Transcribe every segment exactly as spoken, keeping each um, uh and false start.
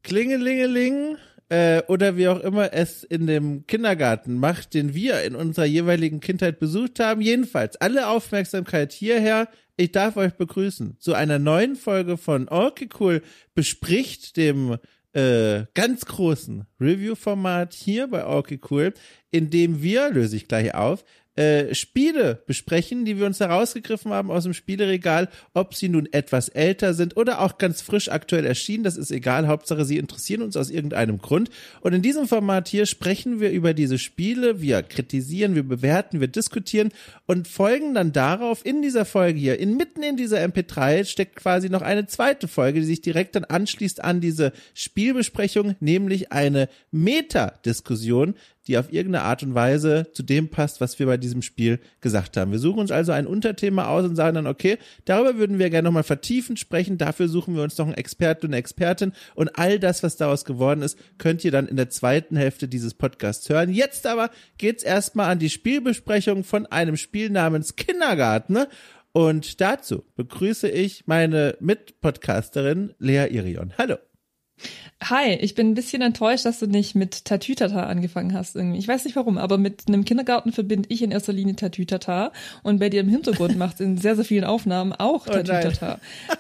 Klingelingeling äh, oder wie auch immer es in dem Kindergarten macht, den wir in unserer jeweiligen Kindheit besucht haben. Jedenfalls alle Aufmerksamkeit hierher. Ich darf euch begrüßen zu einer neuen Folge von Okay Cool bespricht, dem äh, ganz großen Review-Format hier bei Okay Cool, in dem wir, löse ich gleich auf, Äh, Spiele besprechen, die wir uns herausgegriffen haben aus dem Spieleregal, ob sie nun etwas älter sind oder auch ganz frisch aktuell erschienen, das ist egal, Hauptsache sie interessieren uns aus irgendeinem Grund. Und in diesem Format hier sprechen wir über diese Spiele, wir kritisieren, wir bewerten, wir diskutieren und folgen dann darauf in dieser Folge hier, inmitten in dieser M P drei steckt quasi noch eine zweite Folge, die sich direkt dann anschließt an diese Spielbesprechung, nämlich eine Meta-Diskussion, die auf irgendeine Art und Weise zu dem passt, was wir bei diesem Spiel gesagt haben. Wir suchen uns also ein Unterthema aus und sagen dann, okay, darüber würden wir gerne nochmal vertiefend sprechen, dafür suchen wir uns noch einen Experten und eine Expertin und all das, was daraus geworden ist, könnt ihr dann in der zweiten Hälfte dieses Podcasts hören. Jetzt aber geht's erstmal an die Spielbesprechung von einem Spiel namens Kindergarten und dazu begrüße ich meine Mitpodcasterin Lea Irion. Hallo. Hi, ich bin ein bisschen enttäuscht, dass du nicht mit Tatütata angefangen hast irgendwie. Ich weiß nicht warum, aber mit einem Kindergarten verbinde ich in erster Linie Tatütata und bei dir im Hintergrund macht es in sehr, sehr vielen Aufnahmen auch Oh Tatütata.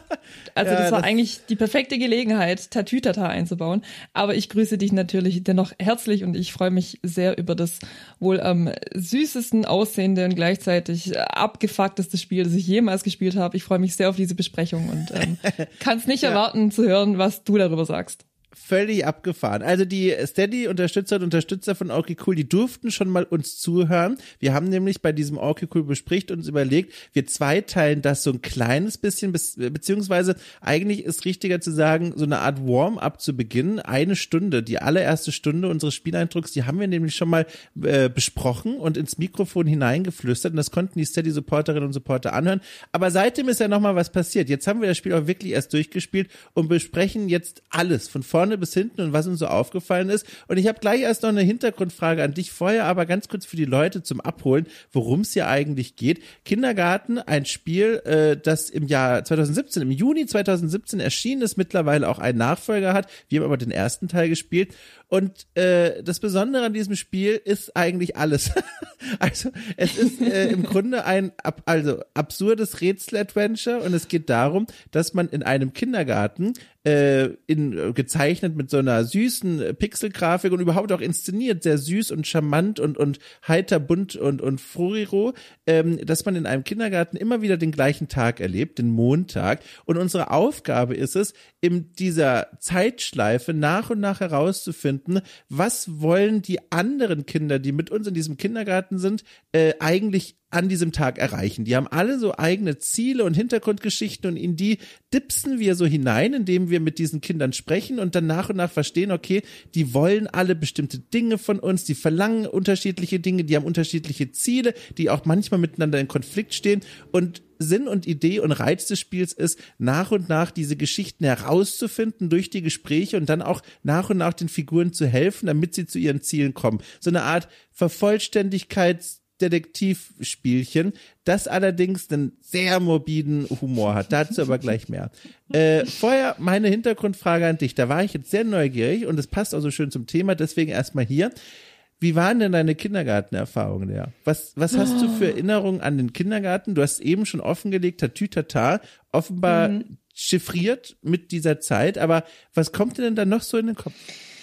Also Ja, das war das- eigentlich die perfekte Gelegenheit, Tatütata einzubauen. Aber ich grüße dich natürlich dennoch herzlich und ich freue mich sehr über das wohl am süßesten aussehende und gleichzeitig abgefuckteste Spiel, das ich jemals gespielt habe. Ich freue mich sehr auf diese Besprechung und ähm, kann es nicht Ja. erwarten zu hören, was du darüber sagst. Völlig abgefahren. Also die Steady-Unterstützer und Unterstützer von Okay Cool, die durften schon mal uns zuhören. Wir haben nämlich bei diesem Okay Cool bespricht uns überlegt, wir zweiteilen das so ein kleines bisschen, bis, beziehungsweise eigentlich ist richtiger zu sagen, so eine Art Warm-up zu Beginn. Eine Stunde, die allererste Stunde unseres Spieleindrucks, die haben wir nämlich schon mal äh, besprochen und ins Mikrofon hineingeflüstert und das konnten die Steady-Supporterinnen und Supporter anhören. Aber seitdem ist ja nochmal was passiert. Jetzt haben wir das Spiel auch wirklich erst durchgespielt und besprechen jetzt alles von vorne bis hinten und was uns so aufgefallen ist. Und ich habe gleich erst noch eine Hintergrundfrage an dich vorher, aber ganz kurz für die Leute zum Abholen, worum es hier eigentlich geht. Kindergarten, ein Spiel, äh, das im Jahr zwanzig siebzehn, im Juni zwanzig siebzehn erschienen ist, mittlerweile auch einen Nachfolger hat. Wir haben aber den ersten Teil gespielt. Und äh, das Besondere an diesem Spiel ist eigentlich alles. Also es ist äh, im Grunde ein ab, also absurdes Rätsel-Adventure und es geht darum, dass man in einem Kindergarten äh, in, gezeichnet mit so einer süßen Pixelgrafik und überhaupt auch inszeniert, sehr süß und charmant und und heiter, bunt und und fruriro, ähm, dass man in einem Kindergarten immer wieder den gleichen Tag erlebt, den Montag. Und unsere Aufgabe ist es, in dieser Zeitschleife nach und nach herauszufinden, was wollen die anderen Kinder, die mit uns in diesem Kindergarten sind, äh, eigentlich an diesem Tag erreichen. Die haben alle so eigene Ziele und Hintergrundgeschichten und in die dipsen wir so hinein, indem wir mit diesen Kindern sprechen und dann nach und nach verstehen, okay, die wollen alle bestimmte Dinge von uns, die verlangen unterschiedliche Dinge, die haben unterschiedliche Ziele, die auch manchmal miteinander in Konflikt stehen und Sinn und Idee und Reiz des Spiels ist, nach und nach diese Geschichten herauszufinden durch die Gespräche und dann auch nach und nach den Figuren zu helfen, damit sie zu ihren Zielen kommen. So eine Art Vervollständigkeits Detektivspielchen, das allerdings einen sehr morbiden Humor hat. Dazu aber gleich mehr. Äh, vorher meine Hintergrundfrage an dich. Da war ich jetzt sehr neugierig und es passt auch so schön zum Thema, deswegen erstmal hier. Wie waren denn deine Kindergartenerfahrungen, Lea? Was, was hast du für Erinnerungen an den Kindergarten? Du hast eben schon offengelegt, Tatütata, offenbar mhm. chiffriert mit dieser Zeit, aber was kommt dir denn da noch so in den Kopf?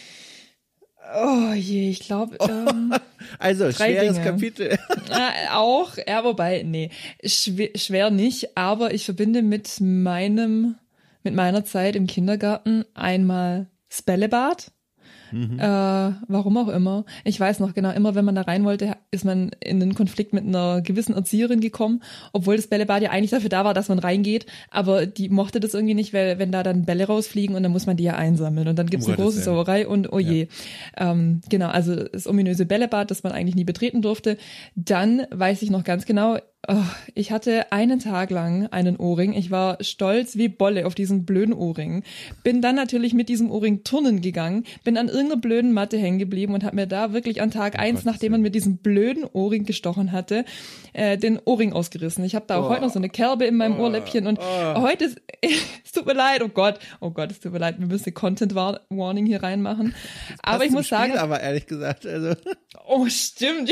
Oh je, ich glaube. Ähm, also, schweres Dinge. Kapitel. äh, auch, ja, wobei, nee, schwer, schwer nicht, aber ich verbinde mit meinem, mit meiner Zeit im Kindergarten einmal das Bällebad. Mhm. Äh, warum auch immer. Ich weiß noch genau, immer wenn man da rein wollte, ist man in einen Konflikt mit einer gewissen Erzieherin gekommen, obwohl das Bällebad ja eigentlich dafür da war, dass man reingeht, aber die mochte das irgendwie nicht, weil wenn da dann Bälle rausfliegen und dann muss man die ja einsammeln und dann gibt's um eine große Sauerei und oh je. Ja. Ähm, genau, also das ominöse Bällebad, das man eigentlich nie betreten durfte. Dann weiß ich noch ganz genau, Oh, ich hatte einen Tag lang einen Ohrring. Ich war stolz wie Bolle auf diesen blöden Ohrring. Bin dann natürlich mit diesem Ohrring turnen gegangen, bin an irgendeiner blöden Matte hängen geblieben und habe mir da wirklich an Tag Oh eins, Gott, nachdem man mit diesem blöden Ohrring gestochen hatte, äh, den Ohrring ausgerissen. Ich habe da auch Oh. heute noch so eine Kerbe in meinem Oh. Ohrläppchen und Oh. heute, ist, es tut mir leid, oh Gott, oh Gott, es tut mir leid, wir müssen eine Content-Warning hier reinmachen. Aber ich zum muss sagen, Spiel, aber ehrlich gesagt, also oh, stimmt.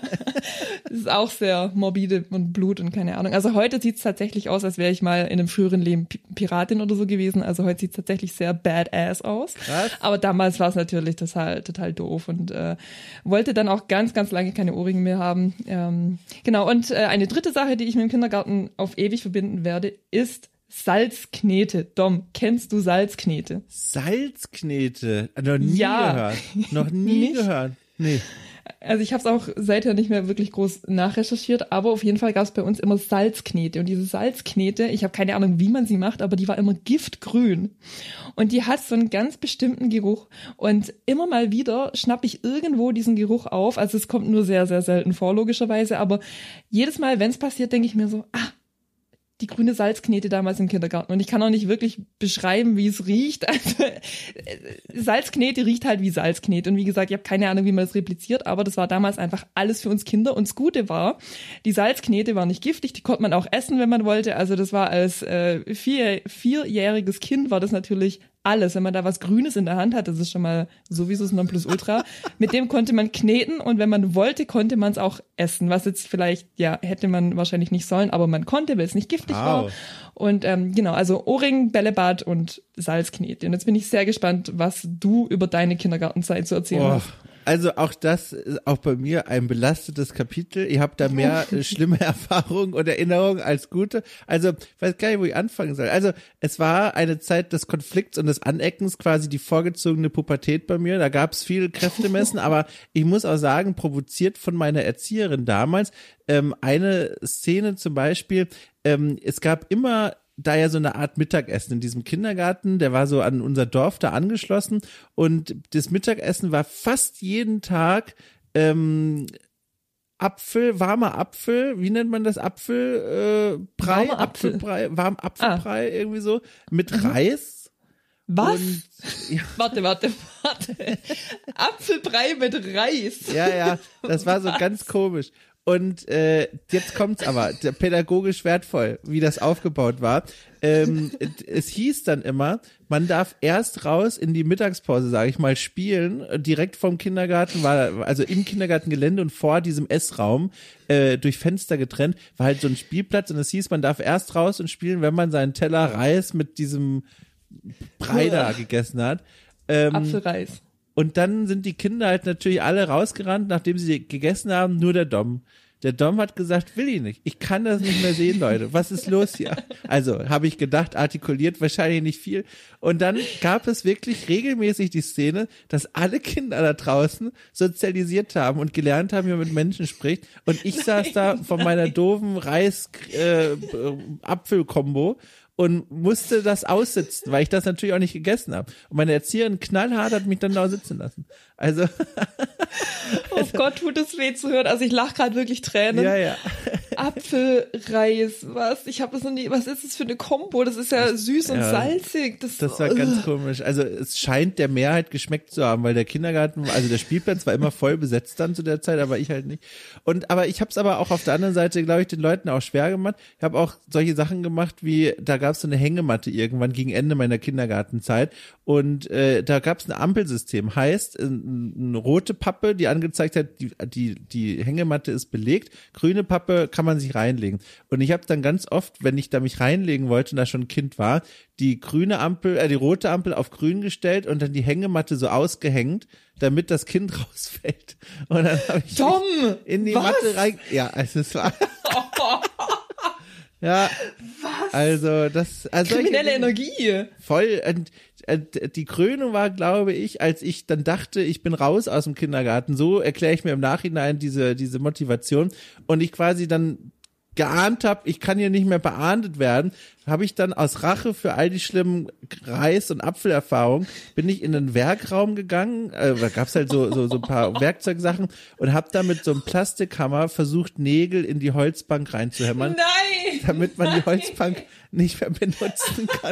Das ist auch sehr morbide und Blut und keine Ahnung. Also heute sieht es tatsächlich aus, als wäre ich mal in einem früheren Leben Pi- Piratin oder so gewesen. Also heute sieht es tatsächlich sehr badass aus. Krass. Aber damals war es natürlich total, total doof und äh, wollte dann auch ganz, ganz lange keine Ohrringe mehr haben. Ähm, genau, und äh, eine dritte Sache, die ich mit dem Kindergarten auf ewig verbinden werde, ist Salzknete. Dom, kennst du Salzknete? Salzknete, noch nie Ja. gehört, noch nie Nicht? gehört, nee. Also ich habe es auch seither nicht mehr wirklich groß nachrecherchiert, aber auf jeden Fall gab es bei uns immer Salzknete. Und diese Salzknete, ich habe keine Ahnung, wie man sie macht, aber die war immer giftgrün. Und die hat so einen ganz bestimmten Geruch. Und immer mal wieder schnappe ich irgendwo diesen Geruch auf. Also es kommt nur sehr, sehr selten vor, logischerweise. Aber jedes Mal, wenn es passiert, denke ich mir so, ah, die grüne Salzknete damals im Kindergarten. Und ich kann auch nicht wirklich beschreiben, wie es riecht. Also, äh, Salzknete riecht halt wie Salzknete. Und wie gesagt, ich habe keine Ahnung, wie man das repliziert, aber das war damals einfach alles für uns Kinder. Und das Gute war, die Salzknete war nicht giftig, die konnte man auch essen, wenn man wollte. Also das war als äh, vier, vierjähriges Kind war das natürlich alles. Wenn man da was Grünes in der Hand hat, das ist schon mal sowieso das Nonplusultra. Mit dem konnte man kneten und wenn man wollte, konnte man es auch essen. Was jetzt vielleicht, ja, hätte man wahrscheinlich nicht sollen, aber man konnte, weil es nicht giftig Wow. war. Und ähm, genau, also Ohrring, Bällebad und Salzknete. Und jetzt bin ich sehr gespannt, was du über deine Kindergartenzeit zu erzählen Oh, hast. also auch das ist auch bei mir ein belastetes Kapitel. Ihr habt da mehr äh, schlimme Erfahrungen und Erinnerungen als gute. Also ich weiß gar nicht, wo ich anfangen soll. Also es war eine Zeit des Konflikts und des Aneckens, quasi die vorgezogene Pubertät bei mir. Da gab es viel Kräftemessen, aber ich muss auch sagen, provoziert von meiner Erzieherin damals, ähm, eine Szene zum Beispiel, ähm, es gab immer da ja so eine Art Mittagessen in diesem Kindergarten, der war so an unser Dorf da angeschlossen und das Mittagessen war fast jeden Tag ähm, Apfel, warmer Apfel, wie nennt man das? Apfelbrei, äh, Brei, Warmer Apfel. Apfelbrei, warm Apfelbrei irgendwie so, mit Reis. Was? Und, ja, Warte, warte, warte. Apfelbrei mit Reis. ja, ja, das war so ganz komisch. Und äh, jetzt kommt's aber, der, pädagogisch wertvoll, wie das aufgebaut war. Ähm, es hieß dann immer, man darf erst raus in die Mittagspause, sage ich mal, spielen. Direkt vom Kindergarten war, also im Kindergartengelände und vor diesem Essraum, äh, durch Fenster getrennt, war halt so ein Spielplatz. Und es hieß, man darf erst raus und spielen, wenn man seinen Teller Reis mit diesem Brei da gegessen hat. Ähm, Apfelreis. Und dann sind die Kinder halt natürlich alle rausgerannt, nachdem sie gegessen haben, nur der Dom. Der Dom hat gesagt, will ich nicht. Ich kann das nicht mehr sehen, Leute. Was ist los hier? Also, habe ich gedacht, artikuliert wahrscheinlich nicht viel. Und dann gab es wirklich regelmäßig die Szene, dass alle Kinder da draußen sozialisiert haben und gelernt haben, wie man mit Menschen spricht. Und ich saß da von meiner doofen Reis-Apfel-Kombo und musste das aussitzen, weil ich das natürlich auch nicht gegessen habe. Und meine Erzieherin knallhart hat mich dann da sitzen lassen. Also, Oh Gott, tut es weh zu hören. Also ich lache gerade wirklich Tränen. ja, ja. Apfelreis, was? Ich habe das noch nie. Was ist das für eine Kombo? Das ist ja süß und Ja, salzig. Das, Das war ganz komisch. Also es scheint der Mehrheit geschmeckt zu haben, weil der Kindergarten, also der Spielplatz war immer voll besetzt dann zu der Zeit, aber ich halt nicht. Und aber ich habe es aber auch auf der anderen Seite, glaube ich, den Leuten auch schwer gemacht. Ich habe auch solche Sachen gemacht, wie da gab es so eine Hängematte irgendwann gegen Ende meiner Kindergartenzeit und äh, da gab es ein Ampelsystem. Heißt, äh, eine rote Pappe, die angezeigt hat, die die die Hängematte ist belegt, grüne Pappe kann man sich reinlegen. Und ich habe dann ganz oft, wenn ich da mich reinlegen wollte und da schon ein Kind war, die grüne Ampel, äh, die rote Ampel auf grün gestellt und dann die Hängematte so ausgehängt, damit das Kind rausfällt. Und dann habe ich Tom, mich in die was? Matte rein. Ja, also es war. Ja, Was? also das, also Kriminelle solche- Energie. voll. Und, und die Krönung war, glaube ich, als ich dann dachte, ich bin raus aus dem Kindergarten. So erkläre ich mir im Nachhinein diese diese Motivation und ich quasi dann geahnt habe, ich kann hier nicht mehr beahndet werden, habe ich dann aus Rache für all die schlimmen Reis- und Apfelerfahrungen, bin ich in den Werkraum gegangen, äh, da gab's halt so, so, so ein paar Werkzeugsachen und habe da mit so einem Plastikhammer versucht, Nägel in die Holzbank reinzuhämmern. Nein! Damit man die Holzbank nicht mehr benutzen kann.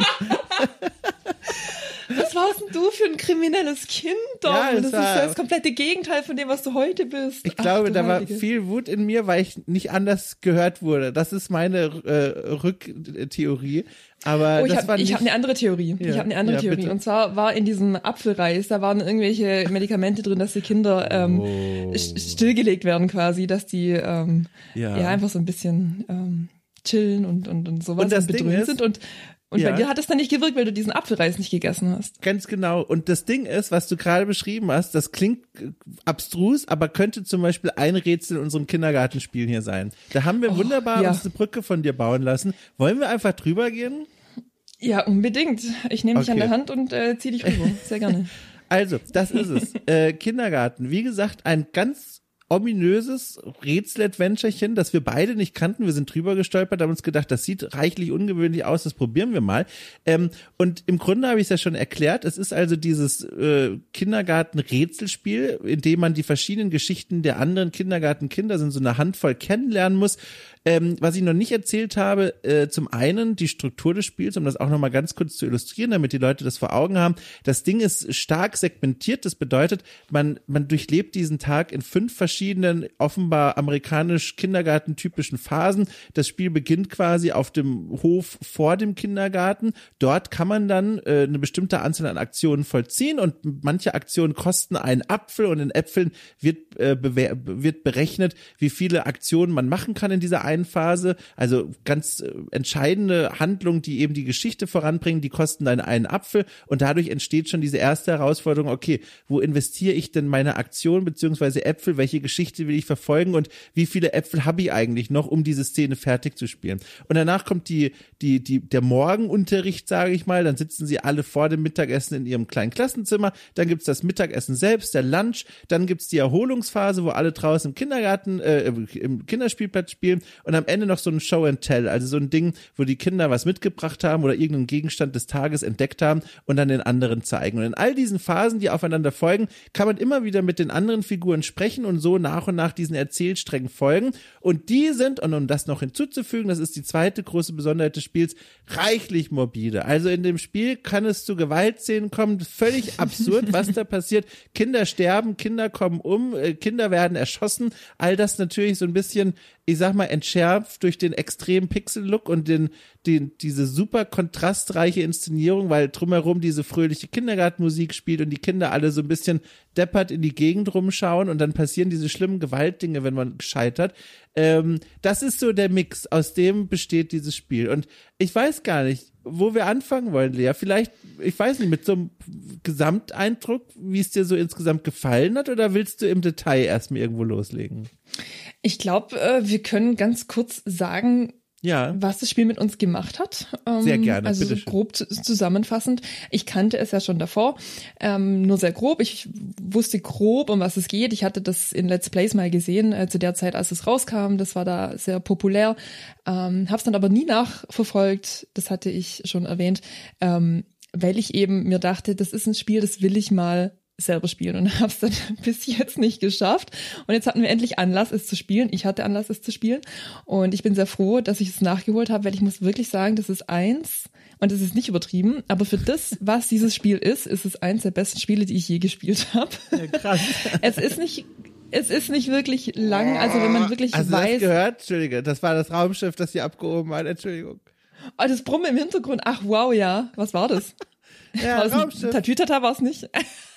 Was warst denn du für ein kriminelles Kind, Dom? Ja, das ist war, ja das komplette Gegenteil von dem, was du heute bist. Ich glaube, Ach, da war Heilige. viel Wut in mir, weil ich nicht anders gehört wurde. Das ist meine äh, Rücktheorie. Aber oh, ich das habe war nicht... hab eine andere Theorie. Ja, Ich habe eine andere ja, Theorie. bitte. Und zwar war in diesem Apfelreis, da waren irgendwelche Medikamente drin, dass die Kinder ähm, Oh. st- stillgelegt werden quasi, dass die ähm, Ja. ja. einfach so ein bisschen ähm, chillen und, und, und sowas Und das Ding bedröhnt ist- sind. Und, und Ja. bei dir hat es dann nicht gewirkt, weil du diesen Apfelreis nicht gegessen hast. Ganz genau. Und das Ding ist, was du gerade beschrieben hast, das klingt äh, abstrus, aber könnte zum Beispiel ein Rätsel in unserem Kindergartenspiel hier sein. Da haben wir Oh, wunderbar ja. uns eine Brücke von dir bauen lassen. Wollen wir einfach drüber gehen? Ja, unbedingt. Ich nehme dich Okay. an der Hand und äh, zieh dich rüber. Sehr gerne. Also, das ist es. äh, Kindergarten. Wie gesagt, ein ganz ominöses Rätsel-Adventurechen, das wir beide nicht kannten. Wir sind drüber gestolpert, haben uns gedacht, das sieht reichlich ungewöhnlich aus, das probieren wir mal. Ähm, und im Grunde habe ich es ja schon erklärt, es ist also dieses äh, Kindergarten-Rätselspiel, in dem man die verschiedenen Geschichten der anderen Kindergartenkinder, sind so eine Handvoll, kennenlernen muss. Ähm, was ich noch nicht erzählt habe, äh, zum einen die Struktur des Spiels, um das auch nochmal ganz kurz zu illustrieren, damit die Leute das vor Augen haben. Das Ding ist stark segmentiert, das bedeutet, man, man durchlebt diesen Tag in fünf verschiedenen, offenbar amerikanisch Kindergartentypischen Phasen. Das Spiel beginnt quasi auf dem Hof vor dem Kindergarten. Dort kann man dann äh, eine bestimmte Anzahl an Aktionen vollziehen und manche Aktionen kosten einen Apfel und in Äpfeln wird, äh, bewer- wird berechnet, wie viele Aktionen man machen kann in dieser einen Phase. Also ganz äh, entscheidende Handlungen, die eben die Geschichte voranbringen, die kosten dann einen Apfel und dadurch entsteht schon diese erste Herausforderung, okay, wo investiere ich denn meine Aktion beziehungsweise Äpfel, welche Geschichte will ich verfolgen und wie viele Äpfel habe ich eigentlich noch, um diese Szene fertig zu spielen. Und danach kommt die, die, die, der Morgenunterricht, sage ich mal, dann sitzen sie alle vor dem Mittagessen in ihrem kleinen Klassenzimmer, dann gibt's das Mittagessen selbst, der Lunch, dann gibt's die Erholungsphase, wo alle draußen im Kindergarten, äh, im Kinderspielplatz spielen und am Ende noch so ein Show and Tell, also so ein Ding, wo die Kinder was mitgebracht haben oder irgendeinen Gegenstand des Tages entdeckt haben und dann den anderen zeigen. Und in all diesen Phasen, die aufeinander folgen, kann man immer wieder mit den anderen Figuren sprechen und so nach und nach diesen Erzählsträngen folgen. Und die sind, und um das noch hinzuzufügen, das ist die zweite große Besonderheit des Spiels, reichlich morbide. Also in dem Spiel kann es zu Gewaltszenen kommen, völlig absurd, was da passiert. Kinder sterben, Kinder kommen um, äh, Kinder werden erschossen. All das natürlich so ein bisschen, ich sag mal, entschärft durch den extremen Pixel-Look und den, den, diese super kontrastreiche Inszenierung, weil drumherum diese fröhliche Kindergartenmusik spielt und die Kinder alle so ein bisschen deppert in die Gegend rumschauen und dann passieren diese schlimmen Gewaltdinge, wenn man scheitert. Ähm, das ist so der Mix, aus dem besteht dieses Spiel. Und ich weiß gar nicht, wo wir anfangen wollen, Lea. Vielleicht, ich weiß nicht, mit so einem Gesamteindruck, wie es dir so insgesamt gefallen hat, oder willst du im Detail erstmal irgendwo loslegen? Ich glaube, äh, wir können ganz kurz sagen, Ja. was das Spiel mit uns gemacht hat. Ähm, Sehr gerne, Also so bitteschön. grob zu- zusammenfassend. Ich kannte es ja schon davor, ähm, nur sehr grob. Ich wusste grob, um was es geht. Ich hatte das in Let's Plays mal gesehen, äh, zu der Zeit, als es rauskam. Das war da sehr populär. Ähm, hab's dann aber nie nachverfolgt. Das hatte ich schon erwähnt, ähm, weil ich eben mir dachte, das ist ein Spiel, das will ich mal selber spielen und habe es dann bis jetzt nicht geschafft. Und jetzt hatten wir endlich Anlass, es zu spielen. Ich hatte Anlass, es zu spielen. Und ich bin sehr froh, dass ich es nachgeholt habe, weil ich muss wirklich sagen, das ist eins, und das ist nicht übertrieben, aber für das, was dieses Spiel ist, ist es eins der besten Spiele, die ich je gespielt habe. Ja, krass. Es ist nicht, es ist nicht wirklich lang, also wenn man wirklich Hast du das weiß, gehört? Entschuldige, das war das Raumschiff, das hier abgehoben hat. Entschuldigung. oh, das Brummen im Hintergrund, ach wow, ja, was war das? Ja, War das ein Raumschiff. Tatütata war es nicht?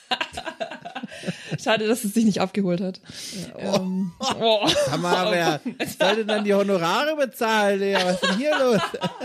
Schade, dass es sich nicht abgeholt hat. Ja, oh. Ähm, oh. Sag mal, wer sollte dann die Honorare bezahlen, Lea? Was ist denn hier los?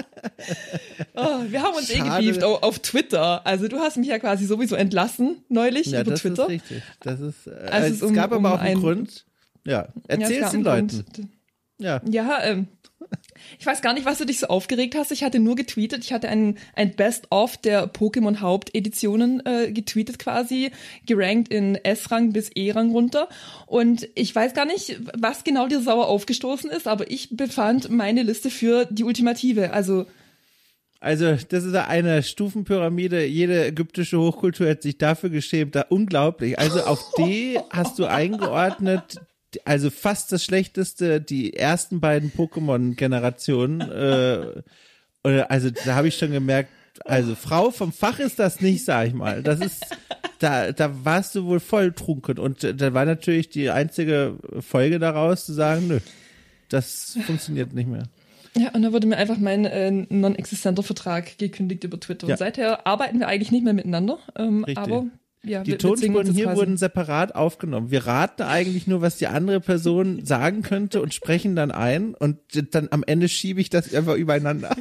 Oh, wir haben uns Schade. eh gebieft auf, auf Twitter. Also du hast mich ja quasi sowieso entlassen neulich Ja, über das Twitter. ist richtig. Das ist, äh, Als es es um- gab um aber auch einen ein- Grund. Ja, Ja, es erzähl's gab den einen Leuten. Grund. Ja. Ja, ähm, ich weiß gar nicht, was du dich so aufgeregt hast. Ich hatte nur getweetet. Ich hatte ein, ein Best-of der Pokémon-Haupteditionen äh, getweetet quasi, gerankt in S-Rang bis E-Rang runter. Und ich weiß gar nicht, was genau dir sauer aufgestoßen ist, aber ich befand meine Liste für die Ultimative. Also Also, das ist eine Stufenpyramide. Jede ägyptische Hochkultur hat sich dafür geschämt. Da unglaublich. Also auf D hast du eingeordnet, also fast das Schlechteste, die ersten beiden Pokémon-Generationen. Äh, also da habe ich schon gemerkt, also Frau vom Fach ist das nicht, sag ich mal. Das ist, da, da warst du wohl voll trunken. Und da war natürlich die einzige Folge daraus, zu sagen, nö, das funktioniert nicht mehr. Ja, und da wurde mir einfach mein äh, non-existenter Vertrag gekündigt über Twitter. Ja. Und seither arbeiten wir eigentlich nicht mehr miteinander. Ähm, Richtig. aber ja, die wir, Tonspuren wir hier quasi. wurden separat aufgenommen. Wir raten eigentlich nur, was die andere Person sagen könnte und sprechen dann ein und dann am Ende schiebe ich das einfach übereinander.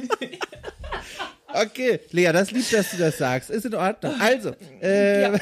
Okay, Lea, das lieb, dass du das sagst. Ist in Ordnung. Also, äh, Ja.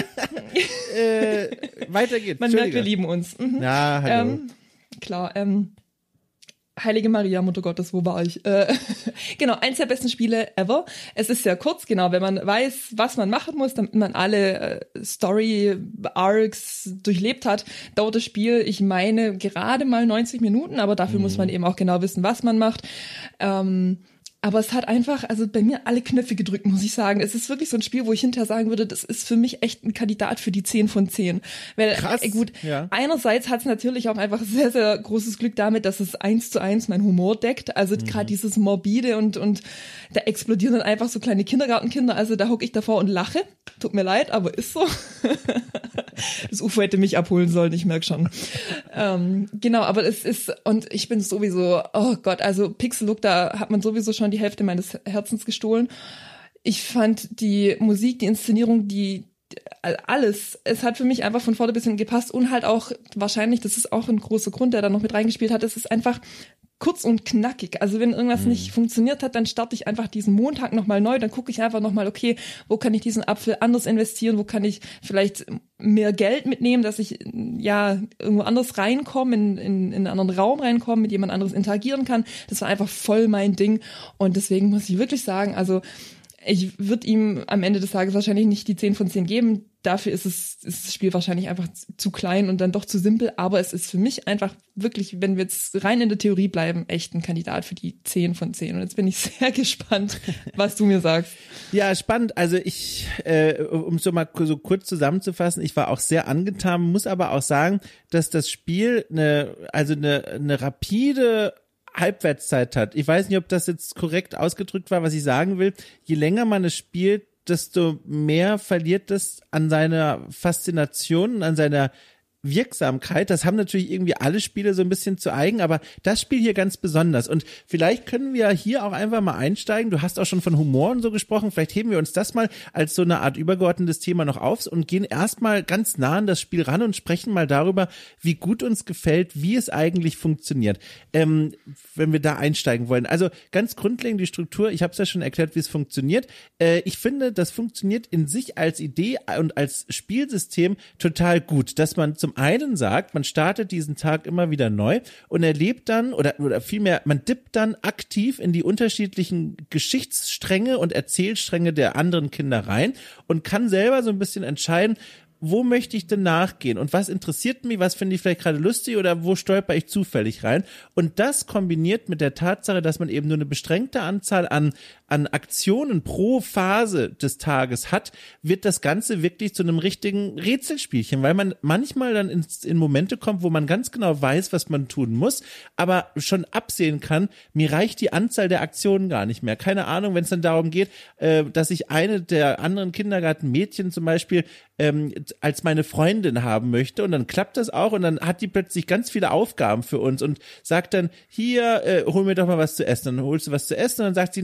äh, weiter geht's. Man merkt, wir lieben uns. Mhm. Ja, hallo. Ähm, klar, ähm, Heilige Maria, Mutter Gottes, wo war ich? Äh, genau, eins der besten Spiele ever. Es ist sehr kurz, genau, wenn man weiß, was man machen muss, damit man alle äh, Story-Arcs durchlebt hat, dauert das Spiel, ich meine, gerade mal neunzig Minuten, aber dafür mhm. muss man eben auch genau wissen, was man macht. Ähm, Aber es hat einfach, also bei mir alle Knöpfe gedrückt, muss ich sagen. Es ist wirklich so ein Spiel, wo ich hinterher sagen würde, das ist für mich echt ein Kandidat für die zehn von zehn. Weil, Krass, äh, gut, ja. einerseits hat es natürlich auch einfach sehr, sehr großes Glück damit, dass es eins zu eins mein Humor deckt. Also mhm. gerade dieses Morbide und, und da explodieren dann einfach so kleine Kindergartenkinder. Also da hocke ich davor und lache. Tut mir leid, aber ist so. Das U F O hätte mich abholen sollen, ich merke schon. ähm, genau, aber es ist, und ich bin sowieso, oh Gott, also Pixel Look, da hat man sowieso schon die Hälfte meines Herzens gestohlen. Ich fand die Musik, die Inszenierung, die alles, es hat für mich einfach von vorne bis hinten gepasst und halt auch wahrscheinlich, das ist auch ein großer Grund, der da noch mit reingespielt hat, es ist einfach kurz und knackig. Also wenn irgendwas mhm. nicht funktioniert hat, dann starte ich einfach diesen Montag nochmal neu, dann gucke ich einfach nochmal, okay, wo kann ich diesen Apfel anders investieren, wo kann ich vielleicht mehr Geld mitnehmen, dass ich ja irgendwo anders reinkomme, in, in, in einen anderen Raum reinkomme, mit jemand anderes interagieren kann. Das war einfach voll mein Ding und deswegen muss ich wirklich sagen, also ich würde ihm am Ende des Tages wahrscheinlich nicht die zehn von zehn geben. Dafür ist es ist das Spiel wahrscheinlich einfach zu klein und dann doch zu simpel. Aber es ist für mich einfach wirklich, wenn wir jetzt rein in der Theorie bleiben, echt ein Kandidat für die zehn von zehn. Und jetzt bin ich sehr gespannt, was du mir sagst. Ja, spannend. Also ich, äh, um es so mal so kurz zusammenzufassen, ich war auch sehr angetan, muss aber auch sagen, dass das Spiel eine, also eine, eine rapide Halbwertszeit hat. Ich weiß nicht, ob das jetzt korrekt ausgedrückt war, was ich sagen will. Je länger man es spielt, desto mehr verliert es an seiner Faszination und an seiner Wirksamkeit. Das haben natürlich irgendwie alle Spiele so ein bisschen zu eigen, aber das Spiel hier ganz besonders. Und vielleicht können wir hier auch einfach mal einsteigen. Du hast auch schon von Humor und so gesprochen. Vielleicht heben wir uns das mal als so eine Art übergeordnetes Thema noch auf und gehen erstmal ganz nah an das Spiel ran und sprechen mal darüber, wie gut uns gefällt, wie es eigentlich funktioniert. Ähm, wenn wir da einsteigen wollen. Also ganz grundlegend die Struktur. Ich habe es ja schon erklärt, wie es funktioniert. Äh, ich finde, das funktioniert in sich als Idee und als Spielsystem total gut, dass man zum einen sagt, man startet diesen Tag immer wieder neu und erlebt dann, oder, oder vielmehr, man dippt dann aktiv in die unterschiedlichen Geschichtsstränge und Erzählstränge der anderen Kinder rein und kann selber so ein bisschen entscheiden, wo möchte ich denn nachgehen und was interessiert mich, was finde ich vielleicht gerade lustig oder wo stolper ich zufällig rein, und das kombiniert mit der Tatsache, dass man eben nur eine beschränkte Anzahl an an Aktionen pro Phase des Tages hat, wird das Ganze wirklich zu einem richtigen Rätselspielchen, weil man manchmal dann in, in Momente kommt, wo man ganz genau weiß, was man tun muss, aber schon absehen kann, mir reicht die Anzahl der Aktionen gar nicht mehr. Keine Ahnung, wenn es dann darum geht, äh, dass ich eine der anderen Kindergartenmädchen zum Beispiel ähm, als meine Freundin haben möchte, und dann klappt das auch und dann hat die plötzlich ganz viele Aufgaben für uns und sagt dann, hier, äh, hol mir doch mal was zu essen. Dann holst du was zu essen und dann sagt sie, nee, das ist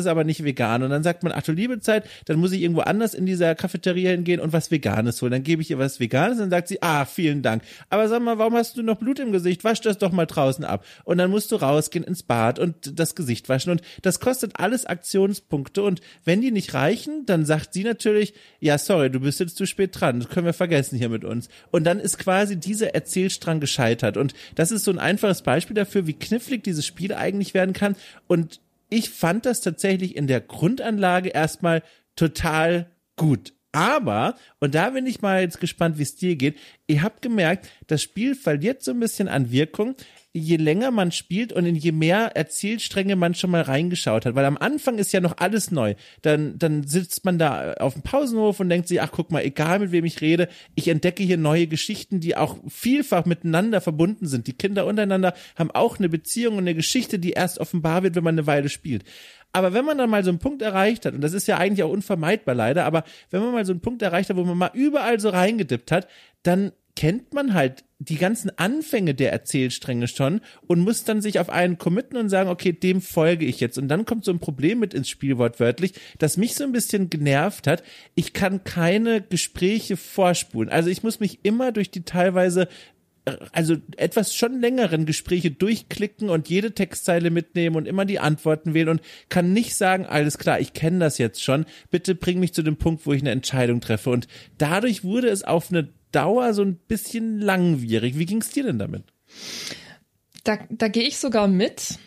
aber nicht vegan. Und dann sagt man, ach du liebe Zeit, dann muss ich irgendwo anders in dieser Cafeteria hingehen und was Veganes holen. Dann gebe ich ihr was Veganes und dann sagt sie, ah, vielen Dank. Aber sag mal, warum hast du noch Blut im Gesicht? Wasch das doch mal draußen ab. Und dann musst du rausgehen ins Bad und das Gesicht waschen. Und das kostet alles Aktionspunkte. Und wenn die nicht reichen, dann sagt sie natürlich, ja, sorry, du bist jetzt zu spät dran. Das können wir vergessen hier mit uns. Und dann ist quasi dieser Erzählstrang gescheitert. Und das ist so ein einfaches Beispiel dafür, wie knifflig dieses Spiel eigentlich werden kann. Und ich fand das tatsächlich in der Grundanlage erstmal total gut. Aber, und da bin ich mal jetzt gespannt, wie es dir geht, ihr habt gemerkt, das Spiel verliert so ein bisschen an Wirkung, je länger man spielt und in je mehr Erzählstränge man schon mal reingeschaut hat. Weil am Anfang ist ja noch alles neu. Dann, dann sitzt man da auf dem Pausenhof und denkt sich, ach guck mal, egal mit wem ich rede, ich entdecke hier neue Geschichten, die auch vielfach miteinander verbunden sind. Die Kinder untereinander haben auch eine Beziehung und eine Geschichte, die erst offenbar wird, wenn man eine Weile spielt. Aber wenn man dann mal so einen Punkt erreicht hat, und das ist ja eigentlich auch unvermeidbar leider, aber wenn man mal so einen Punkt erreicht hat, wo man mal überall so reingedippt hat, dann kennt man halt die ganzen Anfänge der Erzählstränge schon und muss dann sich auf einen committen und sagen, okay, dem folge ich jetzt. Und dann kommt so ein Problem mit ins Spiel wortwörtlich, das mich so ein bisschen genervt hat. Ich kann keine Gespräche vorspulen. Also ich muss mich immer durch die teilweise also etwas schon längeren Gespräche durchklicken und jede Textzeile mitnehmen und immer die Antworten wählen und kann nicht sagen, alles klar, ich kenne das jetzt schon, bitte bring mich zu dem Punkt, wo ich eine Entscheidung treffe. Und dadurch wurde es auf eine Dauer so ein bisschen langwierig. Wie ging es dir denn damit? Da, da gehe ich sogar mit.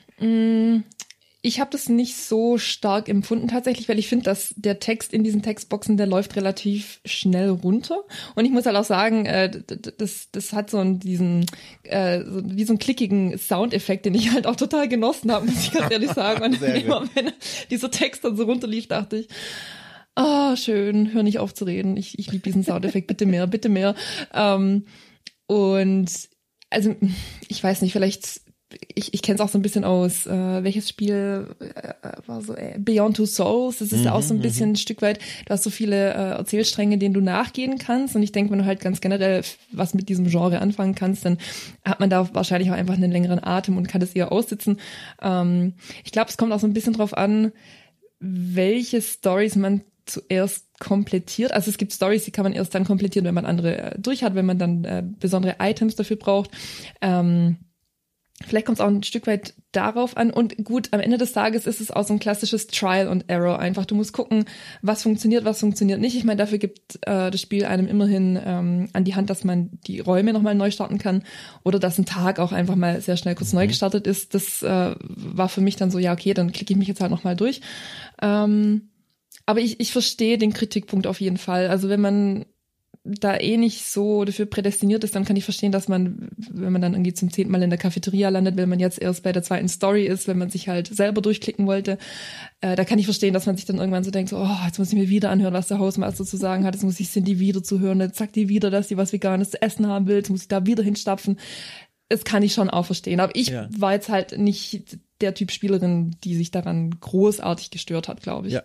Ich habe das nicht so stark empfunden tatsächlich, weil ich finde, dass der Text in diesen Textboxen, der läuft relativ schnell runter. Und ich muss halt auch sagen, äh, das, das hat so einen, diesen, äh, so, wie so einen klickigen Soundeffekt, den ich halt auch total genossen habe, muss ich ganz ehrlich sagen. Und immer, wenn dieser Text dann so runterlief, dachte ich, ah, oh, schön, hör nicht auf zu reden. Ich, ich liebe diesen Soundeffekt, bitte mehr, bitte mehr. Ähm, und also, ich weiß nicht, vielleicht ich, ich kenne es auch so ein bisschen aus, äh, welches Spiel äh, war so, äh, Beyond Two Souls, das ist ja mhm, auch so ein bisschen ein Stück weit, du hast so viele äh, Erzählstränge, denen du nachgehen kannst und ich denke, wenn du halt ganz generell was mit diesem Genre anfangen kannst, dann hat man da wahrscheinlich auch einfach einen längeren Atem und kann das eher aussitzen. Ähm, ich glaube, es kommt auch so ein bisschen drauf an, welche Storys man zuerst komplettiert. Also es gibt Storys, die kann man erst dann komplettieren, wenn man andere äh, durch hat, wenn man dann äh, besondere Items dafür braucht. Ähm, Vielleicht kommt es auch ein Stück weit darauf an. Und gut, am Ende des Tages ist es auch so ein klassisches Trial and Error. Einfach, du musst gucken, was funktioniert, was funktioniert nicht. Ich meine, dafür gibt äh, das Spiel einem immerhin ähm, an die Hand, dass man die Räume nochmal neu starten kann. Oder dass ein Tag auch einfach mal sehr schnell kurz mhm. neu gestartet ist. Das äh, war für mich dann so, ja okay, dann klicke ich mich jetzt halt nochmal durch. Ähm, aber ich, ich verstehe den Kritikpunkt auf jeden Fall. Also wenn man da eh nicht so dafür prädestiniert ist, dann kann ich verstehen, dass man, wenn man dann irgendwie zum zehnten Mal in der Cafeteria landet, wenn man jetzt erst bei der zweiten Story ist, wenn man sich halt selber durchklicken wollte, äh, da kann ich verstehen, dass man sich dann irgendwann so denkt, so, oh, jetzt muss ich mir wieder anhören, was der Hausmeister zu sagen hat, jetzt muss ich Cindy wieder zuhören, jetzt sagt die wieder, dass sie was Veganes zu essen haben will, jetzt muss ich da wieder hinstapfen. Das kann ich schon auch verstehen, aber ich ja. war jetzt halt nicht der Typ Spielerin, die sich daran großartig gestört hat, glaube ich. Ja.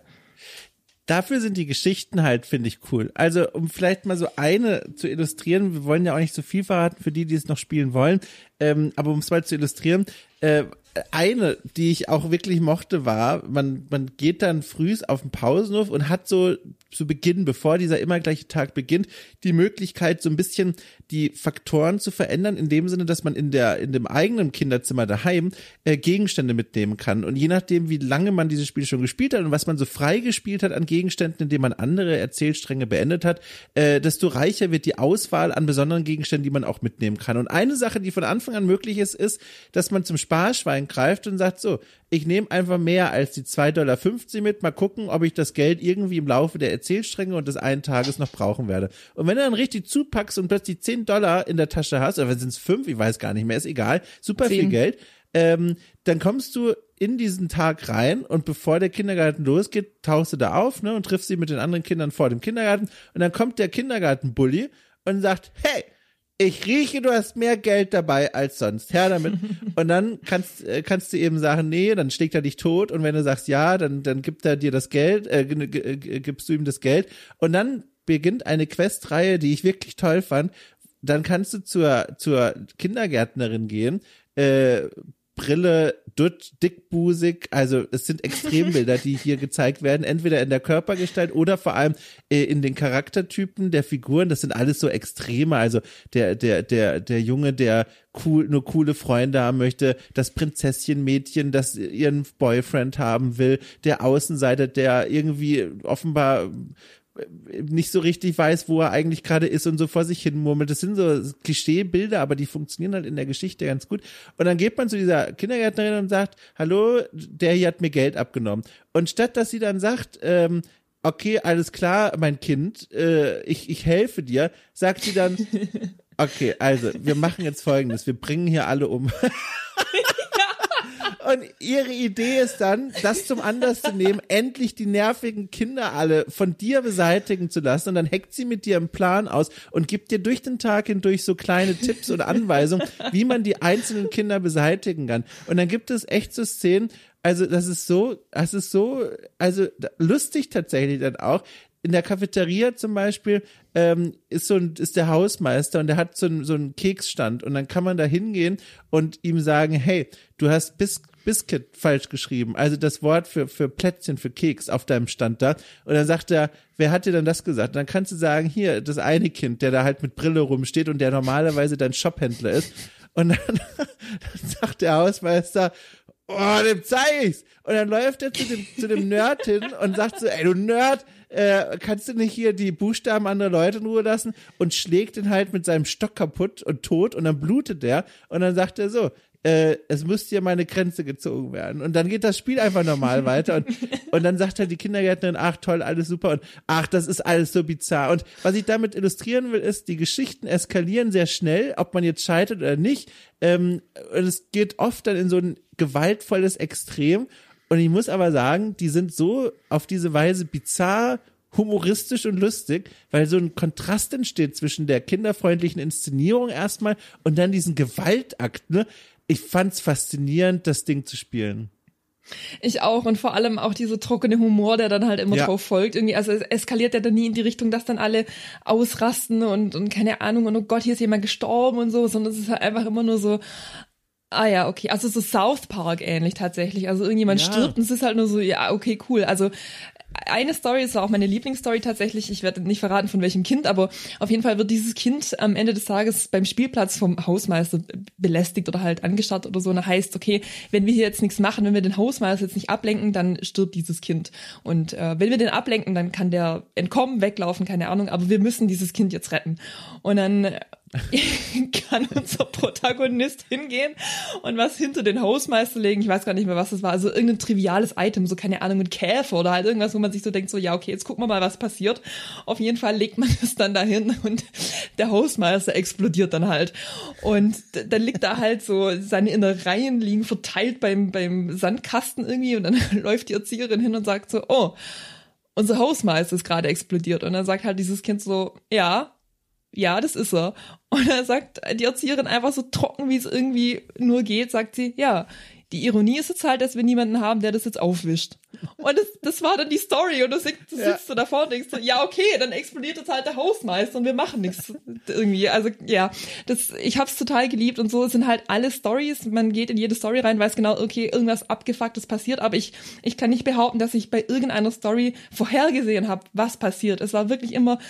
Dafür sind die Geschichten halt, finde ich, cool. Also, um vielleicht mal so eine zu illustrieren, wir wollen ja auch nicht so viel verraten für die, die es noch spielen wollen, ähm, aber um es mal zu illustrieren, äh, eine, die ich auch wirklich mochte, war, man man geht dann frühs auf den Pausenhof und hat so zu Beginn, bevor dieser immer gleiche Tag beginnt, die Möglichkeit, so ein bisschen die Faktoren zu verändern, in dem Sinne, dass man in der in dem eigenen Kinderzimmer daheim äh, Gegenstände mitnehmen kann. Und je nachdem, wie lange man dieses Spiel schon gespielt hat und was man so frei gespielt hat an Gegenständen, indem man andere Erzählstränge beendet hat, äh, desto reicher wird die Auswahl an besonderen Gegenständen, die man auch mitnehmen kann. Und eine Sache, die von Anfang an möglich ist, ist, dass man zum Sparschwein greift und sagt, so, ich nehme einfach mehr als die zwei Dollar fünfzig mit, mal gucken, ob ich das Geld irgendwie im Laufe der Erzählstränge und des einen Tages noch brauchen werde. Und wenn du dann richtig zupackst und plötzlich zehn Dollar in der Tasche hast, oder sind es fünf, ich weiß gar nicht mehr, ist egal, super zehn. Viel Geld, ähm, dann kommst du in diesen Tag rein und bevor der Kindergarten losgeht, tauchst du da auf, ne, und triffst sie mit den anderen Kindern vor dem Kindergarten und dann kommt der Kindergartenbully und sagt, hey, ich rieche, du hast mehr Geld dabei als sonst. Her damit. Und dann kannst, kannst du eben sagen, nee, dann schlägt er dich tot. Und wenn du sagst ja, dann, dann gibt er dir das Geld, äh, gibst du ihm das Geld. Und dann beginnt eine Questreihe, die ich wirklich toll fand. Dann kannst du zur, zur Kindergärtnerin gehen, äh, Brille, dutt, dickbusig, also es sind Extrembilder, die hier gezeigt werden, entweder in der Körpergestalt oder vor allem äh, in den Charaktertypen der Figuren, das sind alles so Extreme, also der, der, der, der Junge, der cool, nur coole Freunde haben möchte, das Prinzesschenmädchen, das ihren Boyfriend haben will, der Außenseiter, der irgendwie offenbar nicht so richtig weiß, wo er eigentlich gerade ist und so vor sich hin murmelt. Das sind so Klischeebilder, aber die funktionieren halt in der Geschichte ganz gut. Und dann geht man zu dieser Kindergärtnerin und sagt, hallo, der hier hat mir Geld abgenommen. Und statt, dass sie dann sagt, ähm, okay, alles klar, mein Kind, äh, ich, ich helfe dir, sagt sie dann, okay, also, wir machen jetzt Folgendes, wir bringen hier alle um. Und ihre Idee ist dann, das zum Anlass zu nehmen, endlich die nervigen Kinder alle von dir beseitigen zu lassen. Und dann hackt sie mit dir einen Plan aus und gibt dir durch den Tag hindurch so kleine Tipps und Anweisungen, wie man die einzelnen Kinder beseitigen kann. Und dann gibt es echt so Szenen, also das ist so, das ist so, also lustig tatsächlich dann auch. In der Cafeteria zum Beispiel ähm, ist so ein, ist der Hausmeister und der hat so einen so einen Keksstand und dann kann man da hingehen und ihm sagen, hey, du hast Bis Biscuit falsch geschrieben, also das Wort für für Plätzchen, für Keks auf deinem Stand da, und dann sagt er, wer hat dir denn das gesagt? Und dann kannst du sagen, hier, das eine Kind, der da halt mit Brille rumsteht und der normalerweise dein Shophändler ist, und dann, dann sagt der Hausmeister, oh, dem zeig ich's. Und dann läuft er zu dem, zu dem Nerd hin und sagt so, ey, du Nerd, äh, kannst du nicht hier die Buchstaben anderer Leute in Ruhe lassen? Und schlägt ihn halt mit seinem Stock kaputt und tot und dann blutet der. Und dann sagt er so, äh, es müsste ja meine Grenze gezogen werden. Und dann geht das Spiel einfach normal weiter. Und, und dann sagt halt die Kindergärtnerin, ach toll, alles super. Und ach, das ist alles so bizarr. Und was ich damit illustrieren will, ist, die Geschichten eskalieren sehr schnell, ob man jetzt scheitert oder nicht. Ähm, und es geht oft dann in so ein gewaltvolles Extrem. Und ich muss aber sagen, die sind so auf diese Weise bizarr, humoristisch und lustig, weil so ein Kontrast entsteht zwischen der kinderfreundlichen Inszenierung erstmal und dann diesen Gewaltakt, ne? Ich fand's faszinierend, das Ding zu spielen. Ich auch, und vor allem auch dieser trockene Humor, der dann halt immer ja. drauf folgt. Irgendwie, also es eskaliert ja dann nie in die Richtung, dass dann alle ausrasten und, und keine Ahnung, und oh Gott, hier ist jemand gestorben und so, sondern es ist halt einfach immer nur so, ah ja, okay, also so South Park ähnlich tatsächlich. Also irgendjemand ja. stirbt und es ist halt nur so, ja, okay, cool. Also eine Story ist auch meine Lieblingsstory tatsächlich. Ich werde nicht verraten, von welchem Kind, aber auf jeden Fall wird dieses Kind am Ende des Tages beim Spielplatz vom Hausmeister belästigt oder halt angestarrt oder so. Und da heißt, okay, wenn wir hier jetzt nichts machen, wenn wir den Hausmeister jetzt nicht ablenken, dann stirbt dieses Kind. Und äh, wenn wir den ablenken, dann kann der entkommen, weglaufen, keine Ahnung. Aber wir müssen dieses Kind jetzt retten. Und dann kann unser Protagonist hingehen und was hinter den Hausmeister legen. Ich weiß gar nicht mehr, was das war. Also irgendein triviales Item, so keine Ahnung, ein Käfer oder halt irgendwas, wo man sich so denkt, so ja, okay, jetzt gucken wir mal, was passiert. Auf jeden Fall legt man das dann dahin und der Hausmeister explodiert dann halt. Und dann liegt da halt so, seine Innereien liegen verteilt beim, beim Sandkasten irgendwie und dann läuft die Erzieherin hin und sagt so, oh, unser Hausmeister ist gerade explodiert. Und dann sagt halt dieses Kind so, ja, ja, das ist er. Und dann sagt die Erzieherin einfach so trocken, wie es irgendwie nur geht, sagt sie, ja, die Ironie ist jetzt halt, dass wir niemanden haben, der das jetzt aufwischt. Und das, das war dann die Story. Und du sitzt, du sitzt ja. davor und denkst so, ja, okay, dann explodiert jetzt halt der Hausmeister und wir machen nichts irgendwie. Also ja, das, ich hab's total geliebt und so sind halt alle Stories. Man geht in jede Story rein, weiß genau, okay, irgendwas Abgefucktes passiert, aber ich, ich kann nicht behaupten, dass ich bei irgendeiner Story vorhergesehen habe, was passiert. Es war wirklich immer,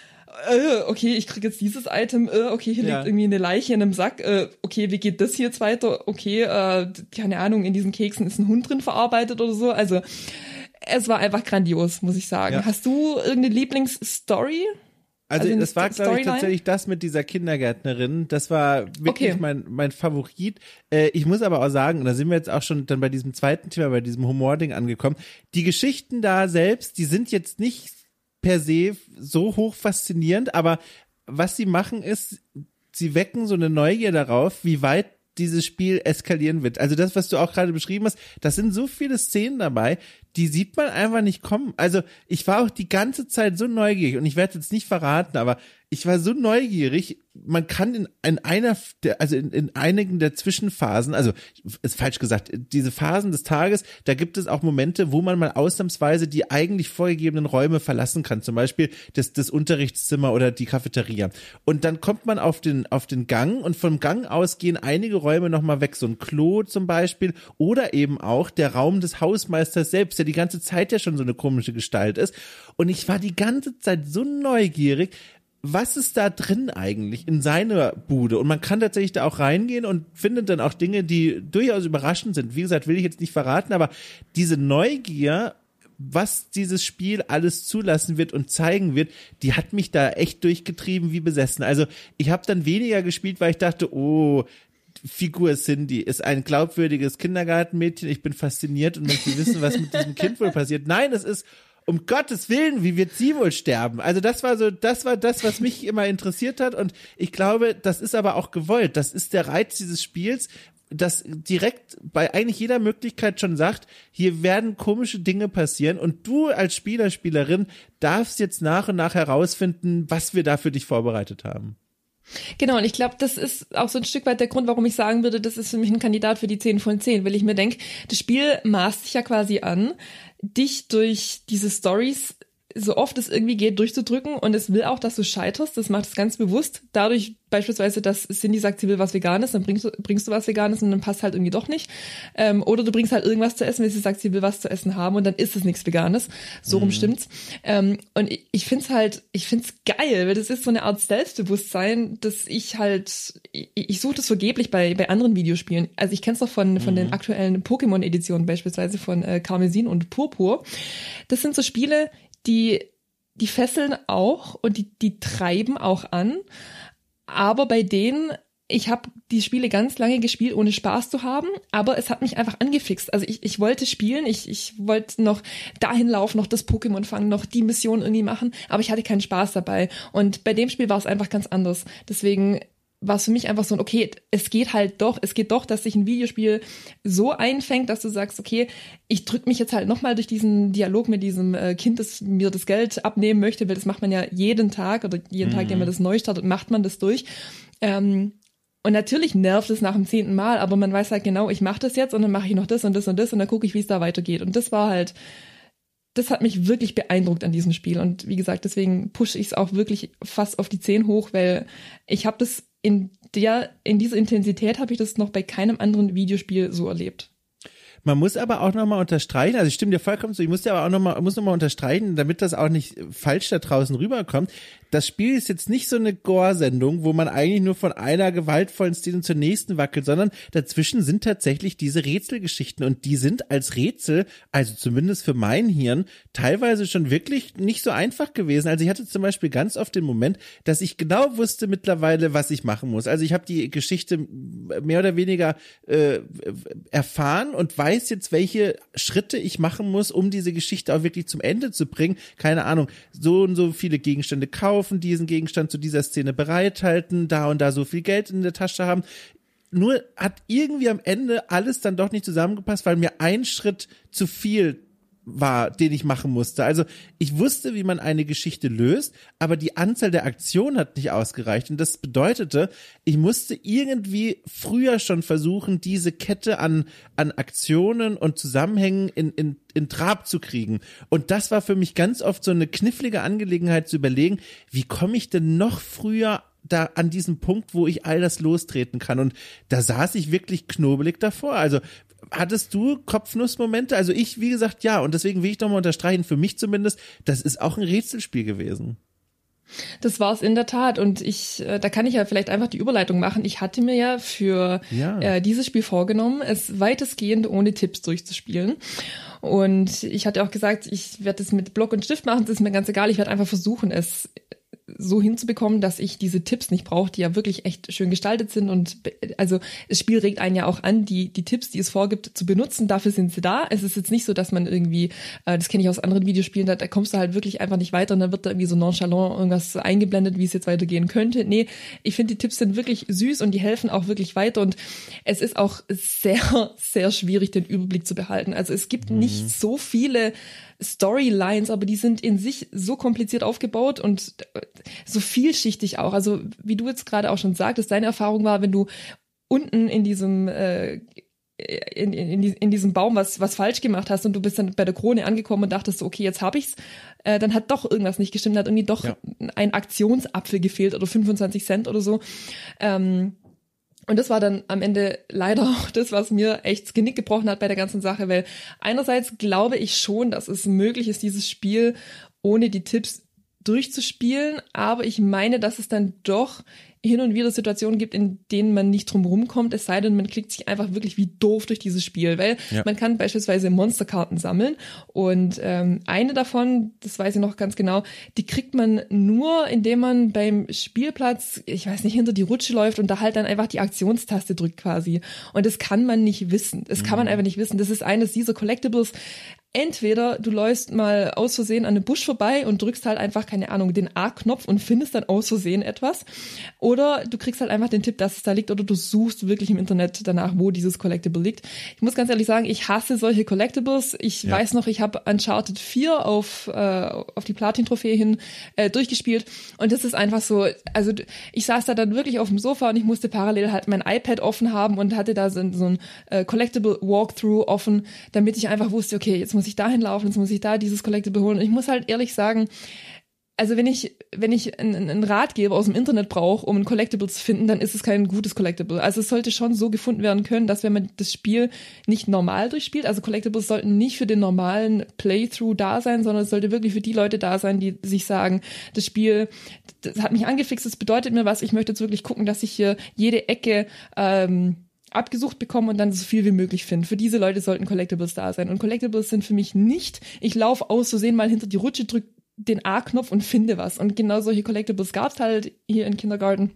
okay, ich krieg jetzt dieses Item, okay, hier ja. liegt irgendwie eine Leiche in einem Sack, okay, wie geht das hier jetzt weiter? Okay, äh, keine Ahnung, in diesen Keksen ist ein Hund drin verarbeitet oder so. Also es war einfach grandios, muss ich sagen. Ja. Hast du irgendeine Lieblingsstory? Also, also das war, glaube ich, tatsächlich das mit dieser Kindergärtnerin. Das war wirklich okay. mein mein Favorit. Äh, ich muss aber auch sagen, und da sind wir jetzt auch schon dann bei diesem zweiten Thema, bei diesem Humording angekommen, die Geschichten da selbst, die sind jetzt nicht per se so hoch faszinierend, aber was sie machen ist, sie wecken so eine Neugier darauf, wie weit dieses Spiel eskalieren wird. Also das, was du auch gerade beschrieben hast, das sind so viele Szenen dabei, die sieht man einfach nicht kommen. Also ich war auch die ganze Zeit so neugierig und ich werde jetzt nicht verraten, aber ich war so neugierig, man kann in, in einer, der, also in, in einigen der Zwischenphasen, also ist falsch gesagt, diese Phasen des Tages, da gibt es auch Momente, wo man mal ausnahmsweise die eigentlich vorgegebenen Räume verlassen kann, zum Beispiel das, das Unterrichtszimmer oder die Cafeteria. Und dann kommt man auf den, auf den Gang und vom Gang aus gehen einige Räume nochmal weg, so ein Klo zum Beispiel oder eben auch der Raum des Hausmeisters selbst, der die ganze Zeit ja schon so eine komische Gestalt ist. Und ich war die ganze Zeit so neugierig, was ist da drin eigentlich in seiner Bude? Und man kann tatsächlich da auch reingehen und findet dann auch Dinge, die durchaus überraschend sind. Wie gesagt, will ich jetzt nicht verraten, aber diese Neugier, was dieses Spiel alles zulassen wird und zeigen wird, die hat mich da echt durchgetrieben wie besessen. Also ich habe dann weniger gespielt, weil ich dachte, oh, Figur Cindy ist ein glaubwürdiges Kindergartenmädchen. Ich bin fasziniert und möchte wissen, was mit diesem Kind wohl passiert. Nein, es ist um Gottes Willen, wie wird sie wohl sterben? Also das war so, das war das, was mich immer interessiert hat und ich glaube, das ist aber auch gewollt. Das ist der Reiz dieses Spiels, das direkt bei eigentlich jeder Möglichkeit schon sagt, hier werden komische Dinge passieren und du als Spieler, Spielerin darfst jetzt nach und nach herausfinden, was wir da für dich vorbereitet haben. Genau, und ich glaube, das ist auch so ein Stück weit der Grund, warum ich sagen würde, das ist für mich ein Kandidat für die zehn von zehn, weil ich mir denke, das Spiel maßt sich ja quasi an, dich durch diese Storys, so oft es irgendwie geht, durchzudrücken und es will auch, dass du scheiterst, das macht es ganz bewusst, dadurch beispielsweise, dass Cindy sagt, sie will was Veganes, dann bringst du, bringst du was Veganes und dann passt halt irgendwie doch nicht, ähm, oder du bringst halt irgendwas zu essen, weil sie sagt, sie will was zu essen haben und dann ist es nichts Veganes, so rum stimmt's, ähm, und ich, ich find's halt, ich find's geil, weil das ist so eine Art Selbstbewusstsein, dass ich halt, ich, ich suche das vergeblich bei bei anderen Videospielen, also ich kenn's doch von von mhm. den aktuellen Pokémon-Editionen beispielsweise von äh, Karmesin und Purpur, das sind so Spiele, die die fesseln auch und die die treiben auch an, aber bei denen, ich habe die Spiele ganz lange gespielt, ohne Spaß zu haben, aber es hat mich einfach angefixt. Also ich ich wollte spielen, ich ich wollte noch dahin laufen, noch das Pokémon fangen, noch die Mission irgendwie machen, aber ich hatte keinen Spaß dabei. Und bei dem Spiel war es einfach ganz anders. Deswegen war es für mich einfach so ein, okay, es geht halt doch, es geht doch, dass sich ein Videospiel so einfängt, dass du sagst, okay, ich drück mich jetzt halt nochmal durch diesen Dialog mit diesem äh, Kind, das mir das Geld abnehmen möchte, weil das macht man ja jeden Tag oder jeden mhm. Tag, den man das neu startet, macht man das durch. Ähm, und natürlich nervt es nach dem zehnten Mal, aber man weiß halt genau, ich mache das jetzt und dann mache ich noch das und das und das und dann gucke ich, wie es da weitergeht. Und das war halt, das hat mich wirklich beeindruckt an diesem Spiel. Und wie gesagt, deswegen pushe ich es auch wirklich fast auf die zehn hoch, weil ich habe das in der, in dieser Intensität habe ich das noch bei keinem anderen Videospiel so erlebt. Man muss aber auch nochmal unterstreichen, also ich stimme dir vollkommen zu, ich muss dir aber auch nochmal, muss nochmal unterstreichen, damit das auch nicht falsch da draußen rüberkommt. Das Spiel ist jetzt nicht so eine Gore-Sendung, wo man eigentlich nur von einer gewaltvollen Szene zur nächsten wackelt, sondern dazwischen sind tatsächlich diese Rätselgeschichten und die sind als Rätsel, also zumindest für mein Hirn, teilweise schon wirklich nicht so einfach gewesen. Also ich hatte zum Beispiel ganz oft den Moment, dass ich genau wusste mittlerweile, was ich machen muss. Also ich habe die Geschichte mehr oder weniger äh, erfahren und weiß jetzt, welche Schritte ich machen muss, um diese Geschichte auch wirklich zum Ende zu bringen. Keine Ahnung, so und so viele Gegenstände kaufen, diesen Gegenstand zu dieser Szene bereithalten, da und da so viel Geld in der Tasche haben. Nur hat irgendwie am Ende alles dann doch nicht zusammengepasst, weil mir ein Schritt zu viel war, den ich machen musste. Also ich wusste, wie man eine Geschichte löst, aber die Anzahl der Aktionen hat nicht ausgereicht und das bedeutete, ich musste irgendwie früher schon versuchen, diese Kette an an Aktionen und Zusammenhängen in in in Trab zu kriegen. Und das war für mich ganz oft so eine knifflige Angelegenheit zu überlegen, wie komme ich denn noch früher da an diesem Punkt, wo ich all das lostreten kann. Und da saß ich wirklich knobelig davor. Also hattest du Kopfnussmomente? Also ich, wie gesagt, ja. Und deswegen will ich doch mal unterstreichen, für mich zumindest, das ist auch ein Rätselspiel gewesen. Das war es in der Tat. Und ich, äh, da kann ich ja vielleicht einfach die Überleitung machen. Ich hatte mir ja für ja. Äh, dieses Spiel vorgenommen, es weitestgehend ohne Tipps durchzuspielen. Und ich hatte auch gesagt, ich werde es mit Block und Stift machen, das ist mir ganz egal. Ich werde einfach versuchen, es so hinzubekommen, dass ich diese Tipps nicht brauche, die ja wirklich echt schön gestaltet sind und also das Spiel regt einen ja auch an, die die Tipps, die es vorgibt, zu benutzen. Dafür sind sie da. Es ist jetzt nicht so, dass man irgendwie, äh, das kenne ich aus anderen Videospielen, da, da kommst du halt wirklich einfach nicht weiter und dann wird da irgendwie so nonchalant irgendwas eingeblendet, wie es jetzt weitergehen könnte. Nee, ich finde, die Tipps sind wirklich süß und die helfen auch wirklich weiter und es ist auch sehr, sehr schwierig, den Überblick zu behalten. Also es gibt mhm. nicht so viele Storylines, aber die sind in sich so kompliziert aufgebaut und so vielschichtig auch. Also wie du jetzt gerade auch schon sagtest, deine Erfahrung war, wenn du unten in diesem äh, in, in, in diesem Baum was was falsch gemacht hast und du bist dann bei der Krone angekommen und dachtest so, okay, jetzt hab ich's, äh, dann hat doch irgendwas nicht gestimmt, hat irgendwie doch ja. ein Aktionsapfel gefehlt oder fünfundzwanzig Cent oder so. Ähm, Und das war dann am Ende leider auch das, was mir echt das Genick gebrochen hat bei der ganzen Sache, weil einerseits glaube ich schon, dass es möglich ist, dieses Spiel ohne die Tipps durchzuspielen, aber ich meine, dass es dann doch hin und wieder Situationen gibt, in denen man nicht drum rumkommt, es sei denn, man klickt sich einfach wirklich wie doof durch dieses Spiel, weil ja. man kann beispielsweise Monsterkarten sammeln und ähm, eine davon, das weiß ich noch ganz genau, die kriegt man nur, indem man beim Spielplatz, ich weiß nicht, hinter die Rutsche läuft und da halt dann einfach die Aktionstaste drückt quasi und das kann man nicht wissen, das kann man einfach nicht wissen, das ist eines dieser Collectibles. Entweder du läufst mal aus Versehen an einem Busch vorbei und drückst halt einfach, keine Ahnung, den A-Knopf und findest dann aus Versehen etwas. Oder du kriegst halt einfach den Tipp, dass es da liegt, oder du suchst wirklich im Internet danach, wo dieses Collectible liegt. Ich muss ganz ehrlich sagen, ich hasse solche Collectibles. Ich ja. weiß noch, ich habe Uncharted vier auf, äh, auf die Platin-Trophäe hin äh, durchgespielt. Und das ist einfach so, also ich saß da dann wirklich auf dem Sofa und ich musste parallel halt mein iPad offen haben und hatte da so, so ein äh, Collectible-Walkthrough offen, damit ich einfach wusste, okay, jetzt muss ich dahin laufen, jetzt muss ich da dieses Collectible holen. Und ich muss halt ehrlich sagen, also wenn ich wenn ich einen, einen Ratgeber aus dem Internet brauche, um ein Collectible zu finden, dann ist es kein gutes Collectible. Also es sollte schon so gefunden werden können, dass wenn man das Spiel nicht normal durchspielt, also Collectibles sollten nicht für den normalen Playthrough da sein, sondern es sollte wirklich für die Leute da sein, die sich sagen, das Spiel, das hat mich angefixt, das bedeutet mir was, ich möchte jetzt wirklich gucken, dass ich hier jede Ecke ähm, abgesucht bekommen und dann so viel wie möglich finden. Für diese Leute sollten Collectibles da sein. Und Collectibles sind für mich nicht, ich laufe aus Versehen mal hinter die Rutsche, drücke den A-Knopf und finde was. Und genau solche Collectibles gab es halt hier in Kindergarten.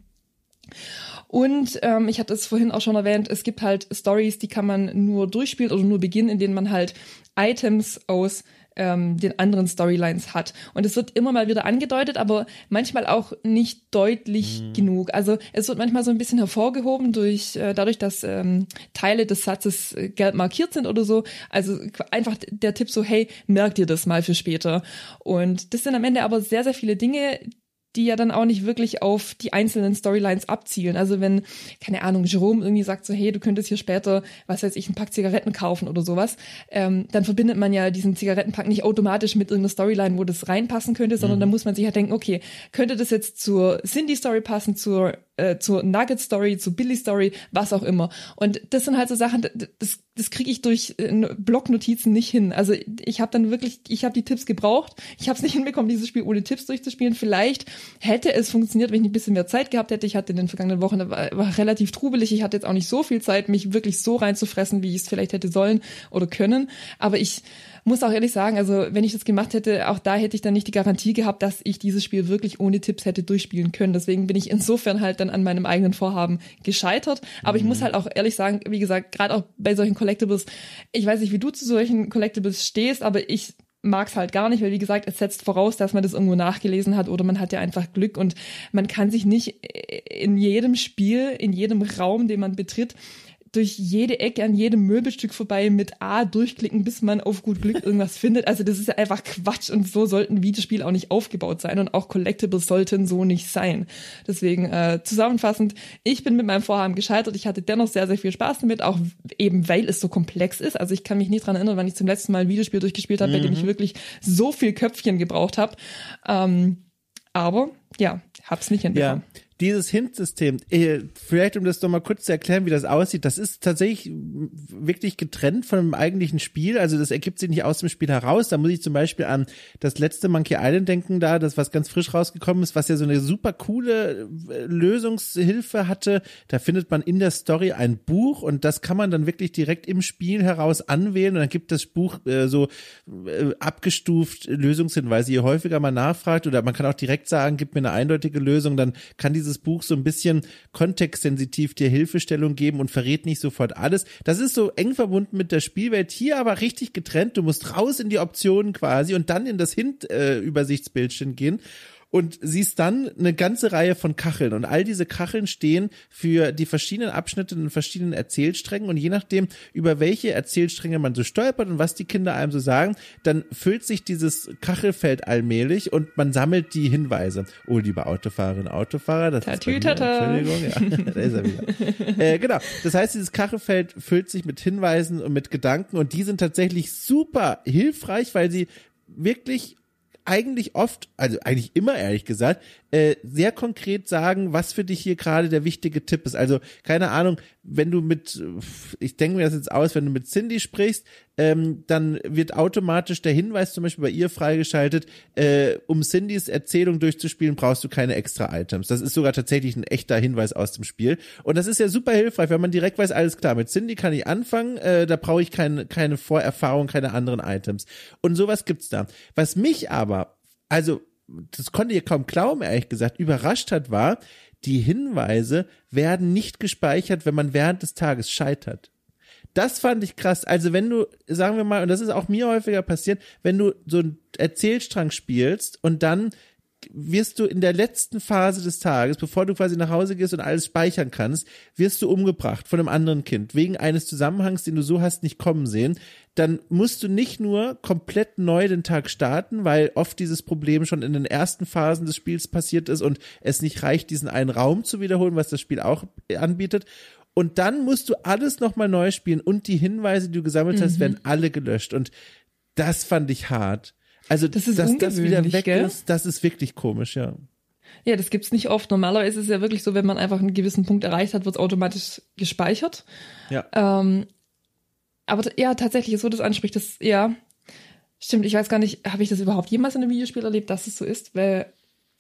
Und ähm, ich hatte es vorhin auch schon erwähnt, es gibt halt Stories, die kann man nur durchspielen oder nur beginnen, in denen man halt Items aus ähm, den anderen Storylines hat. Und es wird immer mal wieder angedeutet, aber manchmal auch nicht deutlich mhm. genug. Also es wird manchmal so ein bisschen hervorgehoben durch äh, dadurch, dass ähm, Teile des Satzes äh, gelb markiert sind oder so. Also einfach der Tipp so, hey, merk dir das mal für später. Und das sind am Ende aber sehr, sehr viele Dinge, die ja dann auch nicht wirklich auf die einzelnen Storylines abzielen. Also wenn, keine Ahnung, Jerome irgendwie sagt so, hey, du könntest hier später, was weiß ich, ein Pack Zigaretten kaufen oder sowas, ähm, dann verbindet man ja diesen Zigarettenpack nicht automatisch mit irgendeiner Storyline, wo das reinpassen könnte, sondern mhm. da muss man sich ja denken, okay, könnte das jetzt zur Cindy-Story passen, zur äh, zur Nugget-Story, zur Billy-Story, was auch immer. Und das sind halt so Sachen, das das kriege ich durch äh, Blocknotizen nicht hin. Also ich habe dann wirklich, ich habe die Tipps gebraucht. Ich habe es nicht hinbekommen, dieses Spiel ohne Tipps durchzuspielen. Vielleicht hätte es funktioniert, wenn ich ein bisschen mehr Zeit gehabt hätte. Ich hatte in den vergangenen Wochen, war, war relativ trubelig. Ich hatte jetzt auch nicht so viel Zeit, mich wirklich so reinzufressen, wie ich es vielleicht hätte sollen oder können. Aber ich muss auch ehrlich sagen, also wenn ich das gemacht hätte, auch da hätte ich dann nicht die Garantie gehabt, dass ich dieses Spiel wirklich ohne Tipps hätte durchspielen können. Deswegen bin ich insofern halt dann an meinem eigenen Vorhaben gescheitert. Aber mhm. ich muss halt auch ehrlich sagen, wie gesagt, gerade auch bei solchen Collectibles, ich weiß nicht, wie du zu solchen Collectibles stehst, aber ich mag's halt gar nicht, weil wie gesagt, es setzt voraus, dass man das irgendwo nachgelesen hat oder man hat ja einfach Glück und man kann sich nicht in jedem Spiel, in jedem Raum, den man betritt, durch jede Ecke an jedem Möbelstück vorbei mit A durchklicken, bis man auf gut Glück irgendwas findet. Also das ist ja einfach Quatsch und so sollten Videospiele auch nicht aufgebaut sein und auch Collectibles sollten so nicht sein. Deswegen äh, zusammenfassend, ich bin mit meinem Vorhaben gescheitert. Ich hatte dennoch sehr, sehr viel Spaß damit, auch eben weil es so komplex ist. Also ich kann mich nicht dran erinnern, wann ich zum letzten Mal ein Videospiel durchgespielt habe, mhm. bei dem ich wirklich so viel Köpfchen gebraucht habe. Ähm, aber ja, hab's nicht hinbekommen. Ja. dieses Hint-System, äh, vielleicht um das nochmal kurz zu erklären, wie das aussieht, das ist tatsächlich wirklich getrennt von dem eigentlichen Spiel, also das ergibt sich nicht aus dem Spiel heraus, da muss ich zum Beispiel an das letzte Monkey Island denken da, das was ganz frisch rausgekommen ist, was ja so eine super coole Lösungshilfe hatte, da findet man in der Story ein Buch und das kann man dann wirklich direkt im Spiel heraus anwählen und dann gibt das Buch äh, so äh, abgestuft Lösungshinweise, je häufiger man nachfragt oder man kann auch direkt sagen, gib mir eine eindeutige Lösung, dann kann dieses Buch so ein bisschen kontextsensitiv dir Hilfestellung geben und verrät nicht sofort alles. Das ist so eng verbunden mit der Spielwelt, hier aber richtig getrennt. Du musst raus in die Optionen quasi und dann in das Hint-Übersichtsbildchen äh, gehen. Und siehst dann eine ganze Reihe von Kacheln und all diese Kacheln stehen für die verschiedenen Abschnitte in verschiedenen Erzählsträngen und je nachdem, über welche Erzählstränge man so stolpert und was die Kinder einem so sagen, dann füllt sich dieses Kachelfeld allmählich und man sammelt die Hinweise. Oh, liebe Autofahrerinnen, Autofahrer, das ist bei mir, Entschuldigung, ja, da ist er wieder. äh, genau, das heißt, dieses Kachelfeld füllt sich mit Hinweisen und mit Gedanken und die sind tatsächlich super hilfreich, weil sie wirklich eigentlich oft, also eigentlich immer ehrlich gesagt, äh, sehr konkret sagen, was für dich hier gerade der wichtige Tipp ist. Also keine Ahnung, wenn du mit, ich denke mir das jetzt aus, wenn du mit Cindy sprichst, ähm, dann wird automatisch der Hinweis zum Beispiel bei ihr freigeschaltet, äh, um Cindys Erzählung durchzuspielen, brauchst du keine extra Items. Das ist sogar tatsächlich ein echter Hinweis aus dem Spiel. Und das ist ja super hilfreich, wenn man direkt weiß, alles klar, mit Cindy kann ich anfangen, äh, da brauche ich keine, keine Vorerfahrung, keine anderen Items. Und sowas gibt's da. Was mich aber, also das konnte ihr kaum glauben, ehrlich gesagt, überrascht hat, war, die Hinweise werden nicht gespeichert, wenn man während des Tages scheitert. Das fand ich krass. Also wenn du, sagen wir mal, und das ist auch mir häufiger passiert, wenn du so einen Erzählstrang spielst und dann wirst du in der letzten Phase des Tages, bevor du quasi nach Hause gehst und alles speichern kannst, wirst du umgebracht von einem anderen Kind, wegen eines Zusammenhangs, den du so hast nicht kommen sehen, dann musst du nicht nur komplett neu den Tag starten, weil oft dieses Problem schon in den ersten Phasen des Spiels passiert ist und es nicht reicht, diesen einen Raum zu wiederholen, was das Spiel auch anbietet. Und dann musst du alles nochmal neu spielen und die Hinweise, die du gesammelt hast, mhm. werden alle gelöscht. Und das fand ich hart. Also, das ist dass das wieder weg gell? ist, das ist wirklich komisch, ja. Ja, das gibt's nicht oft. Normalerweise ist es ja wirklich so, wenn man einfach einen gewissen Punkt erreicht hat, wird's automatisch gespeichert. Ja. Ähm, aber ja, tatsächlich ist so, das anspricht, das, ja, stimmt, ich weiß gar nicht, habe ich das überhaupt jemals in einem Videospiel erlebt, dass es so ist, weil,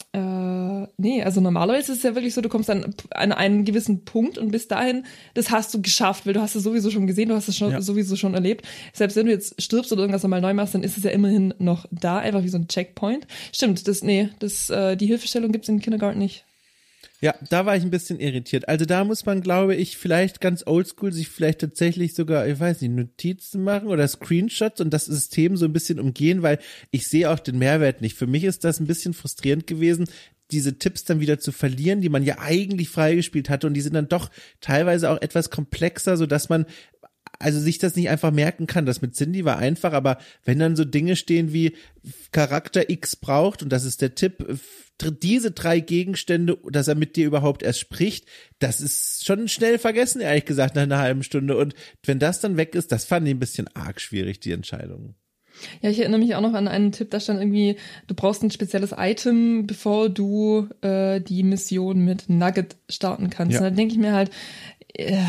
äh, nee, also normalerweise ist es ja wirklich so, du kommst an, an einen gewissen Punkt und bis dahin, das hast du geschafft, weil du hast es sowieso schon gesehen, du hast es schon, ja. sowieso schon erlebt. Selbst wenn du jetzt stirbst oder irgendwas nochmal neu machst, dann ist es ja immerhin noch da, einfach wie so ein Checkpoint. Stimmt, das, nee, das, äh, die Hilfestellung gibt's im Kindergarten nicht. Ja, da war ich ein bisschen irritiert. Also da muss man, glaube ich, vielleicht ganz oldschool sich vielleicht tatsächlich sogar, ich weiß nicht, Notizen machen oder Screenshots und das System so ein bisschen umgehen, weil ich sehe auch den Mehrwert nicht. Für mich ist das ein bisschen frustrierend gewesen, diese Tipps dann wieder zu verlieren, die man ja eigentlich freigespielt hatte und die sind dann doch teilweise auch etwas komplexer, so dass man also sich das nicht einfach merken kann. Das mit Cindy war einfach, aber wenn dann so Dinge stehen wie Charakter X braucht, und das ist der Tipp, diese drei Gegenstände, dass er mit dir überhaupt erst spricht, das ist schon schnell vergessen, ehrlich gesagt, nach einer halben Stunde. Und wenn das dann weg ist, das fand ich ein bisschen arg schwierig, die Entscheidung. Ja, ich erinnere mich auch noch an einen Tipp, da stand irgendwie, du brauchst ein spezielles Item, bevor du äh, die Mission mit Nugget starten kannst. Ja. Und dann denke ich mir halt, äh,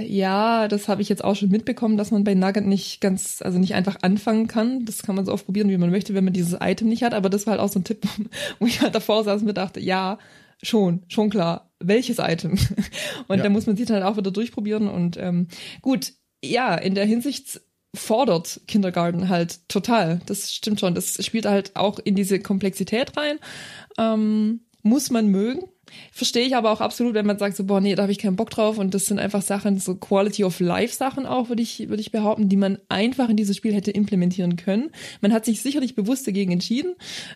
ja, das habe ich jetzt auch schon mitbekommen, dass man bei Nugget nicht ganz, also nicht einfach anfangen kann. Das kann man so oft probieren, wie man möchte, wenn man dieses Item nicht hat. Aber das war halt auch so ein Tipp, wo ich halt davor saß und mir dachte, ja, schon, schon klar, welches Item? Und ja. da muss man sich halt auch wieder durchprobieren. Und ähm, gut, ja, in der Hinsicht fordert Kindergarten halt total. Das stimmt schon. Das spielt halt auch in diese Komplexität rein. Ähm, muss man mögen. Verstehe ich aber auch absolut, wenn man sagt so, boah, nee, da habe ich keinen Bock drauf. Und das sind einfach Sachen, so Quality of Life Sachen auch, würde ich, würde ich behaupten, die man einfach in dieses Spiel hätte implementieren können. Man hat sich sicherlich bewusst dagegen entschieden,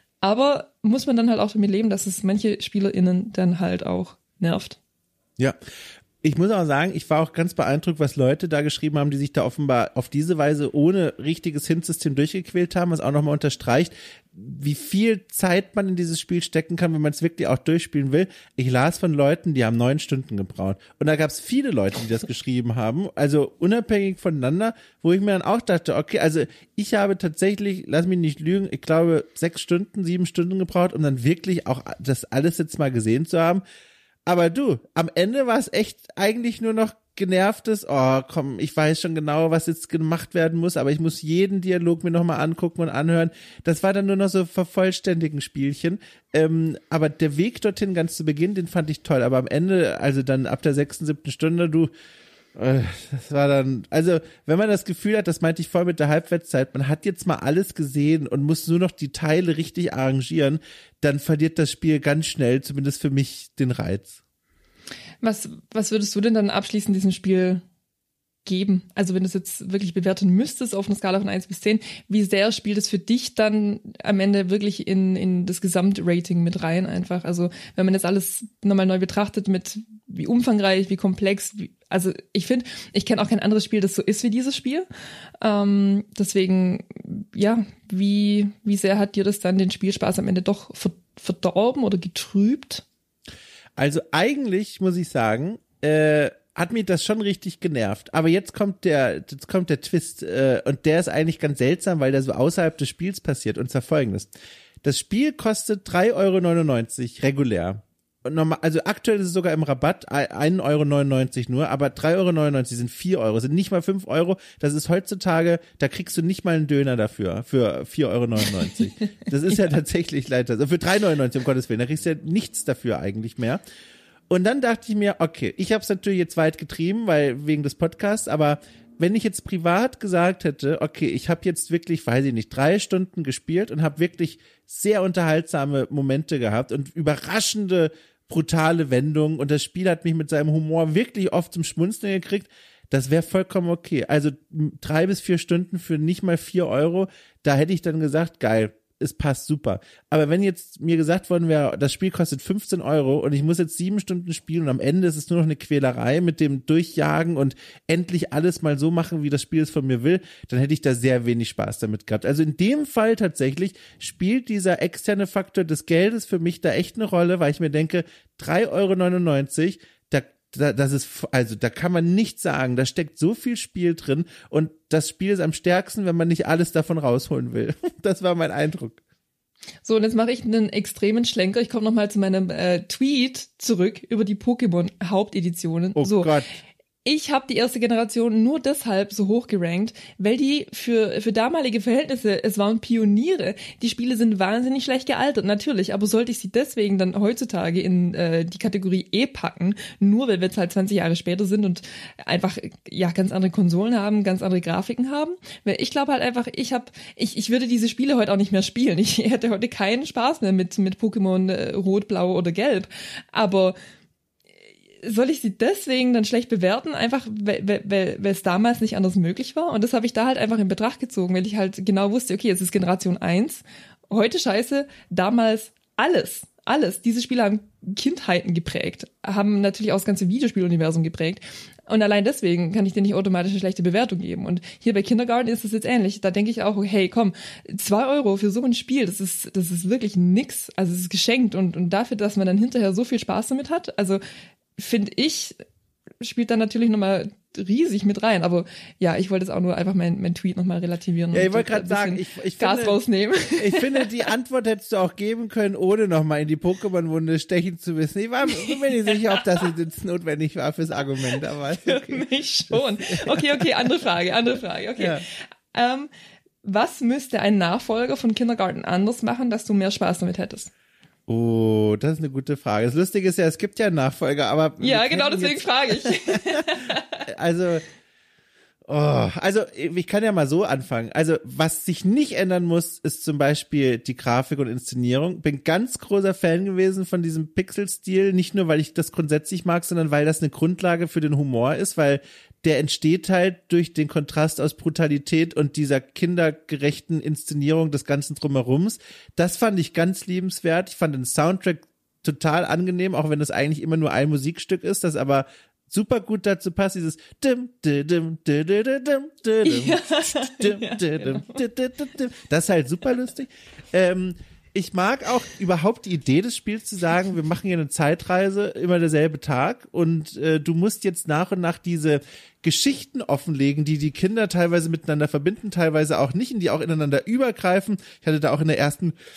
aber muss man dann halt auch damit leben, dass es manche SpielerInnen dann halt auch nervt. Ja. Ich muss auch sagen, ich war auch ganz beeindruckt, was Leute da geschrieben haben, die sich da offenbar auf diese Weise ohne richtiges Hint-System durchgequält haben, was auch nochmal unterstreicht, wie viel Zeit man in dieses Spiel stecken kann, wenn man es wirklich auch durchspielen will. Ich las von Leuten, die haben neun Stunden gebraucht. Und da gab es viele Leute, die das geschrieben haben, also unabhängig voneinander, wo ich mir dann auch dachte, okay, also ich habe tatsächlich, lass mich nicht lügen, ich glaube sechs Stunden, sieben Stunden gebraucht, um dann wirklich auch das alles jetzt mal gesehen zu haben. Aber du, am Ende war es echt eigentlich nur noch genervtes, oh komm, ich weiß schon genau, was jetzt gemacht werden muss, aber ich muss jeden Dialog mir nochmal angucken und anhören. Das war dann nur noch so vervollständigen Spielchen. Ähm, aber der Weg dorthin ganz zu Beginn, den fand ich toll. Aber am Ende, also dann ab der sechsten, siebten Stunde, du, äh, das war dann, also wenn man das Gefühl hat, das meinte ich voll mit der Halbwertszeit, man hat jetzt mal alles gesehen und muss nur noch die Teile richtig arrangieren, dann verliert das Spiel ganz schnell, zumindest für mich, den Reiz. Was, was würdest du denn dann abschließend diesem Spiel geben? Also wenn du es jetzt wirklich bewerten müsstest auf einer Skala von eins bis zehn, wie sehr spielt es für dich dann am Ende wirklich in, in das Gesamtrating mit rein einfach? Also wenn man jetzt alles nochmal neu betrachtet mit wie umfangreich, wie komplex, wie, also ich finde, ich kenne auch kein anderes Spiel, das so ist wie dieses Spiel. Ähm, deswegen, ja, wie, wie sehr hat dir das dann den Spielspaß am Ende doch verdorben oder getrübt? Also eigentlich muss ich sagen, äh, hat mich das schon richtig genervt. Aber jetzt kommt der, jetzt kommt der Twist äh, und der ist eigentlich ganz seltsam, weil der so außerhalb des Spiels passiert. Und zwar Folgendes: Das Spiel kostet drei Euro neunundneunzig regulär. Und normal, also aktuell ist es sogar im Rabatt ein Euro neunundneunzig nur, aber drei Euro neunundneunzig sind vier Euro, sind nicht mal fünf Euro. Das ist heutzutage, da kriegst du nicht mal einen Döner dafür, für vier Euro neunundneunzig. Das ist ja, ja tatsächlich leider, also für drei Euro neunundneunzig, um Gottes Willen, da kriegst du ja nichts dafür eigentlich mehr. Und dann dachte ich mir, okay, ich habe es natürlich jetzt weit getrieben, weil wegen des Podcasts, aber wenn ich jetzt privat gesagt hätte, okay, ich habe jetzt wirklich, weiß ich nicht, drei Stunden gespielt und habe wirklich sehr unterhaltsame Momente gehabt und überraschende, brutale Wendungen und das Spiel hat mich mit seinem Humor wirklich oft zum Schmunzeln gekriegt, das wäre vollkommen okay. Also drei bis vier Stunden für nicht mal vier Euro, da hätte ich dann gesagt, geil, es passt super. Aber wenn jetzt mir gesagt worden wäre, das Spiel kostet fünfzehn Euro und ich muss jetzt sieben Stunden spielen und am Ende ist es nur noch eine Quälerei mit dem Durchjagen und endlich alles mal so machen, wie das Spiel es von mir will, dann hätte ich da sehr wenig Spaß damit gehabt. Also in dem Fall tatsächlich spielt dieser externe Faktor des Geldes für mich da echt eine Rolle, weil ich mir denke, drei Euro neunundneunzig, da das ist, also da kann man nichts sagen, da steckt so viel Spiel drin und das Spiel ist am stärksten, wenn man nicht alles davon rausholen will. Das war mein Eindruck. So, und jetzt mache ich einen extremen Schlenker. Ich komme nochmal zu meinem äh, Tweet zurück über die Pokémon-Haupteditionen. Oh so. Gott. Ich habe die erste Generation nur deshalb so hoch gerankt, weil die für für damalige Verhältnisse, es waren Pioniere. Die Spiele sind wahnsinnig schlecht gealtert, natürlich, aber sollte ich sie deswegen dann heutzutage in äh, die Kategorie E packen, nur weil wir jetzt halt zwanzig Jahre später sind und einfach ja ganz andere Konsolen haben, ganz andere Grafiken haben? Weil ich glaube halt einfach, ich habe ich ich würde diese Spiele heute auch nicht mehr spielen. Ich hätte heute keinen Spaß mehr mit mit Pokémon äh, Rot, Blau oder Gelb, aber soll ich sie deswegen dann schlecht bewerten, einfach weil, weil, weil es damals nicht anders möglich war? Und das habe ich da halt einfach in Betracht gezogen, weil ich halt genau wusste, okay, jetzt ist Generation eins, heute scheiße, damals alles, alles. Diese Spiele haben Kindheiten geprägt, haben natürlich auch das ganze Videospieluniversum geprägt. Und allein deswegen kann ich dir nicht automatisch eine schlechte Bewertung geben. Und hier bei Kindergarten ist es jetzt ähnlich. Da denke ich auch, hey, komm, zwei Euro für so ein Spiel, das ist, das ist wirklich nix. Also es ist geschenkt und, und dafür, dass man dann hinterher so viel Spaß damit hat, also finde ich, spielt da natürlich nochmal riesig mit rein. Aber ja, ich wollte jetzt auch nur einfach mein, mein Tweet nochmal relativieren. Ja, ich wollte gerade sagen, ich, ich Gas finde, rausnehmen. Ich finde, die Antwort hättest du auch geben können, ohne nochmal in die Pokémon-Wunde stechen zu müssen. Ich war mir nicht sicher, ob das jetzt notwendig war fürs Argument, aber okay. Für mich schon. Okay, okay, andere Frage, andere Frage. Okay. Ja. Ähm, was müsste ein Nachfolger von Kindergarten anders machen, dass du mehr Spaß damit hättest? Oh, das ist eine gute Frage. Das Lustige ist ja, es gibt ja einen Nachfolger, aber... Ja, genau, deswegen jetzt, frage ich. Also, oh, also ich kann ja mal so anfangen. Also, was sich nicht ändern muss, ist zum Beispiel die Grafik und Inszenierung. Bin ganz großer Fan gewesen von diesem Pixel-Stil, nicht nur, weil ich das grundsätzlich mag, sondern weil das eine Grundlage für den Humor ist, weil der entsteht halt durch den Kontrast aus Brutalität und dieser kindergerechten Inszenierung des ganzen Drumherums. Das fand ich ganz liebenswert. Ich fand den Soundtrack total angenehm, auch wenn das eigentlich immer nur ein Musikstück ist, das aber super gut dazu passt, dieses dim, dim, dim, dim, dim, dim, dim, dim. Das ist halt super lustig. Ähm, Ich mag auch überhaupt die Idee des Spiels zu sagen, wir machen hier eine Zeitreise, immer derselbe Tag und äh, du musst jetzt nach und nach diese Geschichten offenlegen, die die Kinder teilweise miteinander verbinden, teilweise auch nicht, in die auch ineinander übergreifen. Ich hatte da auch in der ersten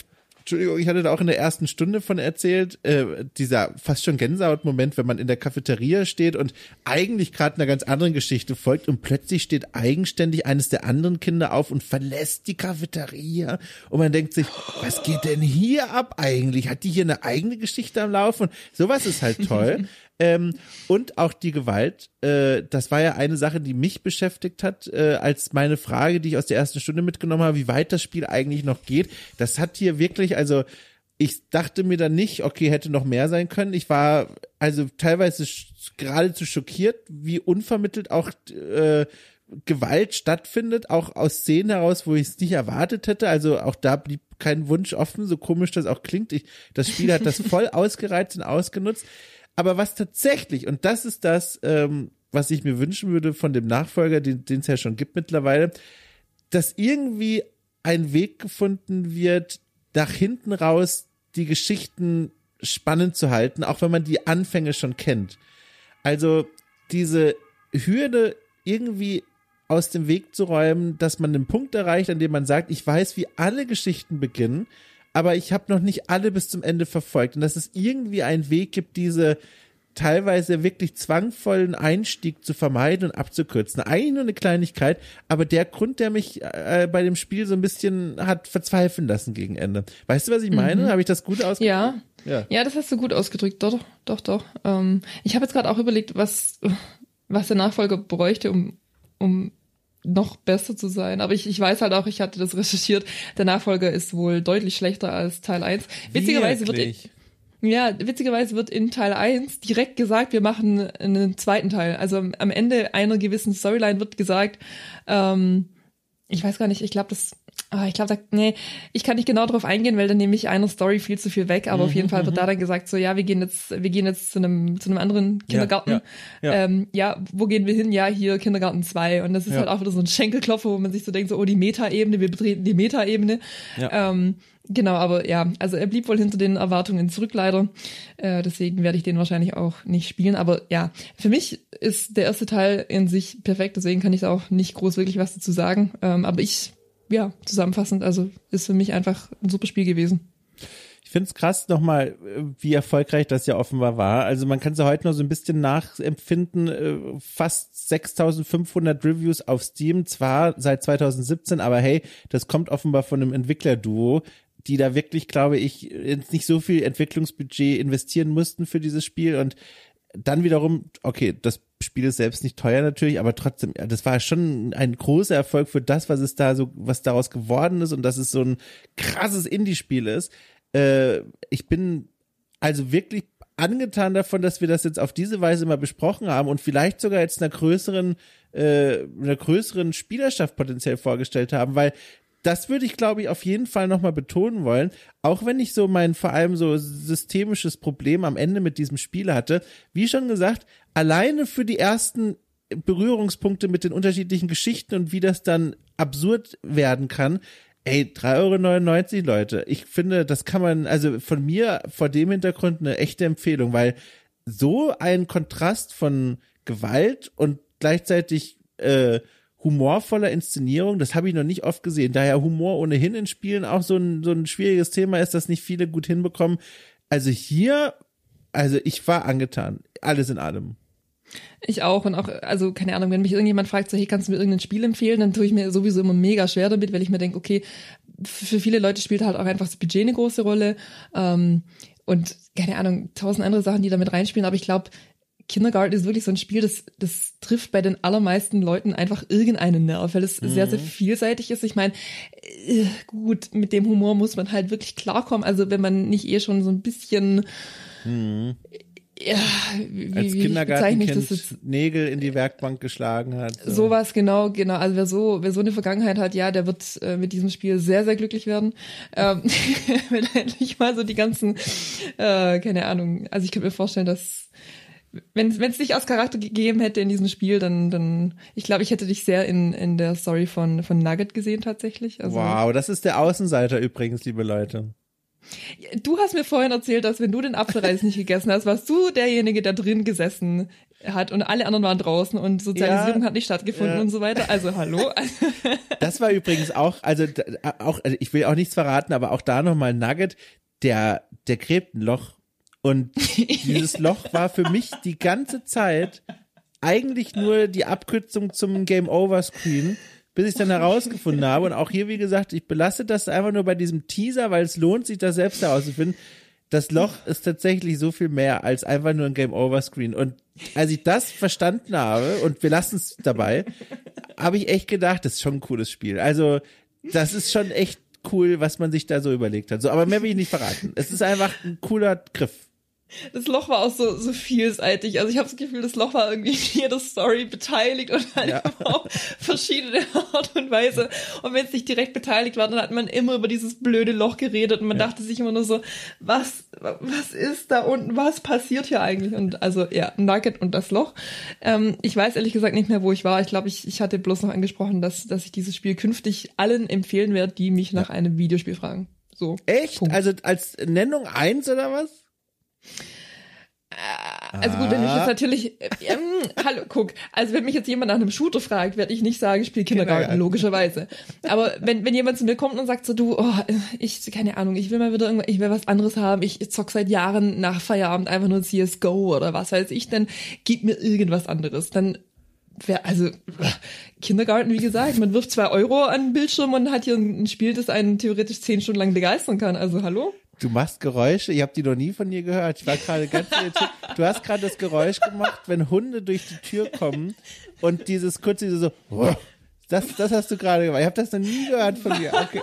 Entschuldigung, ich hatte da auch in der ersten Stunde von erzählt, äh, dieser fast schon Gänsehaut-Moment, wenn man in der Cafeteria steht und eigentlich gerade einer ganz anderen Geschichte folgt und plötzlich steht eigenständig eines der anderen Kinder auf und verlässt die Cafeteria und man denkt sich, was geht denn hier ab eigentlich? Hat die hier eine eigene Geschichte am Laufen? Sowas ist halt toll. Ähm, und auch die Gewalt, äh, das war ja eine Sache, die mich beschäftigt hat, äh, als meine Frage, die ich aus der ersten Stunde mitgenommen habe, wie weit das Spiel eigentlich noch geht. Das hat hier wirklich, also ich dachte mir dann nicht, okay, hätte noch mehr sein können. Ich war also teilweise sch- geradezu schockiert, wie unvermittelt auch äh, Gewalt stattfindet, auch aus Szenen heraus, wo ich es nicht erwartet hätte. Also auch da blieb kein Wunsch offen, so komisch das auch klingt. Ich, das Spiel hat das voll ausgereizt und ausgenutzt. Aber was tatsächlich, und das ist das, ähm, was ich mir wünschen würde von dem Nachfolger, den es ja schon gibt mittlerweile, dass irgendwie ein Weg gefunden wird, nach hinten raus die Geschichten spannend zu halten, auch wenn man die Anfänge schon kennt. Also diese Hürde irgendwie aus dem Weg zu räumen, dass man einen Punkt erreicht, an dem man sagt, ich weiß, wie alle Geschichten beginnen, aber ich habe noch nicht alle bis zum Ende verfolgt. Und dass es irgendwie einen Weg gibt, diese teilweise wirklich zwangvollen Einstieg zu vermeiden und abzukürzen. Eigentlich nur eine Kleinigkeit, aber der Grund, der mich äh, bei dem Spiel so ein bisschen hat verzweifeln lassen gegen Ende. Weißt du, was ich meine? Mhm. Habe ich das gut ausgedrückt? Ja. ja, ja, das hast du gut ausgedrückt. Doch, doch, doch. Ähm, ich habe jetzt gerade auch überlegt, was, was der Nachfolger bräuchte, um, um noch besser zu sein. Aber ich, ich weiß halt auch, ich hatte das recherchiert, der Nachfolger ist wohl deutlich schlechter als Teil eins. Witzigerweise wird, in, ja, witzigerweise wird in Teil eins direkt gesagt, wir machen einen zweiten Teil. Also am Ende einer gewissen Storyline wird gesagt, ähm, ich weiß gar nicht, ich glaube, das Ah, ich glaube, nee, ich kann nicht genau darauf eingehen, weil dann nehme ich einer Story viel zu viel weg, aber mhm, auf jeden Fall wird da dann gesagt, so, ja, wir gehen jetzt, wir gehen jetzt zu einem, zu einem anderen Kindergarten. Ja, ja, ja. Ähm, ja, wo gehen wir hin? Ja, hier Kindergarten zwei. Und das ist ja. halt auch wieder so ein Schenkelklopfer, wo man sich so denkt, so, oh, die Metaebene, wir betreten die Metaebene. Ja. Ähm, genau, aber ja, also er blieb wohl hinter den Erwartungen zurück, leider. Äh, deswegen werde ich den wahrscheinlich auch nicht spielen. Aber ja, für mich ist der erste Teil in sich perfekt, deswegen kann ich da auch nicht groß wirklich was dazu sagen. Ähm, aber ich ja, zusammenfassend, also ist für mich einfach ein super Spiel gewesen. Ich finde es krass nochmal, wie erfolgreich das ja offenbar war. Also man kann es ja heute noch so ein bisschen nachempfinden, fast sechstausendfünfhundert Reviews auf Steam, zwar seit zweitausendsiebzehn, aber hey, das kommt offenbar von einem Entwicklerduo, die da wirklich, glaube ich, jetzt nicht so viel Entwicklungsbudget investieren mussten für dieses Spiel und dann wiederum, okay, das Spiel ist selbst nicht teuer natürlich, aber trotzdem, das war schon ein großer Erfolg für das, was es da so, was daraus geworden ist und dass es so ein krasses Indie-Spiel ist. Äh, ich bin also wirklich angetan davon, dass wir das jetzt auf diese Weise mal besprochen haben und vielleicht sogar jetzt einer größeren, äh, einer größeren Spielerschaft potenziell vorgestellt haben, weil das würde ich, glaube ich, auf jeden Fall nochmal betonen wollen, auch wenn ich so mein vor allem so systemisches Problem am Ende mit diesem Spiel hatte. Wie schon gesagt, alleine für die ersten Berührungspunkte mit den unterschiedlichen Geschichten und wie das dann absurd werden kann, ey, drei Euro neunundneunzig, Leute. Ich finde, das kann man, also von mir vor dem Hintergrund eine echte Empfehlung, weil so ein Kontrast von Gewalt und gleichzeitig äh, humorvoller Inszenierung, das habe ich noch nicht oft gesehen. Daher Humor ohnehin in Spielen auch so ein, so ein schwieriges Thema ist, das nicht viele gut hinbekommen. Also hier, also ich war angetan. Alles in allem. Ich auch und auch, also keine Ahnung, wenn mich irgendjemand fragt, so hey, kannst du mir irgendein Spiel empfehlen, dann tue ich mir sowieso immer mega schwer damit, weil ich mir denke, okay, für viele Leute spielt halt auch einfach das Budget eine große Rolle ähm, und keine Ahnung, tausend andere Sachen, die damit reinspielen, aber ich glaube, Kindergarten ist wirklich so ein Spiel, das, das trifft bei den allermeisten Leuten einfach irgendeinen Nerv, weil es mhm. sehr, sehr vielseitig ist. Ich meine, äh, gut, mit dem Humor muss man halt wirklich klarkommen. Also wenn man nicht eh schon so ein bisschen mhm. ja, wie, als wie Kindergartenkind Nägel in die Werkbank geschlagen hat. So. Sowas, genau, genau. Also wer so, wer so eine Vergangenheit hat, ja, der wird äh, mit diesem Spiel sehr, sehr glücklich werden. Ähm, wenn er endlich mal so die ganzen, äh, keine Ahnung, also ich könnte mir vorstellen, dass wenn es nicht aus Charakter gegeben hätte in diesem Spiel, dann, dann, ich glaube, ich hätte dich sehr in, in der Story von, von Nugget gesehen tatsächlich. Also, wow, das ist der Außenseiter übrigens, liebe Leute. Du hast mir vorhin erzählt, dass wenn du den Apfelreis nicht gegessen hast, warst du derjenige, der drin gesessen hat und alle anderen waren draußen und Sozialisierung ja, hat nicht stattgefunden ja. und so weiter. Also hallo. Das war übrigens auch, also auch, also ich will auch nichts verraten, aber auch da nochmal ein Nugget, der, der gräbt ein Loch und dieses Loch war für mich die ganze Zeit eigentlich nur die Abkürzung zum Game Over Screen, bis ich es dann herausgefunden habe. Und auch hier, wie gesagt, ich belasse das einfach nur bei diesem Teaser, weil es lohnt sich, das selbst herauszufinden. Das Loch ist tatsächlich so viel mehr als einfach nur ein Game Over Screen. Und als ich das verstanden habe, und wir lassen es dabei, habe ich echt gedacht, das ist schon ein cooles Spiel. Also, das ist schon echt cool, was man sich da so überlegt hat. So, aber mehr will ich nicht verraten. Es ist einfach ein cooler Griff. Das Loch war auch so, so vielseitig. Also ich habe das Gefühl, das Loch war irgendwie in jeder Story beteiligt und halt ja. auf verschiedene Art und Weise. Und wenn es nicht direkt beteiligt war, dann hat man immer über dieses blöde Loch geredet und man ja. dachte sich immer nur so, was, was ist da unten? Was passiert hier eigentlich? Und also ja, Nugget und das Loch. Ähm, ich weiß ehrlich gesagt nicht mehr, wo ich war. Ich glaube, ich, ich hatte bloß noch angesprochen, dass, dass ich dieses Spiel künftig allen empfehlen werde, die mich nach ja. einem Videospiel fragen. So. Echt? Punkt. Also als Nennung eins oder was? Also gut, wenn ich jetzt natürlich, ähm, hallo, guck, also wenn mich jetzt jemand nach einem Shooter fragt, werde ich nicht sagen, spiel Kindergarten, genau. logischerweise. Aber wenn wenn jemand zu mir kommt und sagt so, du, oh, ich, keine Ahnung, ich will mal wieder irgendwas, ich will was anderes haben, ich zock seit Jahren nach Feierabend einfach nur C S G O oder was weiß ich, dann gib mir irgendwas anderes, dann Wer, also Kindergarten, wie gesagt, man wirft zwei Euro an den Bildschirm und hat hier ein Spiel, das einen theoretisch zehn Stunden lang begeistern kann. Also hallo? Du machst Geräusche, ich habe die noch nie von dir gehört. Ich war gerade ganz irritiert. Du hast gerade das Geräusch gemacht, wenn Hunde durch die Tür kommen und dieses kurze so, das, das hast du gerade gemacht. Ich habe das noch nie gehört von dir. Okay.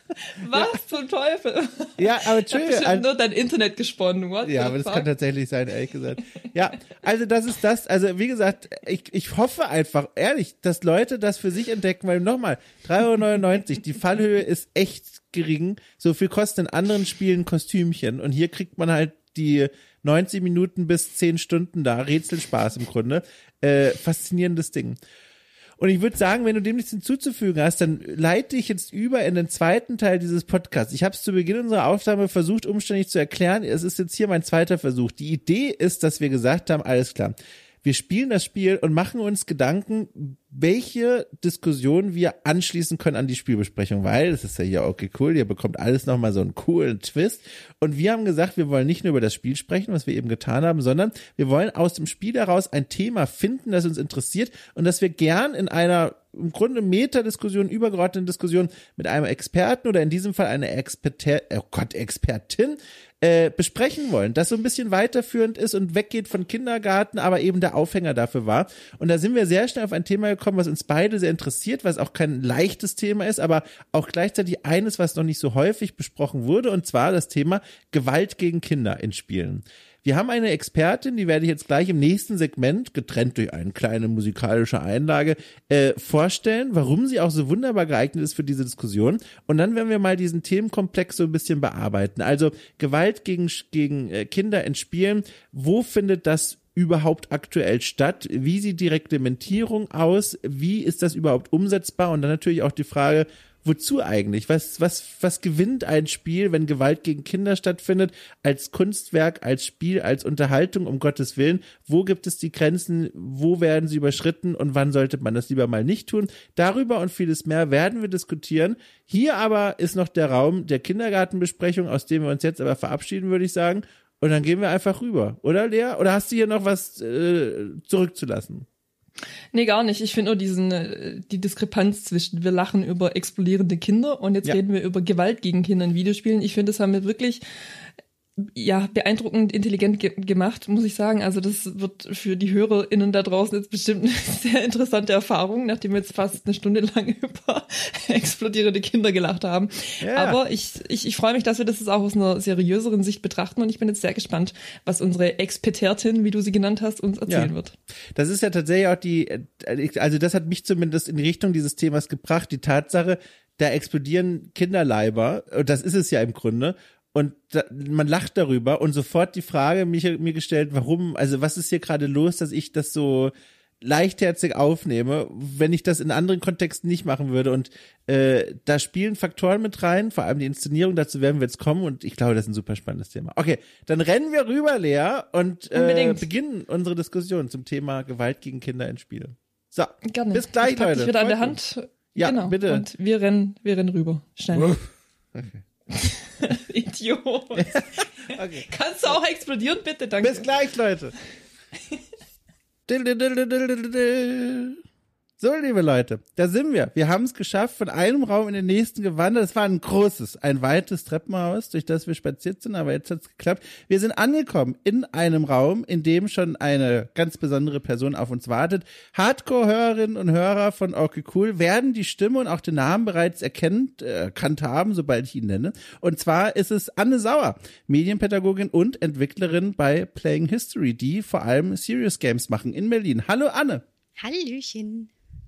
Was ja. zum Teufel? Ja, aber Entschuldigung. Ich habe bestimmt nur dein Internet gesponnen. What ja, aber das kann tatsächlich sein, ehrlich gesagt. Ja, also das ist das. Also wie gesagt, ich, ich hoffe einfach, ehrlich, dass Leute das für sich entdecken, weil nochmal, drei Euro neunundneunzig, die Fallhöhe ist echt gering. So viel kosten in anderen Spielen Kostümchen. Und hier kriegt man halt die neunzig Minuten bis zehn Stunden da. Rätselspaß im Grunde. Äh, faszinierendes Ding. Und ich würde sagen, wenn du dem nichts hinzuzufügen hast, dann leite ich jetzt über in den zweiten Teil dieses Podcasts. Ich habe es zu Beginn unserer Aufnahme versucht, umständlich zu erklären. Es ist jetzt hier mein zweiter Versuch. Die Idee ist, dass wir gesagt haben, alles klar, wir spielen das Spiel und machen uns Gedanken, welche Diskussion wir anschließen können an die Spielbesprechung, weil das ist ja hier okay cool, ihr bekommt alles nochmal so einen coolen Twist. Und wir haben gesagt, wir wollen nicht nur über das Spiel sprechen, was wir eben getan haben, sondern wir wollen aus dem Spiel heraus ein Thema finden, das uns interessiert und das wir gern in einer im Grunde Metadiskussion, übergeordnete Diskussion mit einem Experten oder in diesem Fall einer Expertin, oh Gott, Expertin äh, besprechen wollen, das so ein bisschen weiterführend ist und weggeht von Kindergarten, aber eben der Aufhänger dafür war. Und da sind wir sehr schnell auf ein Thema gekommen, was uns beide sehr interessiert, was auch kein leichtes Thema ist, aber auch gleichzeitig eines, was noch nicht so häufig besprochen wurde, und zwar das Thema Gewalt gegen Kinder in Spielen. Wir haben eine Expertin, die werde ich jetzt gleich im nächsten Segment, getrennt durch eine kleine musikalische Einlage, äh, vorstellen, warum sie auch so wunderbar geeignet ist für diese Diskussion. Und dann werden wir mal diesen Themenkomplex so ein bisschen bearbeiten. Also Gewalt gegen, gegen äh, Kinder in Spielen, wo findet das überhaupt aktuell statt? Wie sieht die Reglementierung aus? Wie ist das überhaupt umsetzbar? Und dann natürlich auch die Frage, wozu eigentlich? Was, was, was gewinnt ein Spiel, wenn Gewalt gegen Kinder stattfindet? Als Kunstwerk, als Spiel, als Unterhaltung, um Gottes Willen. Wo gibt es die Grenzen? Wo werden sie überschritten? Und wann sollte man das lieber mal nicht tun? Darüber und vieles mehr werden wir diskutieren. Hier aber ist noch der Raum der Kindergartenbesprechung, aus dem wir uns jetzt aber verabschieden, würde ich sagen. Und dann gehen wir einfach rüber. Oder, Lea? Oder hast du hier noch was äh, zurückzulassen? Nee, gar nicht. Ich finde nur diesen, die Diskrepanz zwischen, wir lachen über explodierende Kinder und jetzt ja. reden wir über Gewalt gegen Kinder in Videospielen. Ich finde, das haben wir wirklich, ja, beeindruckend intelligent ge- gemacht, muss ich sagen. Also das wird für die HörerInnen da draußen jetzt bestimmt eine sehr interessante Erfahrung, nachdem wir jetzt fast eine Stunde lang über explodierende Kinder gelacht haben. Ja. Aber ich, ich, ich freue mich, dass wir das jetzt auch aus einer seriöseren Sicht betrachten und ich bin jetzt sehr gespannt, was unsere Expertin, wie du sie genannt hast, uns erzählen ja. wird. Das ist ja tatsächlich auch die, also das hat mich zumindest in die Richtung dieses Themas gebracht, die Tatsache, da explodieren Kinderleiber, und das ist es ja im Grunde. Und da, man lacht darüber und sofort die Frage mich, mir gestellt, warum, also was ist hier gerade los, dass ich das so leichtherzig aufnehme, wenn ich das in anderen Kontexten nicht machen würde. Und äh, da spielen Faktoren mit rein, vor allem die Inszenierung, dazu werden wir jetzt kommen und ich glaube, das ist ein super spannendes Thema. Okay, dann rennen wir rüber, Lea, und äh, beginnen unsere Diskussion zum Thema Gewalt gegen Kinder in Spielen. So, Gerne. Bis gleich, ich pack Leute. Dich wieder an der Hand. Ja, genau. bitte. Und wir rennen, wir rennen rüber. Schnell. Okay. Idiot. Okay. Kannst du auch explodieren, bitte? Danke. Bis gleich, Leute. So, liebe Leute, da sind wir. Wir haben es geschafft, von einem Raum in den nächsten gewandert. Es war ein großes, ein weites Treppenhaus, durch das wir spaziert sind, aber jetzt hat es geklappt. Wir sind angekommen in einem Raum, in dem schon eine ganz besondere Person auf uns wartet. Hardcore-Hörerinnen und Hörer von Okay Cool werden die Stimme und auch den Namen bereits erkennt, äh, erkannt haben, sobald ich ihn nenne. Und zwar ist es Anne Sauer, Medienpädagogin und Entwicklerin bei Playing History, die vor allem Serious Games machen in Berlin. Hallo Anne. Hallöchen.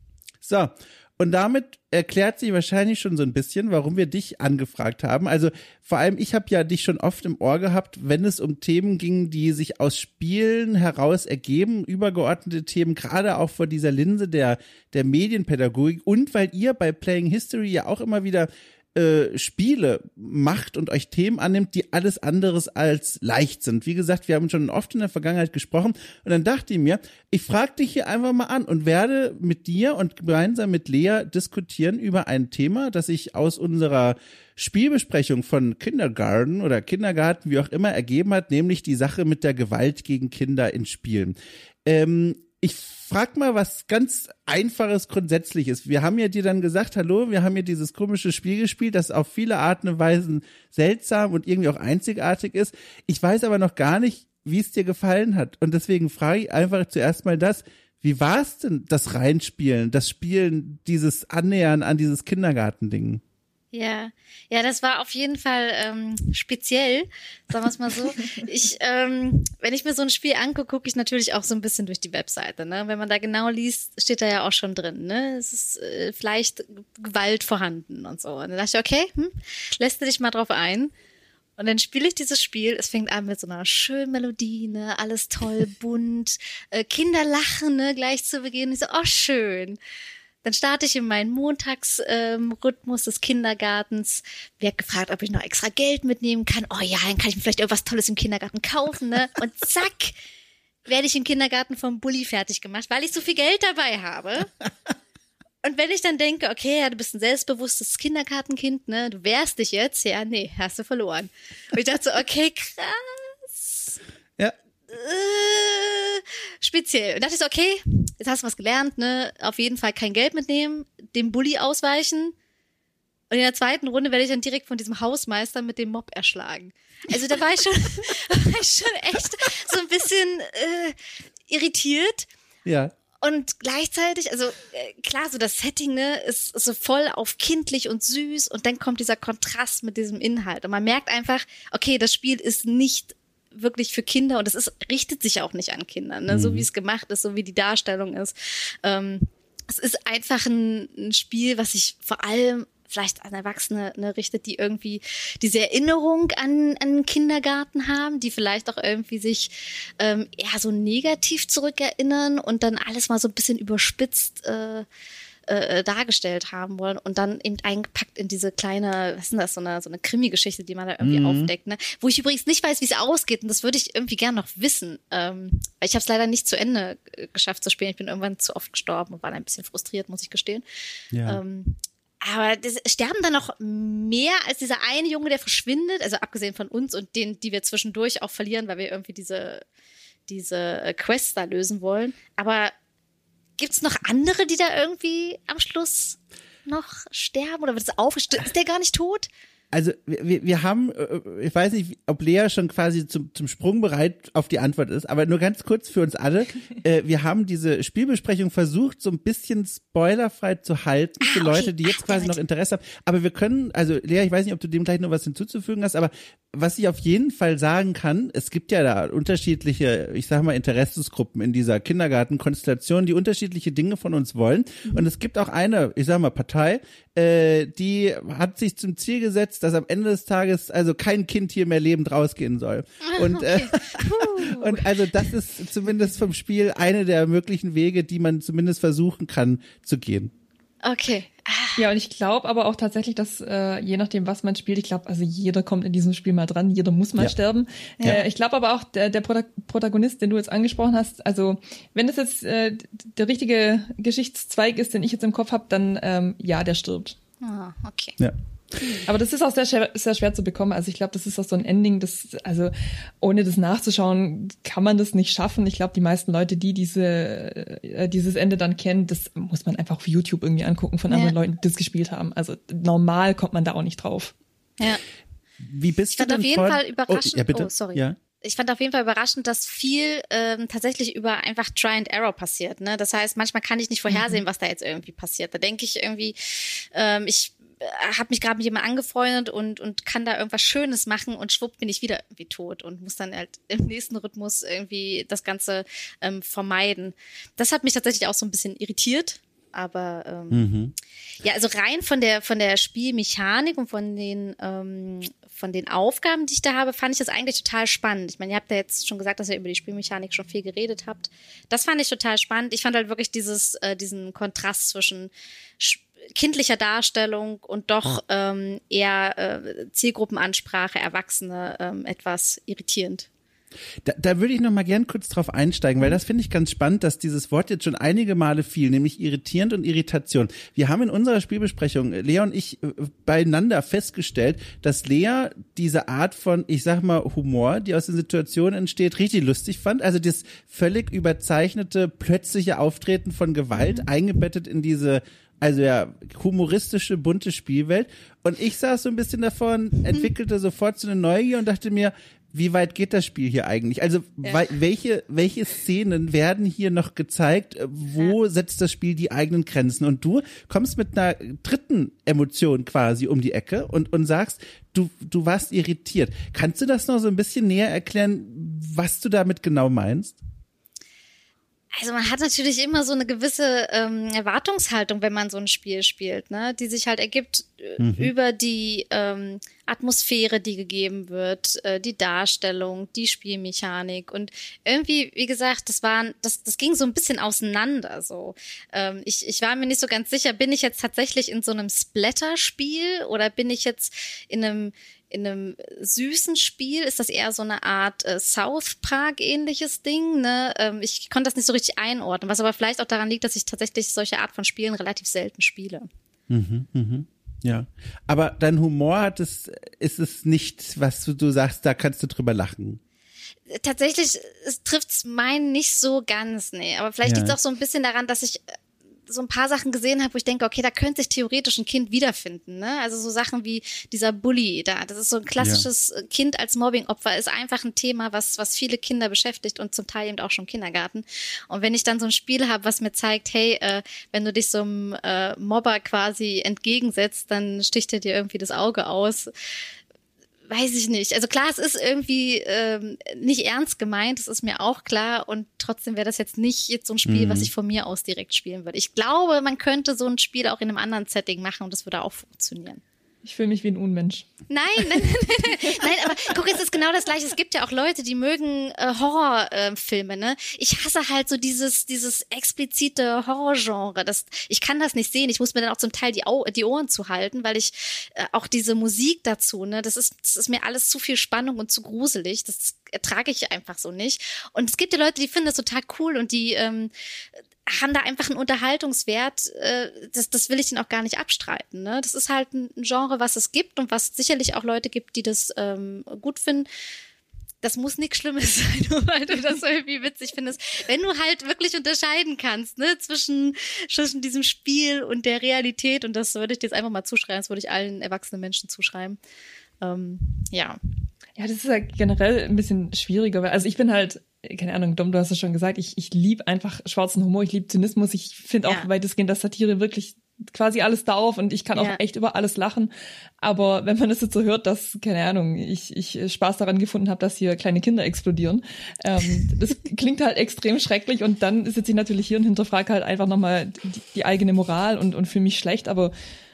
So, und damit erklärt sich wahrscheinlich schon so ein bisschen, warum wir dich angefragt haben. Also vor allem, ich habe ja dich schon oft im Ohr gehabt, wenn es um Themen ging, die sich aus Spielen heraus ergeben, übergeordnete Themen, gerade auch vor dieser Linse der, der Medienpädagogik. Und weil ihr bei Playing History ja auch immer wieder äh, Spiele macht und euch Themen annimmt, die alles anderes als leicht sind. Wie gesagt, wir haben schon oft in der Vergangenheit gesprochen und dann dachte ich mir, ich frage dich hier einfach mal an und werde mit dir und gemeinsam mit Lea diskutieren über ein Thema, das sich aus unserer Spielbesprechung von Kindergarten oder Kindergarten, wie auch immer, ergeben hat, nämlich die Sache mit der Gewalt gegen Kinder in Spielen. Ähm, ich frag mal was ganz Einfaches, Grundsätzliches. Wir haben ja dir dann gesagt, hallo, wir haben hier dieses komische Spiel gespielt, das auf viele Arten und Weisen seltsam und irgendwie auch einzigartig ist. Ich weiß aber noch gar nicht, wie es dir gefallen hat. Und deswegen frage ich einfach zuerst mal das, wie war es denn, das Reinspielen, das Spielen, dieses Annähern an dieses Kindergartending? Ja, ja, das war auf jeden Fall ähm, speziell, sagen wir es mal so. Ich, ähm, wenn ich mir so ein Spiel angucke, gucke ich natürlich auch so ein bisschen durch die Webseite. Ne? Wenn man da genau liest, steht da ja auch schon drin. Ne? Es ist äh, vielleicht Gewalt vorhanden und so. Und dann dachte ich, okay, hm, lässt du dich mal drauf ein. Und dann spiele ich dieses Spiel. Es fängt an mit so einer schönen Melodie, ne, alles toll, bunt, äh, Kinder lachen, ne, gleich zu Beginn. Ich so, oh schön. Dann starte ich in meinen Montagsrhythmus ähm, des Kindergartens, werde gefragt, ob ich noch extra Geld mitnehmen kann. Oh ja, dann kann ich mir vielleicht irgendwas Tolles im Kindergarten kaufen, ne? Und zack, werde ich im Kindergarten vom Bulli fertig gemacht, weil ich so viel Geld dabei habe. Und wenn ich dann denke, okay, ja, du bist ein selbstbewusstes Kindergartenkind, ne? Du wehrst dich jetzt, ja, nee, hast du verloren. Und ich dachte so, okay, krass. Ja. Äh, speziell. Und dachte ich so, okay, jetzt hast du was gelernt, ne? Auf jeden Fall kein Geld mitnehmen, dem Bulli ausweichen. Und in der zweiten Runde werde ich dann direkt von diesem Hausmeister mit dem Mob erschlagen. Also da war ich schon, war ich schon echt so ein bisschen äh, irritiert. Ja. Und gleichzeitig, also äh, klar, so das Setting, ne, ist, ist so voll auf kindlich und süß und dann kommt dieser Kontrast mit diesem Inhalt. Und man merkt einfach, okay, das Spiel ist nicht wirklich für Kinder und es ist, richtet sich auch nicht an Kinder, ne? Mhm. So wie es gemacht ist, so wie die Darstellung ist. Ähm, es ist einfach ein, ein Spiel, was sich vor allem vielleicht an Erwachsene, ne, richtet, die irgendwie diese Erinnerung an, an den Kindergarten haben, die vielleicht auch irgendwie sich ähm, eher so negativ zurückerinnern und dann alles mal so ein bisschen überspitzt äh, äh, dargestellt haben wollen und dann eben eingepackt in diese kleine, was ist denn das, so eine, so eine Krimi-Geschichte, die man da irgendwie mhm. aufdeckt, ne? Wo ich übrigens nicht weiß, wie es ausgeht und das würde ich irgendwie gerne noch wissen. Ähm, ich habe es leider nicht zu Ende geschafft zu spielen. Ich bin irgendwann zu oft gestorben und war ein bisschen frustriert, muss ich gestehen. Ja. Ähm, aber das, sterben dann noch mehr als dieser eine Junge, der verschwindet, also abgesehen von uns und den, die wir zwischendurch auch verlieren, weil wir irgendwie diese, diese Quests da lösen wollen. Aber gibt's noch andere, die da irgendwie am Schluss noch sterben? Oder wird es aufgestellt? Ist der gar nicht tot? Also wir, wir haben, ich weiß nicht, ob Lea schon quasi zum, zum Sprung bereit auf die Antwort ist, aber nur ganz kurz für uns alle. äh, wir haben diese Spielbesprechung versucht, so ein bisschen spoilerfrei zu halten für ah, okay. Leute, die jetzt Ach, quasi noch Interesse haben. Aber wir können, also Lea, ich weiß nicht, ob du dem gleich noch was hinzuzufügen hast, aber was ich auf jeden Fall sagen kann, es gibt ja da unterschiedliche, ich sag mal, Interessensgruppen in dieser Kindergartenkonstellation, die unterschiedliche Dinge von uns wollen. Und es gibt auch eine, ich sag mal, Partei, äh, die hat sich zum Ziel gesetzt, dass am Ende des Tages also kein Kind hier mehr lebend rausgehen soll. Und, okay. äh, und also das ist zumindest vom Spiel eine der möglichen Wege, die man zumindest versuchen kann zu gehen. Okay. Ja, und ich glaube aber auch tatsächlich, dass äh, je nachdem, was man spielt, ich glaube, also jeder kommt in diesem Spiel mal dran, jeder muss mal ja. sterben. Ja. Äh, ich glaube aber auch, der, der Prota- Protagonist, den du jetzt angesprochen hast, also wenn das jetzt äh, der richtige Geschichtszweig ist, den ich jetzt im Kopf habe, dann ähm, ja, der stirbt. Ah, okay. Ja. Aber das ist auch sehr schwer, sehr schwer zu bekommen. Also ich glaube, das ist auch so ein Ending, das, also ohne das nachzuschauen, kann man das nicht schaffen. Ich glaube, die meisten Leute, die diese äh, dieses Ende dann kennen, das muss man einfach auf YouTube irgendwie angucken von anderen ja. Leuten, die das gespielt haben. Also normal kommt man da auch nicht drauf. Ja. Wie bist ich du fand denn auf jeden vor... Fall überraschend. Oh, ja, bitte. Oh, sorry. Ja. Ich fand auf jeden Fall überraschend, dass viel ähm, tatsächlich über einfach Try and Error passiert. Ne? Das heißt, manchmal kann ich nicht vorhersehen, mhm. was da jetzt irgendwie passiert. Da denke ich irgendwie, ähm, ich habe mich gerade mit jemandem angefreundet und und kann da irgendwas Schönes machen und schwupp bin ich wieder irgendwie tot und muss dann halt im nächsten Rhythmus irgendwie das Ganze ähm, vermeiden. Das hat mich tatsächlich auch so ein bisschen irritiert, aber ähm, mhm. ja, also rein von der von der Spielmechanik und von den ähm, von den Aufgaben, die ich da habe, fand ich das eigentlich total spannend. Ich meine, ihr habt ja jetzt schon gesagt, dass ihr über die Spielmechanik schon viel geredet habt. Das fand ich total spannend. Ich fand halt wirklich dieses äh, diesen Kontrast zwischen kindlicher Darstellung und doch ähm, eher äh, Zielgruppenansprache, Erwachsene ähm, etwas irritierend. Da, da würde ich noch mal gern kurz drauf einsteigen, weil das finde ich ganz spannend, dass dieses Wort jetzt schon einige Male fiel, nämlich irritierend und Irritation. Wir haben in unserer Spielbesprechung, Lea und ich, beieinander festgestellt, dass Lea diese Art von, ich sag mal, Humor, die aus den Situationen entsteht, richtig lustig fand. Also das völlig überzeichnete, plötzliche Auftreten von Gewalt, mhm. eingebettet in diese also ja, humoristische, bunte Spielwelt. Und ich saß so ein bisschen davon, entwickelte sofort so eine Neugier und dachte mir, wie weit geht das Spiel hier eigentlich? Also ja. welche welche Szenen werden hier noch gezeigt? Wo ja. setzt das Spiel die eigenen Grenzen? Und du kommst mit einer dritten Emotion quasi um die Ecke und und sagst, du du warst irritiert. Kannst du das noch so ein bisschen näher erklären, was du damit genau meinst? Also man hat natürlich immer so eine gewisse ähm, Erwartungshaltung, wenn man so ein Spiel spielt, ne, die sich halt ergibt mhm. über die ähm, Atmosphäre, die gegeben wird, äh, die Darstellung, die Spielmechanik und irgendwie, wie gesagt, das war, das, das ging so ein bisschen auseinander. So, ähm, ich, ich war mir nicht so ganz sicher, bin ich jetzt tatsächlich in so einem Splatter-Spiel oder bin ich jetzt in einem in einem süßen Spiel? Ist das eher so eine Art äh, South Park-ähnliches Ding? Ne? Ähm, ich konnte das nicht so richtig einordnen, was aber vielleicht auch daran liegt, dass ich tatsächlich solche Art von Spielen relativ selten spiele. Mhm, mhm. Ja, aber dein Humor hat es, ist es nicht, was du, du sagst, da kannst du drüber lachen. Tatsächlich trifft es meinen nicht so ganz, nee. Aber vielleicht ja. liegt es auch so ein bisschen daran, dass ich so ein paar Sachen gesehen habe, wo ich denke, okay, da könnte sich theoretisch ein Kind wiederfinden, ne? Also so Sachen wie dieser Bully da, das ist so ein klassisches ja. Kind als Mobbing-Opfer, ist einfach ein Thema, was was viele Kinder beschäftigt und zum Teil eben auch schon Kindergarten. Und wenn ich dann so ein Spiel habe, was mir zeigt, hey, äh, wenn du dich so einem äh, Mobber quasi entgegensetzt, dann sticht er dir irgendwie das Auge aus. Weiß ich nicht. Also klar, es ist irgendwie ähm, nicht ernst gemeint, das ist mir auch klar und trotzdem wäre das jetzt nicht jetzt so ein Spiel, mhm. was ich von mir aus direkt spielen würde. Ich glaube, man könnte so ein Spiel auch in einem anderen Setting machen und das würde auch funktionieren. Ich fühle mich wie ein Unmensch. Nein, nein, nein, nein, aber guck, es ist genau das Gleiche. Es gibt ja auch Leute, die mögen äh, Horrorfilme, äh, ne? Ich hasse halt so dieses dieses explizite Horrorgenre. Das, ich kann das nicht sehen. Ich muss mir dann auch zum Teil die, Au- die Ohren zuhalten, weil ich äh, auch diese Musik dazu, ne? Das ist, das ist mir alles zu viel Spannung und zu gruselig. Das ertrage ich einfach so nicht. Und es gibt ja Leute, die finden das total cool und die ähm, haben da einfach einen Unterhaltungswert, äh, das, das will ich denen auch gar nicht abstreiten. Ne? Das ist halt ein Genre, was es gibt und was sicherlich auch Leute gibt, die das ähm, gut finden. Das muss nichts Schlimmes sein, nur weil du das irgendwie witzig findest. Wenn du halt wirklich unterscheiden kannst, ne, zwischen, zwischen diesem Spiel und der Realität, und das würde ich dir jetzt einfach mal zuschreiben, das würde ich allen erwachsenen Menschen zuschreiben. Ähm, ja. Ja, das ist ja generell ein bisschen schwieriger, weil, also ich bin halt, keine Ahnung, Dom, du hast es schon gesagt, ich, ich liebe einfach schwarzen Humor, ich liebe Zynismus, ich finde auch ja. weitestgehend, dass Satire wirklich quasi alles drauf und ich kann auch ja. echt über alles lachen. Aber wenn man das jetzt so hört, dass, keine Ahnung, ich, ich Spaß daran gefunden habe, dass hier kleine Kinder explodieren, ähm, das klingt halt extrem schrecklich und dann sitze ich natürlich hier und hinterfrage halt einfach nochmal die, die eigene Moral und, und fühle mich schlecht, aber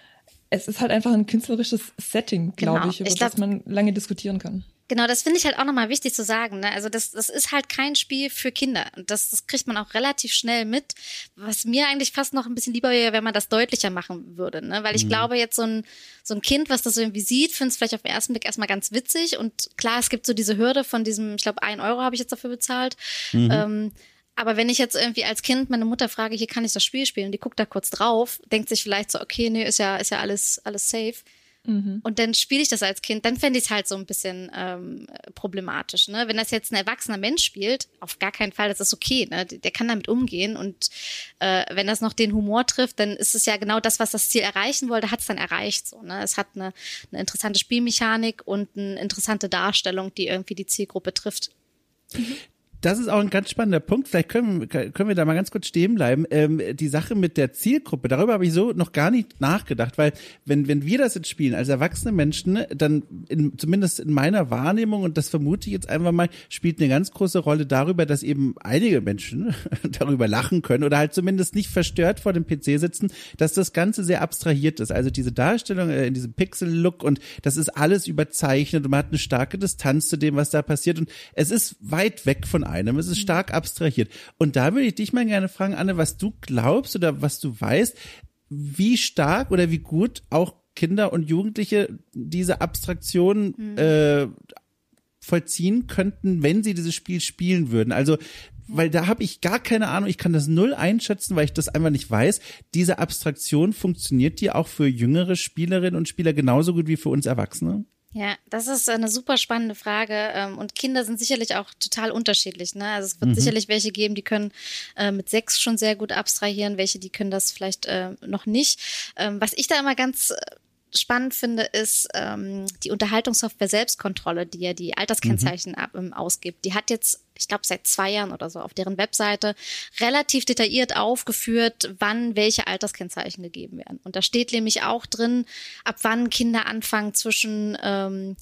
es ist halt einfach ein künstlerisches Setting, glaube genau. ich, über ich glaub, das man lange diskutieren kann. Genau, das finde ich halt auch nochmal wichtig zu sagen. Ne? Also das, das ist halt kein Spiel für Kinder. Und das, das kriegt man auch relativ schnell mit. Was mir eigentlich fast noch ein bisschen lieber wäre, wenn man das deutlicher machen würde. Ne? Weil ich mhm. glaube, jetzt so ein, so ein Kind, was das irgendwie sieht, findet es vielleicht auf den ersten Blick erstmal ganz witzig. Und klar, es gibt so diese Hürde von diesem, ich glaube, ein Euro habe ich jetzt dafür bezahlt. Mhm. Ähm, aber wenn ich jetzt irgendwie als Kind meine Mutter frage, hier kann ich das Spiel spielen, die guckt da kurz drauf, denkt sich vielleicht so, okay, nee, ist ja, ist ja alles, alles safe. Mhm. Und dann spiele ich das als Kind, dann fände ich es halt so ein bisschen ähm, problematisch. Ne? Wenn das jetzt ein erwachsener Mensch spielt, auf gar keinen Fall, das ist okay. Ne? Der kann damit umgehen und äh, wenn das noch den Humor trifft, dann ist es ja genau das, was das Ziel erreichen wollte, hat es dann erreicht. So, ne? Es hat eine, eine interessante Spielmechanik und eine interessante Darstellung, die irgendwie die Zielgruppe trifft. Mhm. Das ist auch ein ganz spannender Punkt. Vielleicht können, können wir da mal ganz kurz stehen bleiben. Ähm, die Sache mit der Zielgruppe, darüber habe ich so noch gar nicht nachgedacht, weil wenn wenn wir das jetzt spielen als erwachsene Menschen, dann in, zumindest in meiner Wahrnehmung, und das vermute ich jetzt einfach mal, spielt eine ganz große Rolle darüber, dass eben einige Menschen darüber lachen können oder halt zumindest nicht verstört vor dem P C sitzen, dass das Ganze sehr abstrahiert ist. Also diese Darstellung äh, in diesem Pixel-Look und das ist alles überzeichnet und man hat eine starke Distanz zu dem, was da passiert und es ist weit weg von einem. Es ist stark abstrahiert. Und da würde ich dich mal gerne fragen, Anne, was du glaubst oder was du weißt, wie stark oder wie gut auch Kinder und Jugendliche diese Abstraktion mhm. äh, vollziehen könnten, wenn sie dieses Spiel spielen würden. Also weil da habe ich gar keine Ahnung, ich kann das null einschätzen, weil ich das einfach nicht weiß. Diese Abstraktion, funktioniert die auch für jüngere Spielerinnen und Spieler genauso gut wie für uns Erwachsene? Ja, das ist eine super spannende Frage und Kinder sind sicherlich auch total unterschiedlich. Ne? Also es wird mhm. sicherlich welche geben, die können äh, mit sechs schon sehr gut abstrahieren, welche, die können das vielleicht äh, noch nicht. Ähm, was ich da immer ganz spannend finde, ist ähm, die Unterhaltungssoftware Selbstkontrolle, die ja die Alterskennzeichen mhm. ab, ähm, ausgibt. Die hat jetzt, ich glaube, seit zwei Jahren oder so auf deren Webseite relativ detailliert aufgeführt, wann welche Alterskennzeichen gegeben werden. Und da steht nämlich auch drin, ab wann Kinder anfangen zwischen ähm,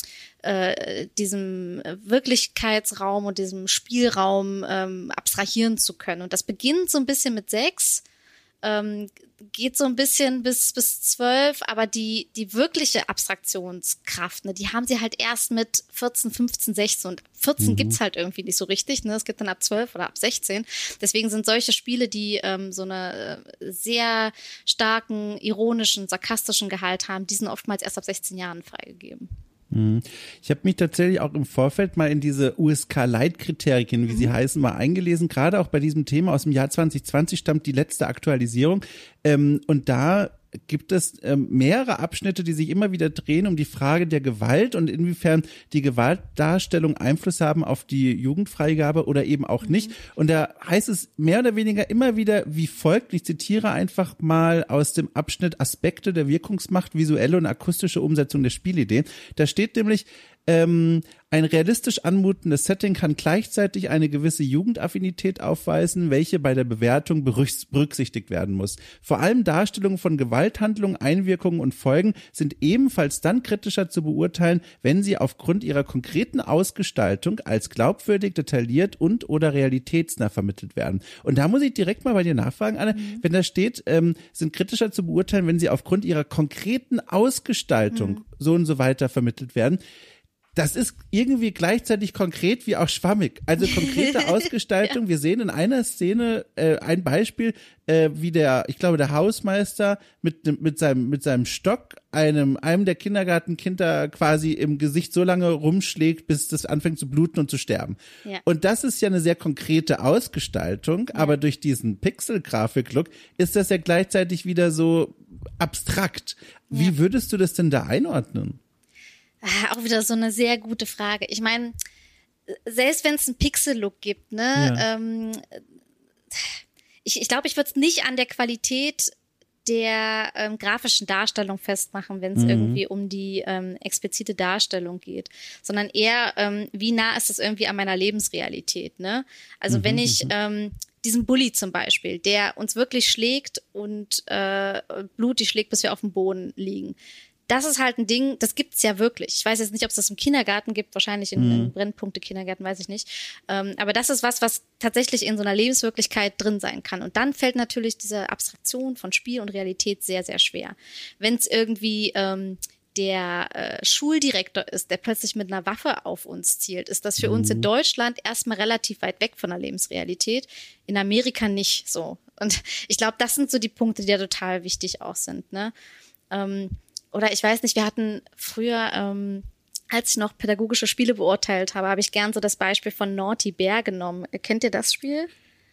äh, diesem Wirklichkeitsraum und diesem Spielraum ähm, abstrahieren zu können. Und das beginnt so ein bisschen mit sechs, ähm, geht so ein bisschen bis bis zwölf, aber die die wirkliche Abstraktionskraft, ne, die haben sie halt erst mit vierzehn, fünfzehn, sechzehn und vierzehn mhm. gibt's halt irgendwie nicht so richtig, ne, es gibt dann ab zwölf oder ab sechzehn, deswegen sind solche Spiele, die ähm, so eine äh, sehr starken, ironischen, sarkastischen Gehalt haben, die sind oftmals erst ab sechzehn Jahren freigegeben. Ich habe mich tatsächlich auch im Vorfeld mal in diese U S K-Leitkriterien, wie mhm. sie heißen, mal eingelesen. Gerade auch bei diesem Thema aus dem Jahr zwanzig zwanzig stammt die letzte Aktualisierung. Ähm, und da gibt es ähm, mehrere Abschnitte, die sich immer wieder drehen um die Frage der Gewalt und inwiefern die Gewaltdarstellung Einfluss haben auf die Jugendfreigabe oder eben auch mhm. nicht. Und da heißt es mehr oder weniger immer wieder wie folgt, ich zitiere einfach mal aus dem Abschnitt Aspekte der Wirkungsmacht, visuelle und akustische Umsetzung der Spielidee. Da steht nämlich, Ähm, ein realistisch anmutendes Setting kann gleichzeitig eine gewisse Jugendaffinität aufweisen, welche bei der Bewertung berücksichtigt werden muss. Vor allem Darstellungen von Gewalthandlungen, Einwirkungen und Folgen sind ebenfalls dann kritischer zu beurteilen, wenn sie aufgrund ihrer konkreten Ausgestaltung als glaubwürdig, detailliert und oder realitätsnah vermittelt werden. Und da muss ich direkt mal bei dir nachfragen, Anne, mhm. wenn da steht, ähm, sind kritischer zu beurteilen, wenn sie aufgrund ihrer konkreten Ausgestaltung mhm. so und so weiter vermittelt werden. Das ist irgendwie gleichzeitig konkret wie auch schwammig. Also konkrete Ausgestaltung. ja. Wir sehen in einer Szene äh, ein Beispiel, äh, wie der, ich glaube, der Hausmeister mit mit seinem mit seinem Stock einem einem der Kindergartenkinder quasi im Gesicht so lange rumschlägt, bis das anfängt zu bluten und zu sterben. Ja. Und das ist ja eine sehr konkrete Ausgestaltung, ja. aber durch diesen Pixel-Grafik-Look ist das ja gleichzeitig wieder so abstrakt. Wie ja. würdest du das denn da einordnen? Auch wieder so eine sehr gute Frage. Ich meine, selbst wenn es einen Pixel-Look gibt, ne, ja. ähm, ich ich glaube, ich würde es nicht an der Qualität der ähm, grafischen Darstellung festmachen, wenn es mhm. irgendwie um die ähm, explizite Darstellung geht, sondern eher, ähm, wie nah ist es irgendwie an meiner Lebensrealität, ne? Also mhm. wenn ich ähm, diesen Bully zum Beispiel, der uns wirklich schlägt und äh, blutig schlägt, bis wir auf dem Boden liegen. Das ist halt ein Ding, das gibt's ja wirklich. Ich weiß jetzt nicht, ob es das im Kindergarten gibt, wahrscheinlich in, mhm. in Brennpunkte-Kindergärten, weiß ich nicht. Ähm, aber das ist was, was tatsächlich in so einer Lebenswirklichkeit drin sein kann. Und dann fällt natürlich diese Abstraktion von Spiel und Realität sehr, sehr schwer. Wenn es irgendwie ähm, der äh, Schuldirektor ist, der plötzlich mit einer Waffe auf uns zielt, ist das für mhm. uns in Deutschland erstmal relativ weit weg von der Lebensrealität. In Amerika nicht so. Und ich glaube, das sind so die Punkte, die ja total wichtig auch sind, ne? Ähm, Oder ich weiß nicht, wir hatten früher, ähm, als ich noch pädagogische Spiele beurteilt habe, habe ich gern so das Beispiel von Naughty Bear genommen. Kennt ihr das Spiel?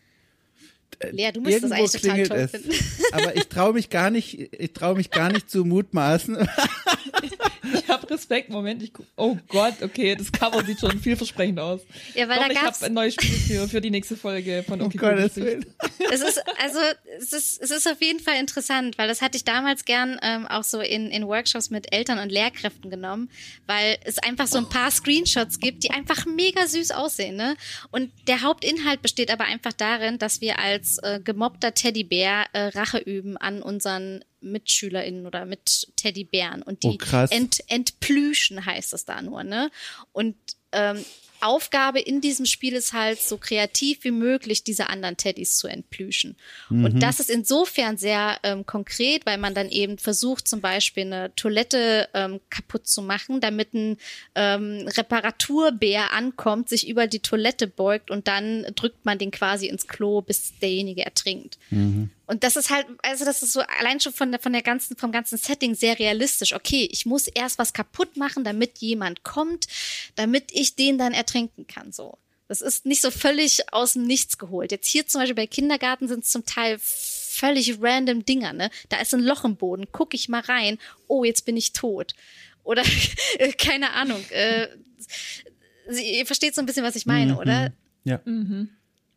Äh, Lea, du musst das eigentlich total toll es. finden. Aber ich traue mich gar nicht, ich traue mich gar nicht zu mutmaßen. Ich habe Respekt, Moment, ich guck, oh Gott, okay, das Cover sieht schon vielversprechend aus. Ja, weil Doch, da ich gab's habe ein neues Spiel für, für die nächste Folge von Okay. Oh Gottes Willen. Es ist, also, es ist, es ist auf jeden Fall interessant, weil das hatte ich damals gern ähm, auch so in, in Workshops mit Eltern und Lehrkräften genommen, weil es einfach so ein paar Screenshots gibt, die einfach mega süß aussehen, ne? Und der Hauptinhalt besteht aber einfach darin, dass wir als äh, gemobbter Teddybär äh, Rache üben an unseren MitschülerInnen oder mit Teddybären und die oh, ent, entplüschen, heißt es da nur, ne? Und ähm, Aufgabe in diesem Spiel ist halt, so kreativ wie möglich diese anderen Teddys zu entplüschen. Mhm. Und das ist insofern sehr ähm, konkret, weil man dann eben versucht, zum Beispiel eine Toilette ähm, kaputt zu machen, damit ein ähm, Reparaturbär ankommt, sich über die Toilette beugt und dann drückt man den quasi ins Klo, bis derjenige ertrinkt. Mhm. Und das ist halt, also das ist so allein schon von der, von der ganzen, vom ganzen Setting sehr realistisch. Okay, ich muss erst was kaputt machen, damit jemand kommt, damit ich den dann ertrinken kann, so. Das ist nicht so völlig aus dem Nichts geholt. Jetzt hier zum Beispiel bei Kindergarten sind es zum Teil völlig random Dinger, ne? Da ist ein Loch im Boden, guck ich mal rein, oh, jetzt bin ich tot. Oder, keine Ahnung, äh, ihr versteht so ein bisschen, was ich meine, mhm. oder? Ja. Mhm.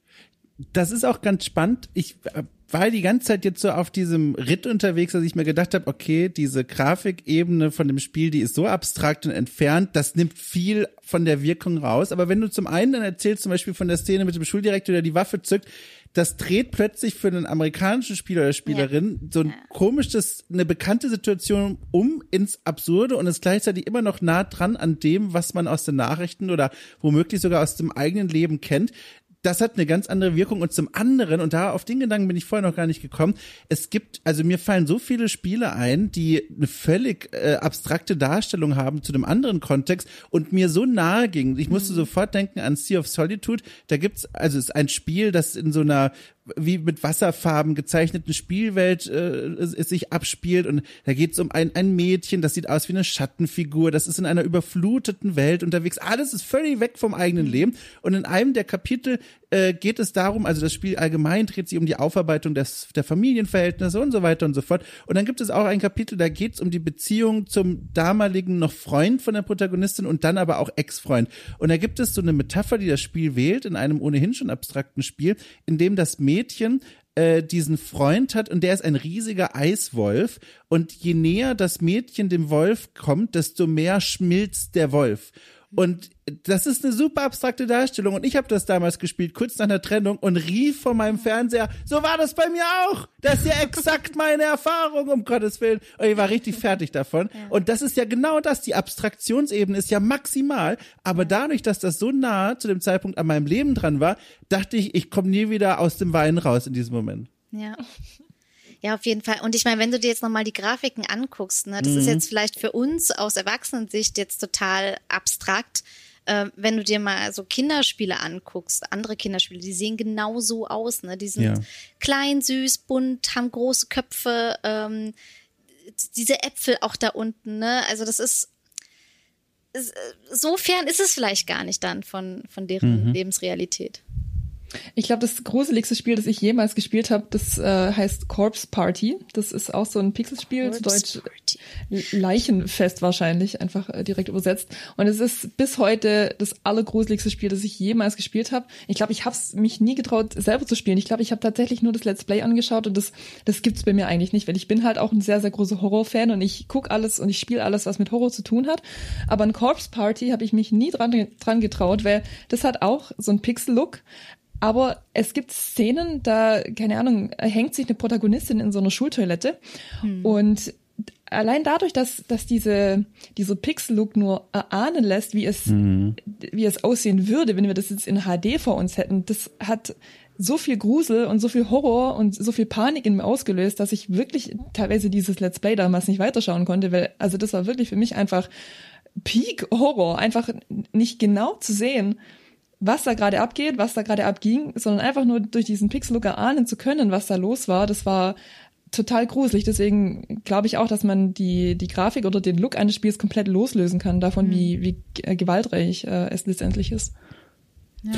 Das ist auch ganz spannend. Ich war die ganze Zeit jetzt so auf diesem Ritt unterwegs, dass ich mir gedacht habe, okay, diese Grafikebene von dem Spiel, die ist so abstrakt und entfernt, das nimmt viel von der Wirkung raus. Aber wenn du zum einen dann erzählst, zum Beispiel von der Szene mit dem Schuldirektor, der die Waffe zückt, das dreht plötzlich für einen amerikanischen Spieler oder Spielerin ja. so ein komisches, eine bekannte Situation um ins Absurde und ist gleichzeitig immer noch nah dran an dem, was man aus den Nachrichten oder womöglich sogar aus dem eigenen Leben kennt. Das hat eine ganz andere Wirkung. Und zum anderen, und da auf den Gedanken bin ich vorher noch gar nicht gekommen, es gibt, also mir fallen so viele Spiele ein, die eine völlig äh, abstrakte Darstellung haben zu einem anderen Kontext und mir so nahe ging. Ich musste mhm. sofort denken an Sea of Solitude. Da gibt's, also es ist ein Spiel, das in so einer wie mit Wasserfarben gezeichneten Spielwelt äh, es, es sich abspielt und da geht es um ein, ein Mädchen, das sieht aus wie eine Schattenfigur, das ist in einer überfluteten Welt unterwegs, alles ist völlig weg vom eigenen Leben und in einem der Kapitel äh, geht es darum, also das Spiel allgemein dreht sich um die Aufarbeitung des, der Familienverhältnisse und so weiter und so fort und dann gibt es auch ein Kapitel, da geht es um die Beziehung zum damaligen noch Freund von der Protagonistin und dann aber auch Ex-Freund und da gibt es so eine Metapher, die das Spiel wählt in einem ohnehin schon abstrakten Spiel, in dem das Mädchen Mädchen äh, diesen Freund hat und der ist ein riesiger Eiswolf und je näher das Mädchen dem Wolf kommt, desto mehr schmilzt der Wolf. Und das ist eine super abstrakte Darstellung und ich habe das damals gespielt, kurz nach der Trennung und rief vor meinem Fernseher, so war das bei mir auch, das ist ja exakt meine Erfahrung, um Gottes Willen. Und ich war richtig fertig davon ja. Und das ist ja genau das, die Abstraktionsebene ist ja maximal, aber dadurch, dass das so nah zu dem Zeitpunkt an meinem Leben dran war, dachte ich, ich komme nie wieder aus dem Wein raus in diesem Moment. Ja. Ja, auf jeden Fall. Und ich meine, wenn du dir jetzt nochmal die Grafiken anguckst, ne, das mhm. ist jetzt vielleicht für uns aus Erwachsenensicht jetzt total abstrakt. Äh, wenn du dir mal so Kinderspiele anguckst, andere Kinderspiele, die sehen genau so aus, ne? Die sind ja. klein, süß, bunt, haben große Köpfe, ähm, diese Äpfel auch da unten, ne? Also das ist, ist so fern ist es vielleicht gar nicht dann von, von deren mhm. Lebensrealität. Ich glaube, das gruseligste Spiel, das ich jemals gespielt habe, das äh, heißt Corpse Party. Das ist auch so ein Pixelspiel, zu Deutsch Party. Leichenfest wahrscheinlich, einfach äh, direkt übersetzt. Und es ist bis heute das allergruseligste Spiel, das ich jemals gespielt habe. Ich glaube, ich habe es mich nie getraut, selber zu spielen. Ich glaube, ich habe tatsächlich nur das Let's Play angeschaut und das das gibt's bei mir eigentlich nicht, weil ich bin halt auch ein sehr, sehr großer Horror-Fan und ich guck alles und ich spiele alles, was mit Horror zu tun hat. Aber ein Corpse Party habe ich mich nie dran, dran getraut, weil das hat auch so einen Pixel-Look. Aber es gibt Szenen, da, keine Ahnung, hängt sich eine Protagonistin in so einer Schultoilette hm. und allein dadurch, dass, dass diese, dieser Pixel-Look nur erahnen lässt, wie es, mhm. wie es aussehen würde, wenn wir das jetzt in H D vor uns hätten, das hat so viel Grusel und so viel Horror und so viel Panik in mir ausgelöst, dass ich wirklich teilweise dieses Let's Play damals nicht weiterschauen konnte, weil, also das war wirklich für mich einfach Peak Horror, einfach nicht genau zu sehen, was da gerade abgeht, was da gerade abging, sondern einfach nur durch diesen Pixel-Look erahnen zu können, was da los war. Das war total gruselig. Deswegen glaube ich auch, dass man die die Grafik oder den Look eines Spiels komplett loslösen kann davon, mhm. wie wie äh, gewaltreich äh, es letztendlich ist. Ja.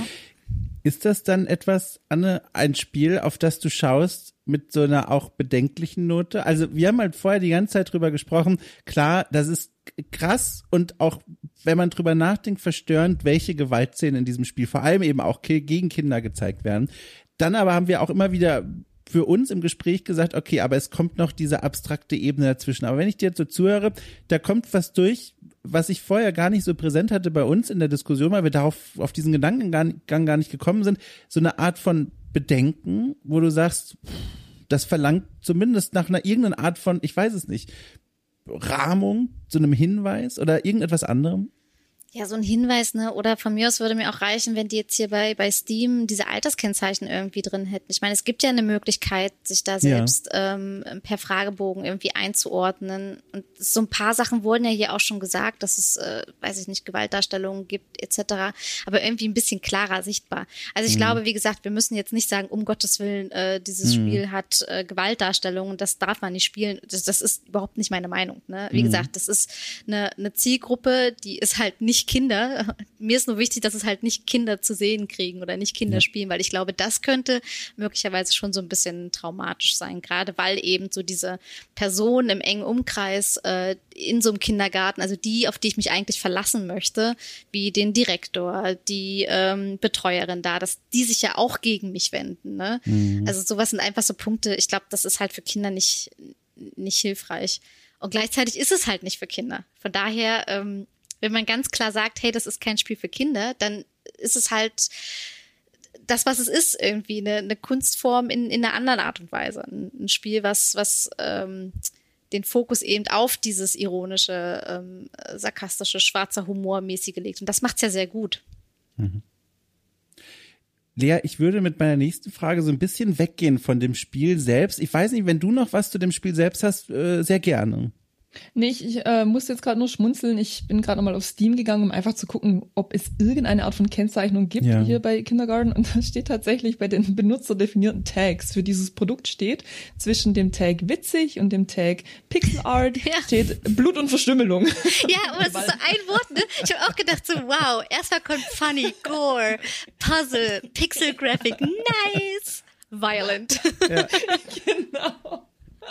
Ist das dann etwas, Anne, ein Spiel, auf das du schaust mit so einer auch bedenklichen Note? Also wir haben halt vorher die ganze Zeit drüber gesprochen. Klar, das ist krass und auch, wenn man drüber nachdenkt, verstörend, welche Gewaltszenen in diesem Spiel vor allem eben auch gegen Kinder gezeigt werden. Dann aber haben wir auch immer wieder für uns im Gespräch gesagt, okay, aber es kommt noch diese abstrakte Ebene dazwischen. Aber wenn ich dir jetzt so zuhöre, da kommt was durch, was ich vorher gar nicht so präsent hatte bei uns in der Diskussion, weil wir darauf auf diesen Gedankengang gar nicht gekommen sind, so eine Art von Bedenken, wo du sagst, das verlangt zumindest nach einer irgendeiner Art von, ich weiß es nicht, Rahmung, so einem Hinweis oder irgendetwas anderem? Ja, so ein Hinweis, ne? Oder von mir aus würde mir auch reichen, wenn die jetzt hier bei bei Steam diese Alterskennzeichen irgendwie drin hätten. Ich meine, es gibt ja eine Möglichkeit, sich da selbst ja. ähm, per Fragebogen irgendwie einzuordnen. Und so ein paar Sachen wurden ja hier auch schon gesagt, dass es, äh, weiß ich nicht, Gewaltdarstellungen gibt et cetera. Aber irgendwie ein bisschen klarer sichtbar. Also ich mhm. glaube, wie gesagt, wir müssen jetzt nicht sagen, um Gottes Willen, äh, dieses mhm. Spiel hat äh, Gewaltdarstellungen, das darf man nicht spielen. Das, das ist überhaupt nicht meine Meinung. Ne? Wie mhm. gesagt, das ist eine, eine Zielgruppe, die ist halt nicht Kinder. Mir ist nur wichtig, dass es halt nicht Kinder zu sehen kriegen oder nicht Kinder ja. spielen, weil ich glaube, das könnte möglicherweise schon so ein bisschen traumatisch sein, gerade weil eben so diese Person im engen Umkreis äh, in so einem Kindergarten, also die, auf die ich mich eigentlich verlassen möchte, wie den Direktor, die ähm, Betreuerin da, dass die sich ja auch gegen mich wenden. Ne? Mhm. Also sowas sind einfach so Punkte, ich glaube, das ist halt für Kinder nicht, nicht hilfreich. Und gleichzeitig ist es halt nicht für Kinder. Von daher ähm, wenn man ganz klar sagt, hey, das ist kein Spiel für Kinder, dann ist es halt das, was es ist, irgendwie eine, eine Kunstform in, in einer anderen Art und Weise. Ein, ein Spiel, was, was ähm, den Fokus eben auf dieses ironische, ähm, sarkastische, schwarzer Humor-mäßige legt. Und das macht's ja sehr gut. Mhm. Lea, ich würde mit meiner nächsten Frage so ein bisschen weggehen von dem Spiel selbst. Ich weiß nicht, wenn du noch was zu dem Spiel selbst hast, äh, sehr gerne. Nee, ich, ich äh, musste jetzt gerade nur schmunzeln. Ich bin gerade nochmal auf Steam gegangen, um einfach zu gucken, ob es irgendeine Art von Kennzeichnung gibt ja. hier bei Kindergarten. Und da steht tatsächlich bei den benutzerdefinierten Tags für dieses Produkt steht zwischen dem Tag witzig und dem Tag Pixel Art ja. steht Blut und Verstümmelung. Ja, aber das ist so ein Wort, ne? Ich habe auch gedacht so, wow, erstmal kommt Funny, Gore, Puzzle, Pixel Graphic, nice, Violent. Ja. Genau.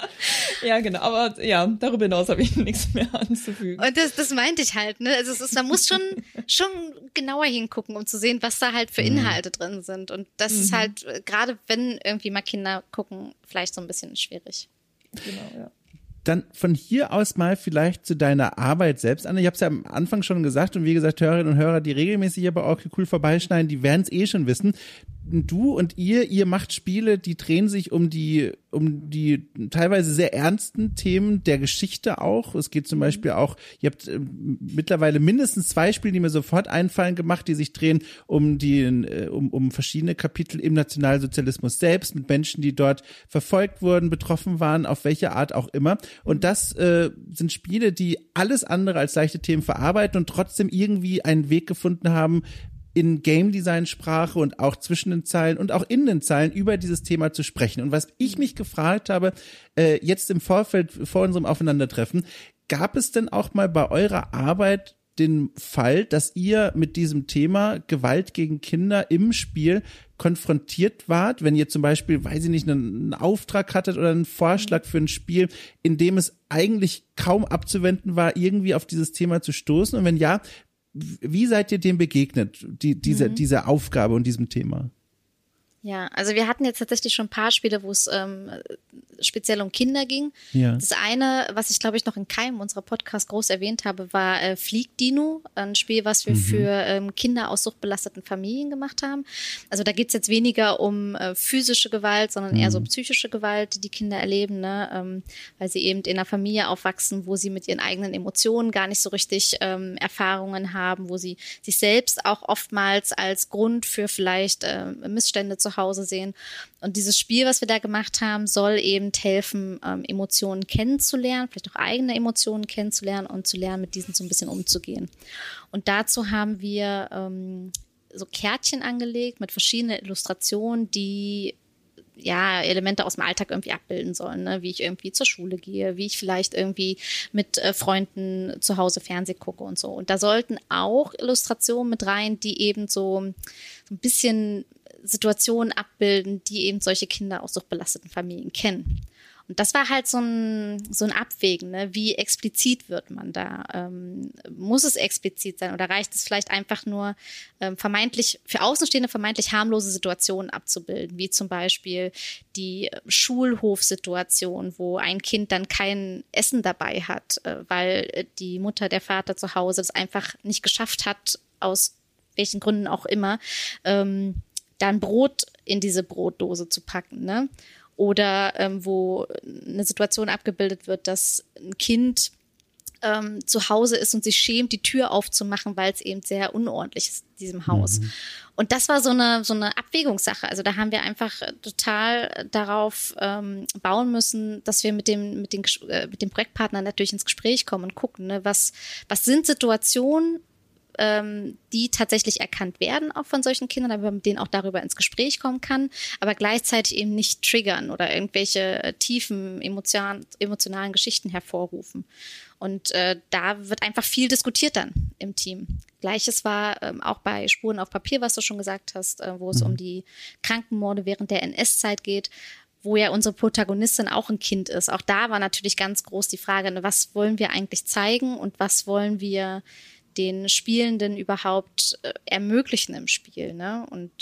Ja, genau, aber ja, darüber hinaus habe ich nichts mehr anzufügen. Und das, das meinte ich halt, ne? Also es ist, man muss schon, schon genauer hingucken, um zu sehen, was da halt für Inhalte mhm. drin sind. Und das mhm. ist halt, gerade wenn irgendwie mal Kinder gucken, vielleicht so ein bisschen schwierig. Genau, ja. Dann von hier aus mal vielleicht zu deiner Arbeit selbst, Anne. Ich habe es ja am Anfang schon gesagt und wie gesagt, Hörerinnen und Hörer, die regelmäßig hier bei Okay Cool vorbeischneiden, die werden es eh schon wissen. Du und ihr, ihr macht Spiele, die drehen sich um die, um die teilweise sehr ernsten Themen der Geschichte auch. Es geht zum Beispiel auch, ihr habt äh, mittlerweile mindestens zwei Spiele, die mir sofort einfallen, gemacht, die sich drehen um die, äh, um, um verschiedene Kapitel im Nationalsozialismus selbst, mit Menschen, die dort verfolgt wurden, betroffen waren, auf welche Art auch immer. Und das äh, sind Spiele, die alles andere als leichte Themen verarbeiten und trotzdem irgendwie einen Weg gefunden haben, in Game Design Sprache und auch zwischen den Zeilen und auch in den Zeilen über dieses Thema zu sprechen. Und was ich mich gefragt habe, äh, jetzt im Vorfeld vor unserem Aufeinandertreffen, gab es denn auch mal bei eurer Arbeit den Fall, dass ihr mit diesem Thema Gewalt gegen Kinder im Spiel konfrontiert wart, wenn ihr zum Beispiel, weiß ich nicht, einen, einen Auftrag hattet oder einen Vorschlag für ein Spiel, in dem es eigentlich kaum abzuwenden war, irgendwie auf dieses Thema zu stoßen? Und wenn ja, wie seid ihr dem begegnet, die, diese, mhm. diese Aufgabe und diesem Thema? Ja, also wir hatten jetzt tatsächlich schon ein paar Spiele, wo es ähm, speziell um Kinder ging. Ja. Das eine, was ich glaube ich noch in keinem unserer Podcasts groß erwähnt habe, war äh, Flieg Dino, ein Spiel, was wir mhm. für ähm, Kinder aus suchtbelasteten Familien gemacht haben. Also da geht es jetzt weniger um äh, physische Gewalt, sondern eher so psychische Gewalt, die die Kinder erleben, ne? ähm, weil sie eben in einer Familie aufwachsen, wo sie mit ihren eigenen Emotionen gar nicht so richtig ähm, Erfahrungen haben, wo sie sich selbst auch oftmals als Grund für vielleicht äh, Missstände zu Hause sehen. Und dieses Spiel, was wir da gemacht haben, soll eben helfen, ähm, Emotionen kennenzulernen, vielleicht auch eigene Emotionen kennenzulernen und zu lernen, mit diesen so ein bisschen umzugehen. Und dazu haben wir ähm, so Kärtchen angelegt mit verschiedenen Illustrationen, die ja, Elemente aus dem Alltag irgendwie abbilden sollen, ne? Wie ich irgendwie zur Schule gehe, wie ich vielleicht irgendwie mit äh, Freunden zu Hause Fernsehen gucke und so. Und da sollten auch Illustrationen mit rein, die eben so, so ein bisschen Situationen abbilden, die eben solche Kinder aus suchtbelasteten Familien kennen. Und das war halt so ein, so ein Abwägen, ne? Wie explizit wird man da? Ähm, muss es explizit sein oder reicht es vielleicht einfach nur, ähm, vermeintlich, für Außenstehende vermeintlich harmlose Situationen abzubilden, wie zum Beispiel die Schulhofsituation, wo ein Kind dann kein Essen dabei hat, äh, weil die Mutter, der Vater zu Hause es einfach nicht geschafft hat, aus welchen Gründen auch immer, ähm, dann Brot in diese Brotdose zu packen, ne? Oder ähm, wo eine Situation abgebildet wird, dass ein Kind ähm, zu Hause ist und sich schämt, die Tür aufzumachen, weil es eben sehr unordentlich ist in diesem Haus. Mhm. Und das war so eine so eine Abwägungssache. Also da haben wir einfach total darauf ähm, bauen müssen, dass wir mit dem mit den äh, mit dem Projektpartner natürlich ins Gespräch kommen und gucken, ne, was was sind Situationen, ähm, die tatsächlich erkannt werden, auch von solchen Kindern, damit man mit denen auch darüber ins Gespräch kommen kann, aber gleichzeitig eben nicht triggern oder irgendwelche äh, tiefen emotion- emotionalen Geschichten hervorrufen. Und äh, da wird einfach viel diskutiert dann im Team. Gleiches war ähm, auch bei Spuren auf Papier, was du schon gesagt hast, äh, wo es mhm. um die Krankenmorde während der N S-Zeit geht, wo ja unsere Protagonistin auch ein Kind ist. Auch da war natürlich ganz groß die Frage, ne, was wollen wir eigentlich zeigen und was wollen wir den Spielenden überhaupt äh, ermöglichen im Spiel, ne? Und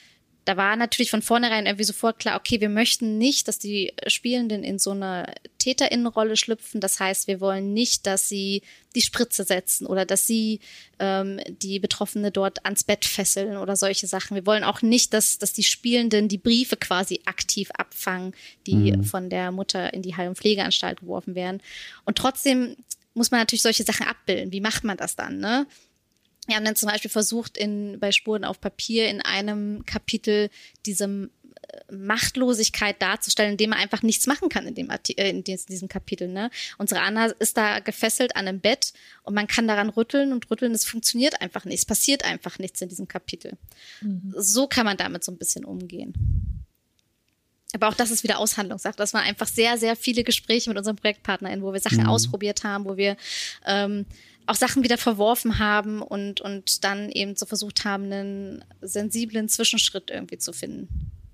da war natürlich von vornherein irgendwie sofort klar, okay, wir möchten nicht, dass die Spielenden in so eine TäterInnenrolle schlüpfen. Das heißt, wir wollen nicht, dass sie die Spritze setzen oder dass sie ähm, die Betroffene dort ans Bett fesseln oder solche Sachen. Wir wollen auch nicht, dass, dass die Spielenden die Briefe quasi aktiv abfangen, die mhm. von der Mutter in die Heil- und Pflegeanstalt geworfen werden. Und trotzdem muss man natürlich solche Sachen abbilden. Wie macht man das dann, ne? Wir haben dann zum Beispiel versucht, in, bei Spuren auf Papier in einem Kapitel diese Machtlosigkeit darzustellen, indem man einfach nichts machen kann in, dem Arti- äh, in diesem Kapitel, ne? Unsere Anna ist da gefesselt an einem Bett und man kann daran rütteln und rütteln, es funktioniert einfach nicht, es passiert einfach nichts in diesem Kapitel. Mhm. So kann man damit so ein bisschen umgehen. Aber auch das ist wieder Aushandlungssache. Das waren einfach sehr, sehr viele Gespräche mit unseren ProjektpartnerInnen, wo wir Sachen mhm. ausprobiert haben, wo wir ähm, auch Sachen wieder verworfen haben und, und dann eben so versucht haben, einen sensiblen Zwischenschritt irgendwie zu finden.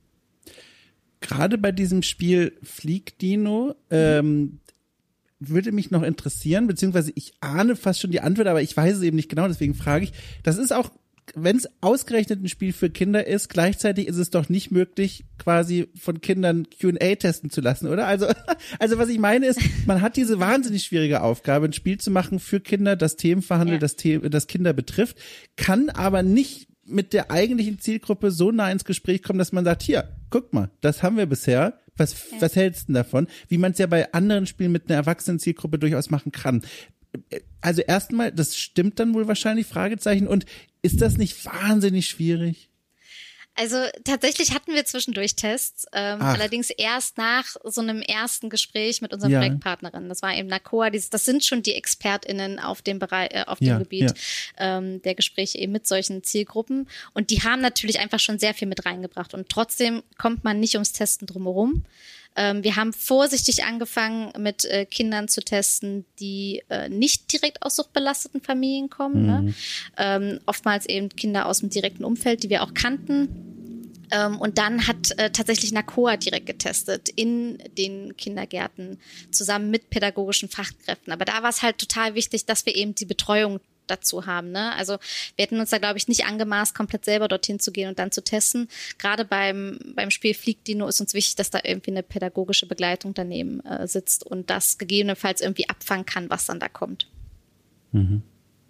Gerade bei diesem Spiel Flieg Dino ähm, würde mich noch interessieren, beziehungsweise ich ahne fast schon die Antwort, aber ich weiß es eben nicht genau, deswegen frage ich. Das ist auch, wenn es ausgerechnet ein Spiel für Kinder ist, gleichzeitig ist es doch nicht möglich, quasi von Kindern Q und A testen zu lassen, oder? Also, also was ich meine ist, man hat diese wahnsinnig schwierige Aufgabe, ein Spiel zu machen für Kinder, das Themen verhandelt, ja. das, The- das Kinder betrifft, kann aber nicht mit der eigentlichen Zielgruppe so nah ins Gespräch kommen, dass man sagt, hier, guck mal, das haben wir bisher, was, ja. was hältst du denn davon? Wie man es ja bei anderen Spielen mit einer erwachsenen Zielgruppe durchaus machen kann. Also erstmal, das stimmt dann wohl wahrscheinlich, Fragezeichen, und ist das nicht wahnsinnig schwierig? Also tatsächlich hatten wir zwischendurch Tests, ähm, allerdings erst nach so einem ersten Gespräch mit unseren ja. Projektpartnerinnen. Das war eben NACOA, das sind schon die ExpertInnen auf dem Bereich, äh, auf dem ja, Gebiet ja. Ähm, der Gespräche eben mit solchen Zielgruppen. Und die haben natürlich einfach schon sehr viel mit reingebracht. Und trotzdem kommt man nicht ums Testen drumherum. Ähm, wir haben vorsichtig angefangen, mit äh, Kindern zu testen, die äh, nicht direkt aus suchtbelasteten Familien kommen. Mhm. Ne? Ähm, oftmals eben Kinder aus dem direkten Umfeld, die wir auch kannten. Ähm, und dann hat äh, tatsächlich NACOA direkt getestet in den Kindergärten zusammen mit pädagogischen Fachkräften. Aber da war es halt total wichtig, dass wir eben die Betreuung dazu haben. Ne? Also wir hätten uns da, glaube ich, nicht angemaßt, komplett selber dorthin zu gehen und dann zu testen. Gerade beim, beim Spiel Fliegdino ist uns wichtig, dass da irgendwie eine pädagogische Begleitung daneben äh, sitzt und das gegebenenfalls irgendwie abfangen kann, was dann da kommt. Mhm.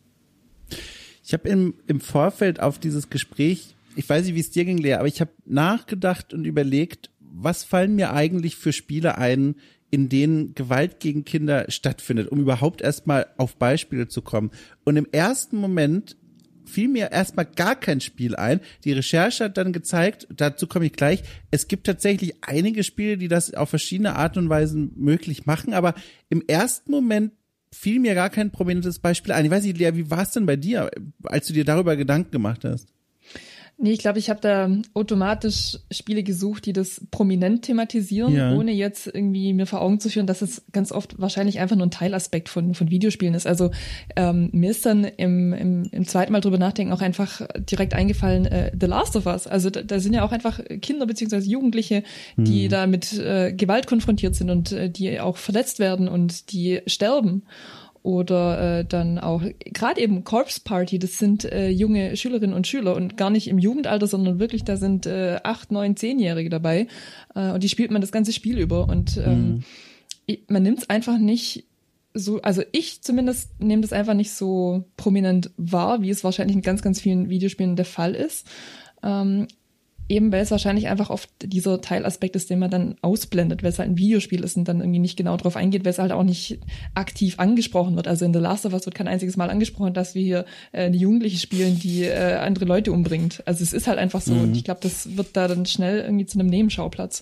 Ich habe im, im Vorfeld auf dieses Gespräch, ich weiß nicht, wie es dir ging, Lea, aber ich habe nachgedacht und überlegt, was fallen mir eigentlich für Spiele ein, in denen Gewalt gegen Kinder stattfindet, um überhaupt erstmal auf Beispiele zu kommen. Und im ersten Moment fiel mir erstmal gar kein Spiel ein. Die Recherche hat dann gezeigt, dazu komme ich gleich, es gibt tatsächlich einige Spiele, die das auf verschiedene Art und Weisen möglich machen, aber im ersten Moment fiel mir gar kein prominentes Beispiel ein. Ich weiß nicht, Lea, wie war es denn bei dir, als du dir darüber Gedanken gemacht hast? Nee, ich glaube, ich habe da automatisch Spiele gesucht, die das prominent thematisieren, ja. ohne jetzt irgendwie mir vor Augen zu führen, dass es ganz oft wahrscheinlich einfach nur ein Teilaspekt von von Videospielen ist. Also ähm, mir ist dann im, im, im zweiten Mal drüber nachdenken auch einfach direkt eingefallen, äh, The Last of Us. Also da, da sind ja auch einfach Kinder beziehungsweise Jugendliche, die hm. da mit äh, Gewalt konfrontiert sind und äh, die auch verletzt werden und die sterben. Oder äh, dann auch gerade eben Corpse Party, das sind äh, junge Schülerinnen und Schüler und gar nicht im Jugendalter, sondern wirklich, da sind äh, acht, neun, zehnjährige dabei äh, und die spielt man das ganze Spiel über und ähm, mhm. man nimmt es einfach nicht so, also ich zumindest nehme das einfach nicht so prominent wahr, wie es wahrscheinlich in ganz, ganz vielen Videospielen der Fall ist. Ähm, Eben weil es wahrscheinlich einfach oft dieser Teilaspekt ist, den man dann ausblendet, weil es halt ein Videospiel ist und dann irgendwie nicht genau drauf eingeht, weil es halt auch nicht aktiv angesprochen wird. Also in The Last of Us wird kein einziges Mal angesprochen, dass wir hier äh, eine Jugendliche spielen, die äh, andere Leute umbringt. Also es ist halt einfach so. Mhm. Und ich glaube, das wird da dann schnell irgendwie zu einem Nebenschauplatz.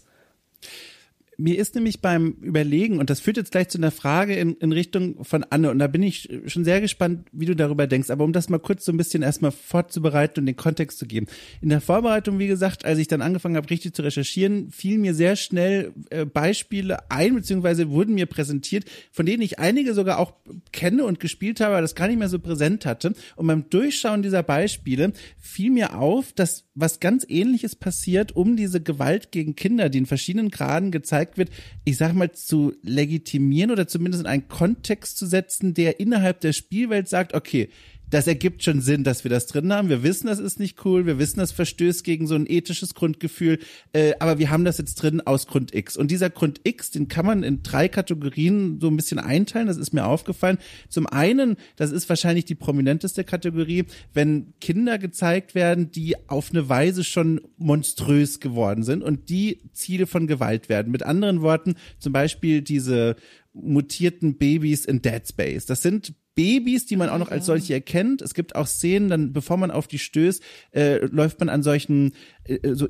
Mir ist nämlich beim Überlegen, und das führt jetzt gleich zu einer Frage in, in Richtung von Anne, und da bin ich schon sehr gespannt, wie du darüber denkst, aber um das mal kurz so ein bisschen erstmal vorzubereiten und den Kontext zu geben. In der Vorbereitung, wie gesagt, als ich dann angefangen habe, richtig zu recherchieren, fielen mir sehr schnell äh, Beispiele ein, beziehungsweise wurden mir präsentiert, von denen ich einige sogar auch kenne und gespielt habe, aber das gar nicht mehr so präsent hatte. Und beim Durchschauen dieser Beispiele fiel mir auf, dass was ganz Ähnliches passiert, um diese Gewalt gegen Kinder, die in verschiedenen Graden gezeigt wird, ich sag mal, zu legitimieren oder zumindest in einen Kontext zu setzen, der innerhalb der Spielwelt sagt, okay, das ergibt schon Sinn, dass wir das drin haben. Wir wissen, das ist nicht cool. Wir wissen, das verstößt gegen so ein ethisches Grundgefühl. Äh, aber wir haben das jetzt drin aus Grund X. Und dieser Grund X, den kann man in drei Kategorien so ein bisschen einteilen. Das ist mir aufgefallen. Zum einen, das ist wahrscheinlich die prominenteste Kategorie, wenn Kinder gezeigt werden, die auf eine Weise schon monströs geworden sind und die Ziele von Gewalt werden. Mit anderen Worten, zum Beispiel diese mutierten Babys in Dead Space. Das sind Babys, die man auch noch als solche erkennt. Es gibt auch Szenen, dann bevor man auf die stößt, äh, läuft man an solchen äh, so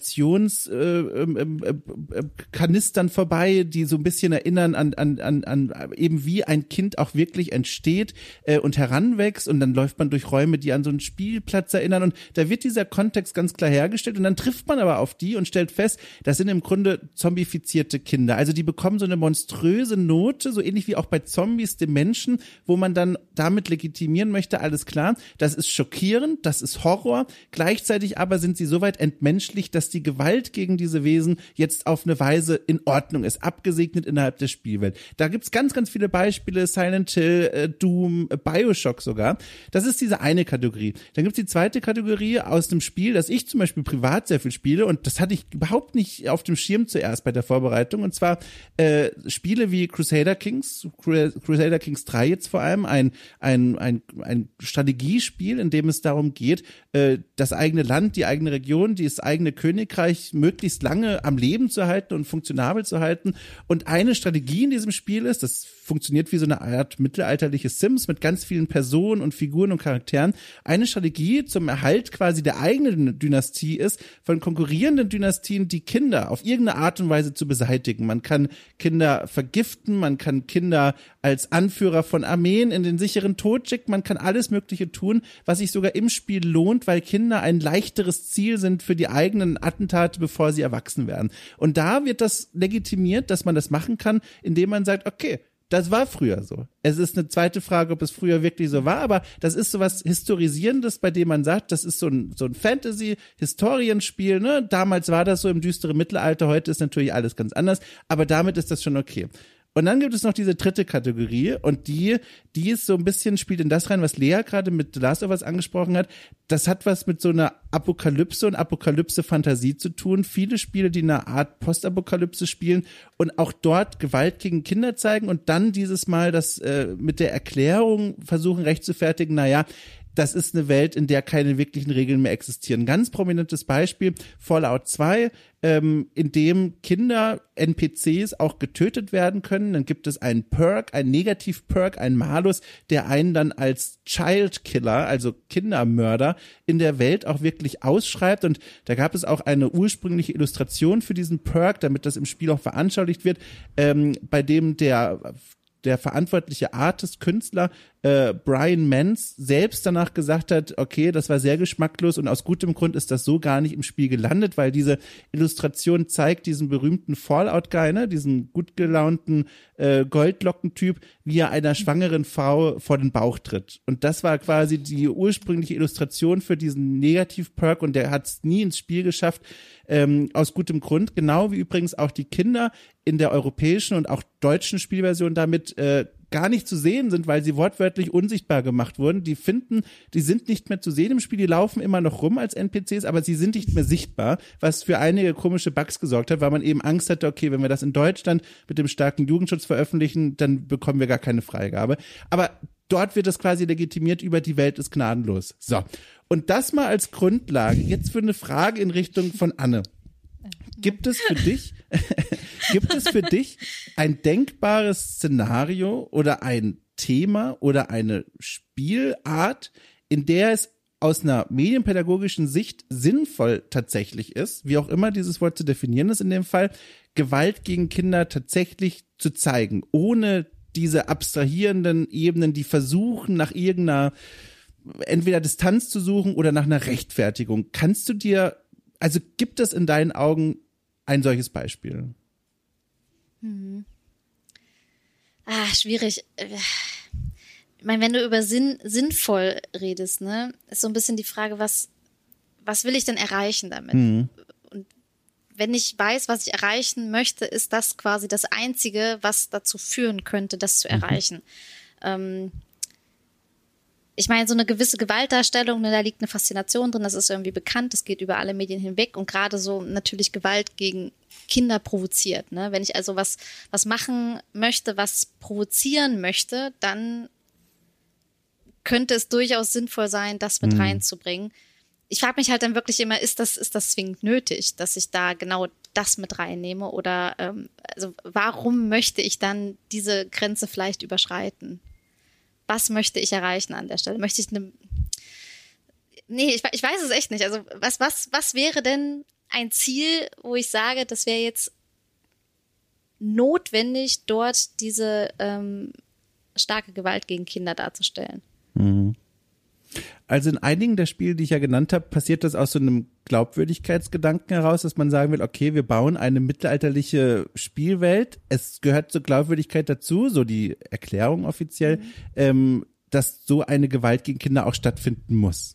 Inkubations-Kanistern äh, äh, äh, vorbei, die so ein bisschen erinnern an, an, an, an eben wie ein Kind auch wirklich entsteht äh, und heranwächst, und dann läuft man durch Räume, die an so einen Spielplatz erinnern, und da wird dieser Kontext ganz klar hergestellt, und dann trifft man aber auf die und stellt fest, das sind im Grunde zombifizierte Kinder. Also die bekommen so eine monströse Note, so ähnlich wie auch bei Zombies dem Menschen, wo man dann damit legitimieren möchte, alles klar, das ist schockierend, das ist Horror, gleichzeitig aber sind sie soweit entmenschlicht, dass die Gewalt gegen diese Wesen jetzt auf eine Weise in Ordnung ist, abgesegnet innerhalb der Spielwelt. Da gibt's ganz, ganz viele Beispiele, Silent Hill, äh, Doom, äh, Bioshock sogar. Das ist diese eine Kategorie. Dann gibt's die zweite Kategorie aus dem Spiel, das ich zum Beispiel privat sehr viel spiele, und das hatte ich überhaupt nicht auf dem Schirm zuerst bei der Vorbereitung, und zwar äh, Spiele wie Crusader Kings, Crusader Kings drei jetzt vor allem, ein, ein, ein, ein Strategiespiel, in dem es darum geht, äh, das eigene Land, die eigene Region, das eigene Königreich möglichst lange am Leben zu halten und funktionabel zu halten. Und eine Strategie in diesem Spiel ist, das funktioniert wie so eine Art mittelalterliches Sims mit ganz vielen Personen und Figuren und Charakteren. Eine Strategie zum Erhalt quasi der eigenen Dynastie ist, von konkurrierenden Dynastien die Kinder auf irgendeine Art und Weise zu beseitigen. Man kann Kinder vergiften, man kann Kinder als Anführer von Armeen in den sicheren Tod schicken, man kann alles Mögliche tun, was sich sogar im Spiel lohnt, weil Kinder ein leichteres Ziel sind für die eigenen Attentate, bevor sie erwachsen werden. Und da wird das legitimiert, dass man das machen kann, indem man sagt, okay, das war früher so. Es ist eine zweite Frage, ob es früher wirklich so war, aber das ist sowas Historisierendes, bei dem man sagt, das ist so ein, so ein Fantasy-Historienspiel, ne? Damals war das so im düsteren Mittelalter, heute ist natürlich alles ganz anders, aber damit ist das schon okay. Und dann gibt es noch diese dritte Kategorie und die, die ist so ein bisschen, spielt in das rein, was Lea gerade mit The Last of Us angesprochen hat. Das hat was mit so einer Apokalypse und Apokalypse-Fantasie zu tun. Viele Spiele, die eine Art Postapokalypse spielen und auch dort Gewalt gegen Kinder zeigen und dann dieses Mal das äh, mit der Erklärung versuchen rechtfertigen, naja, das ist eine Welt, in der keine wirklichen Regeln mehr existieren. Ganz prominentes Beispiel, Fallout zwei, ähm, in dem Kinder, N P Cs auch getötet werden können. Dann gibt es einen Perk, einen Negativ-Perk, einen Malus, der einen dann als Child Killer, also Kindermörder, in der Welt auch wirklich ausschreibt. Und da gab es auch eine ursprüngliche Illustration für diesen Perk, damit das im Spiel auch veranschaulicht wird, ähm, bei dem der der verantwortliche Artist, Künstler äh, Brian Mans selbst danach gesagt hat, okay, das war sehr geschmacklos und aus gutem Grund ist das so gar nicht im Spiel gelandet, weil diese Illustration zeigt diesen berühmten Fallout-Guy, ne, diesen gut gelaunten äh, Goldlockentyp, wie er einer schwangeren Frau vor den Bauch tritt. Und das war quasi die ursprüngliche Illustration für diesen Negativ-Perk und der hat es nie ins Spiel geschafft, ähm, aus gutem Grund, genau wie übrigens auch die Kinder in der europäischen und auch deutschen Spielversion damit äh, gar nicht zu sehen sind, weil sie wortwörtlich unsichtbar gemacht wurden. Die finden, die sind nicht mehr zu sehen im Spiel, die laufen immer noch rum als N P Cs, aber sie sind nicht mehr sichtbar, was für einige komische Bugs gesorgt hat, weil man eben Angst hatte, okay, wenn wir das in Deutschland mit dem starken Jugendschutz veröffentlichen, dann bekommen wir gar keine Freigabe. Aber dort wird es quasi legitimiert, über die Welt ist gnadenlos. So. Und das mal als Grundlage. Jetzt für eine Frage in Richtung von Anne. Gibt es für dich, gibt es für dich ein denkbares Szenario oder ein Thema oder eine Spielart, in der es aus einer medienpädagogischen Sicht sinnvoll tatsächlich ist, wie auch immer dieses Wort zu definieren ist in dem Fall, Gewalt gegen Kinder tatsächlich zu zeigen, ohne diese abstrahierenden Ebenen, die versuchen, nach irgendeiner entweder Distanz zu suchen oder nach einer Rechtfertigung. Kannst du dir, also gibt es in deinen Augen ein solches Beispiel? Hm. Ah, schwierig. Ich meine, wenn du über Sinn, sinnvoll redest, ne, ist so ein bisschen die Frage, was, was will ich denn erreichen damit? Mhm. Und wenn ich weiß, was ich erreichen möchte, ist das quasi das Einzige, was dazu führen könnte, das zu erreichen. Mhm. Ähm, ich meine, so eine gewisse Gewaltdarstellung, ne, da liegt eine Faszination drin, das ist irgendwie bekannt, das geht über alle Medien hinweg und gerade so natürlich Gewalt gegen Kinder provoziert. Ne? Wenn ich also was, was machen möchte, was provozieren möchte, dann könnte es durchaus sinnvoll sein, das mit mhm. reinzubringen. Ich frage mich halt dann wirklich immer, ist das, ist das zwingend nötig, dass ich da genau das mit reinnehme oder ähm, also warum möchte ich dann diese Grenze vielleicht überschreiten? Was möchte ich erreichen an der Stelle? Möchte ich eine, nee, ich, ich weiß es echt nicht. Also was, was, was wäre denn ein Ziel, wo ich sage, das wäre jetzt notwendig, dort diese ähm, starke Gewalt gegen Kinder darzustellen? Mhm. Also in einigen der Spiele, die ich ja genannt habe, passiert das aus so einem Glaubwürdigkeitsgedanken heraus, dass man sagen will, okay, wir bauen eine mittelalterliche Spielwelt. Es gehört zur Glaubwürdigkeit dazu, so die Erklärung offiziell, mhm. ähm, dass so eine Gewalt gegen Kinder auch stattfinden muss.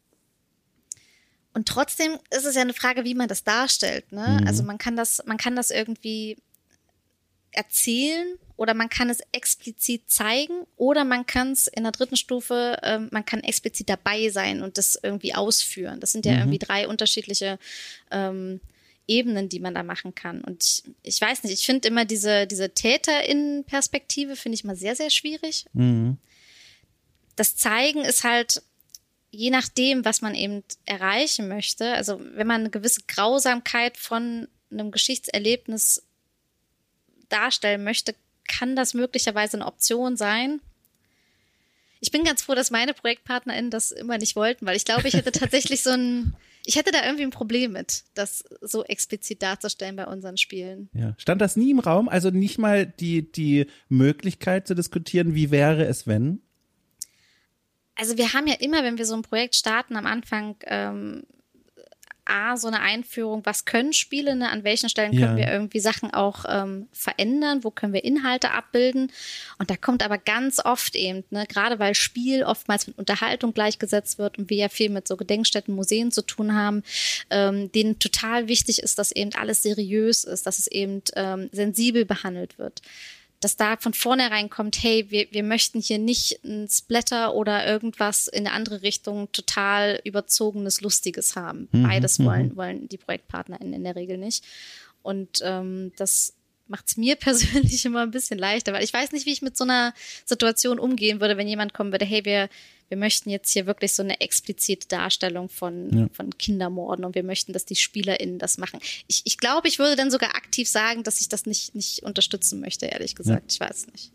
Und trotzdem ist es ja eine Frage, wie man das darstellt, ne? Mhm. Also man kann das, man kann das irgendwie erzählen oder man kann es explizit zeigen oder man kann es in der dritten Stufe, ähm, man kann explizit dabei sein und das irgendwie ausführen. Das sind ja mhm. irgendwie drei unterschiedliche ähm, Ebenen, die man da machen kann. Und ich, ich weiß nicht, ich finde immer diese, diese TäterInnen-Perspektive finde ich mal sehr, sehr schwierig. Mhm. Das Zeigen ist halt je nachdem, was man eben erreichen möchte. Also wenn man eine gewisse Grausamkeit von einem Geschichtserlebnis darstellen möchte, kann das möglicherweise eine Option sein. Ich bin ganz froh, dass meine ProjektpartnerInnen das immer nicht wollten, weil ich glaube, ich hätte tatsächlich so ein, ich hätte da irgendwie ein Problem mit, das so explizit darzustellen bei unseren Spielen. Ja. Stand das nie im Raum? Also nicht mal die, die Möglichkeit zu diskutieren, wie wäre es, wenn? Also wir haben ja immer, wenn wir so ein Projekt starten, am Anfang ähm, A, so eine Einführung, was können Spiele, ne? An welchen Stellen können ja. wir irgendwie Sachen auch ähm, verändern, wo können wir Inhalte abbilden und da kommt aber ganz oft eben, ne, gerade weil Spiel oftmals mit Unterhaltung gleichgesetzt wird und wir ja viel mit so Gedenkstätten, Museen zu tun haben, ähm, denen total wichtig ist, dass eben alles seriös ist, dass es eben ähm, sensibel behandelt wird. dass da von vornherein kommt, hey, wir, wir möchten hier nicht ein Splatter oder irgendwas in eine andere Richtung total überzogenes, Lustiges haben. Mhm, Beides wollen, mhm. wollen die ProjektpartnerInnen in der Regel nicht. Und ähm, das macht es mir persönlich immer ein bisschen leichter, weil ich weiß nicht, wie ich mit so einer Situation umgehen würde, wenn jemand kommen würde, hey, wir, wir möchten jetzt hier wirklich so eine explizite Darstellung von, ja. von Kindermorden und wir möchten, dass die SpielerInnen das machen. Ich, ich glaube, ich würde dann sogar aktiv sagen, dass ich das nicht, nicht unterstützen möchte, ehrlich gesagt. Ja. Ich weiß nicht.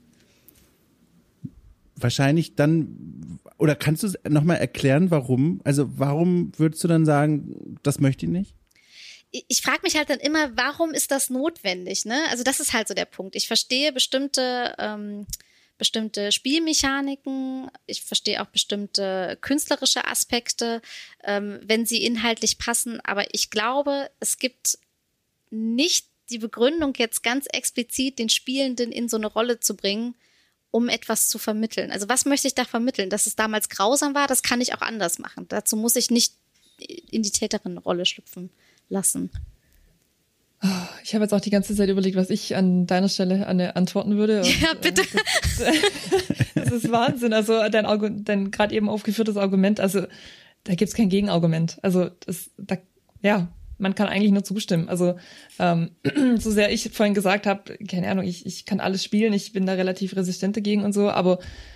Wahrscheinlich dann, oder kannst du nochmal erklären, warum? Also warum würdest du dann sagen, das möchte ich nicht? Ich frage mich halt dann immer, warum ist das notwendig, ne? Also das ist halt so der Punkt. Ich verstehe bestimmte ähm, bestimmte Spielmechaniken, ich verstehe auch bestimmte künstlerische Aspekte, ähm, wenn sie inhaltlich passen, aber ich glaube, es gibt nicht die Begründung, jetzt ganz explizit den Spielenden in so eine Rolle zu bringen, um etwas zu vermitteln. Also was möchte ich da vermitteln? Dass es damals grausam war, das kann ich auch anders machen. Dazu muss ich nicht in die Täterinnenrolle schlüpfen lassen. Ich habe jetzt auch die ganze Zeit überlegt, was ich an deiner Stelle antworten würde. Und, ja, bitte. Äh, das, das ist Wahnsinn. Also dein, Argu- dein gerade eben aufgeführtes Argument, also da gibt's kein Gegenargument. Also das, da, ja, man kann eigentlich nur zustimmen. Also ähm, so sehr ich vorhin gesagt habe, keine Ahnung, ich, ich kann alles spielen, ich bin da relativ resistent dagegen und so, aber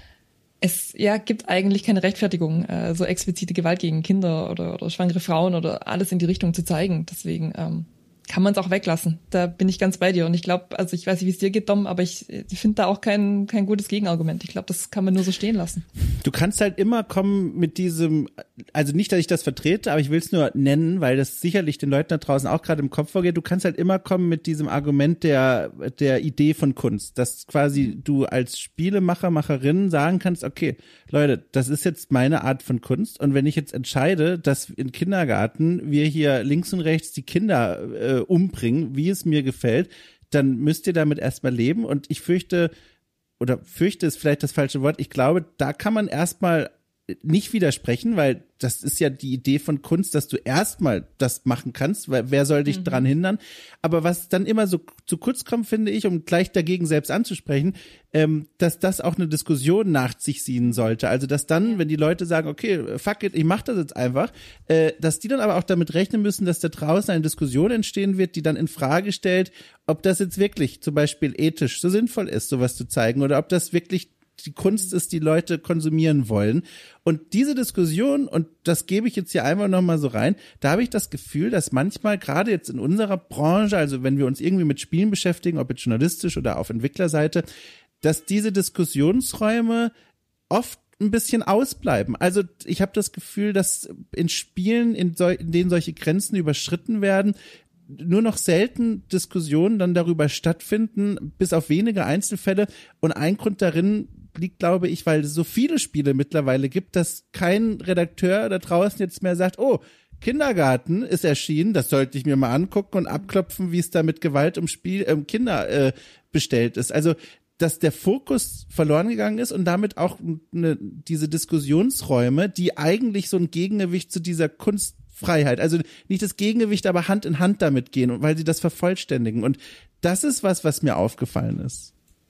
es ja gibt eigentlich keine Rechtfertigung, äh, so explizite Gewalt gegen Kinder oder, oder schwangere Frauen oder alles in die Richtung zu zeigen. Deswegen ähm, kann man es auch weglassen. Da bin ich ganz bei dir. Und ich glaube, also ich weiß nicht, wie es dir geht, Dom, aber ich, ich finde da auch kein kein gutes Gegenargument. Ich glaube, das kann man nur so stehen lassen. Du kannst halt immer kommen mit diesem, also nicht, dass ich das vertrete, aber ich will es nur nennen, weil das sicherlich den Leuten da draußen auch gerade im Kopf vorgeht. Du kannst halt immer kommen mit diesem Argument der der Idee von Kunst, dass quasi du als Spielemacher, Macherin sagen kannst, okay, Leute, das ist jetzt meine Art von Kunst und wenn ich jetzt entscheide, dass im Kindergarten wir hier links und rechts die Kinder äh, umbringen, wie es mir gefällt, dann müsst ihr damit erstmal leben und ich fürchte, oder fürchte ist vielleicht das falsche Wort, ich glaube, da kann man erstmal nicht widersprechen, weil das ist ja die Idee von Kunst, dass du erstmal das machen kannst, weil wer soll dich mhm. dran hindern? Aber was dann immer so zu kurz kommt, finde ich, um gleich dagegen selbst anzusprechen, ähm, dass das auch eine Diskussion nach sich ziehen sollte. Also dass dann, ja. wenn die Leute sagen, okay, fuck it, ich mach das jetzt einfach, äh, dass die dann aber auch damit rechnen müssen, dass da draußen eine Diskussion entstehen wird, die dann in Frage stellt, ob das jetzt wirklich zum Beispiel ethisch so sinnvoll ist, sowas zu zeigen, oder ob das wirklich die Kunst ist, die Leute konsumieren wollen. Und diese Diskussion, und das gebe ich jetzt hier einfach nochmal so rein, da habe ich das Gefühl, dass manchmal gerade jetzt in unserer Branche, also wenn wir uns irgendwie mit Spielen beschäftigen, ob jetzt journalistisch oder auf Entwicklerseite, dass diese Diskussionsräume oft ein bisschen ausbleiben. Also ich habe das Gefühl, dass in Spielen, in, so, in denen solche Grenzen überschritten werden, nur noch selten Diskussionen dann darüber stattfinden, bis auf wenige Einzelfälle. Und ein Grund darin liegt, glaube ich, weil es so viele Spiele mittlerweile gibt, dass kein Redakteur da draußen jetzt mehr sagt, oh, Kindergarten ist erschienen, das sollte ich mir mal angucken und abklopfen, wie es da mit Gewalt um Spiel, ähm, Kinder äh, bestellt ist. Also, dass der Fokus verloren gegangen ist und damit auch eine, diese Diskussionsräume, die eigentlich so ein Gegengewicht zu dieser Kunstfreiheit, also nicht das Gegengewicht, aber Hand in Hand damit gehen, weil sie das vervollständigen. Und das ist was, was mir aufgefallen ist.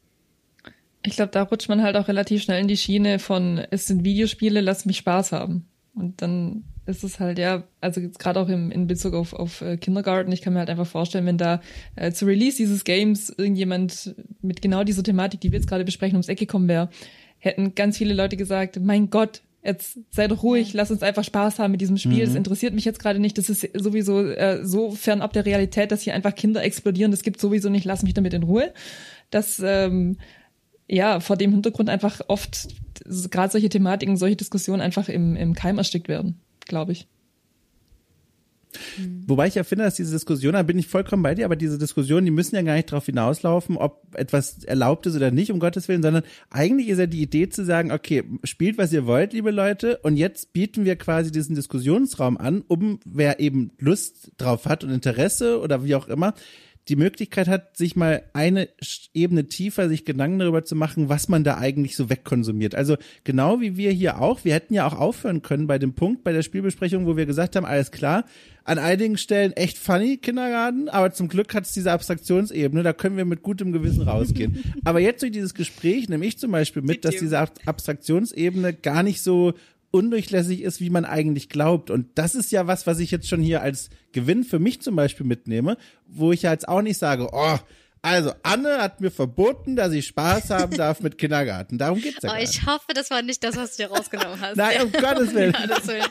Ich glaube, da rutscht man halt auch relativ schnell in die Schiene von, es sind Videospiele, lass mich Spaß haben. Und dann ist es halt, ja, also jetzt gerade auch im, in Bezug auf, auf äh, Kindergarten, ich kann mir halt einfach vorstellen, wenn da äh, zu Release dieses Games irgendjemand mit genau dieser Thematik, die wir jetzt gerade besprechen, ums Ecke kommen wäre, hätten ganz viele Leute gesagt, mein Gott, jetzt sei doch ruhig, lass uns einfach Spaß haben mit diesem Spiel, mhm. das interessiert mich jetzt gerade nicht, das ist sowieso äh, so fernab der Realität, dass hier einfach Kinder explodieren, das gibt sowieso nicht, lass mich damit in Ruhe. Das, ähm, ja, vor dem Hintergrund einfach oft gerade solche Thematiken, solche Diskussionen einfach im, im Keim erstickt werden, glaube ich. Mhm. Wobei ich ja finde, dass diese Diskussion, da bin ich vollkommen bei dir, aber diese Diskussionen, die müssen ja gar nicht darauf hinauslaufen, ob etwas erlaubt ist oder nicht, um Gottes Willen, sondern eigentlich ist ja die Idee zu sagen, okay, spielt, was ihr wollt, liebe Leute, und jetzt bieten wir quasi diesen Diskussionsraum an, um wer eben Lust drauf hat und Interesse oder wie auch immer, die Möglichkeit hat, sich mal eine Ebene tiefer, sich Gedanken darüber zu machen, was man da eigentlich so wegkonsumiert. Also genau wie wir hier auch, wir hätten ja auch aufhören können bei dem Punkt, bei der Spielbesprechung, wo wir gesagt haben, alles klar, an einigen Stellen echt funny, Kindergarten, aber zum Glück hat es diese Abstraktionsebene, da können wir mit gutem Gewissen rausgehen. Aber jetzt durch dieses Gespräch nehme ich zum Beispiel mit, dass diese Abstraktionsebene gar nicht so undurchlässig ist, wie man eigentlich glaubt. Und das ist ja was, was ich jetzt schon hier als Gewinn für mich zum Beispiel mitnehme, wo ich ja jetzt auch nicht sage, oh, also Anne hat mir verboten, dass ich Spaß haben darf mit Kindergarten. Darum geht's ja oh, gar nicht. Ich hoffe, das war nicht das, was du dir rausgenommen hast. Nein, um Gottes Willen. Ja, das will.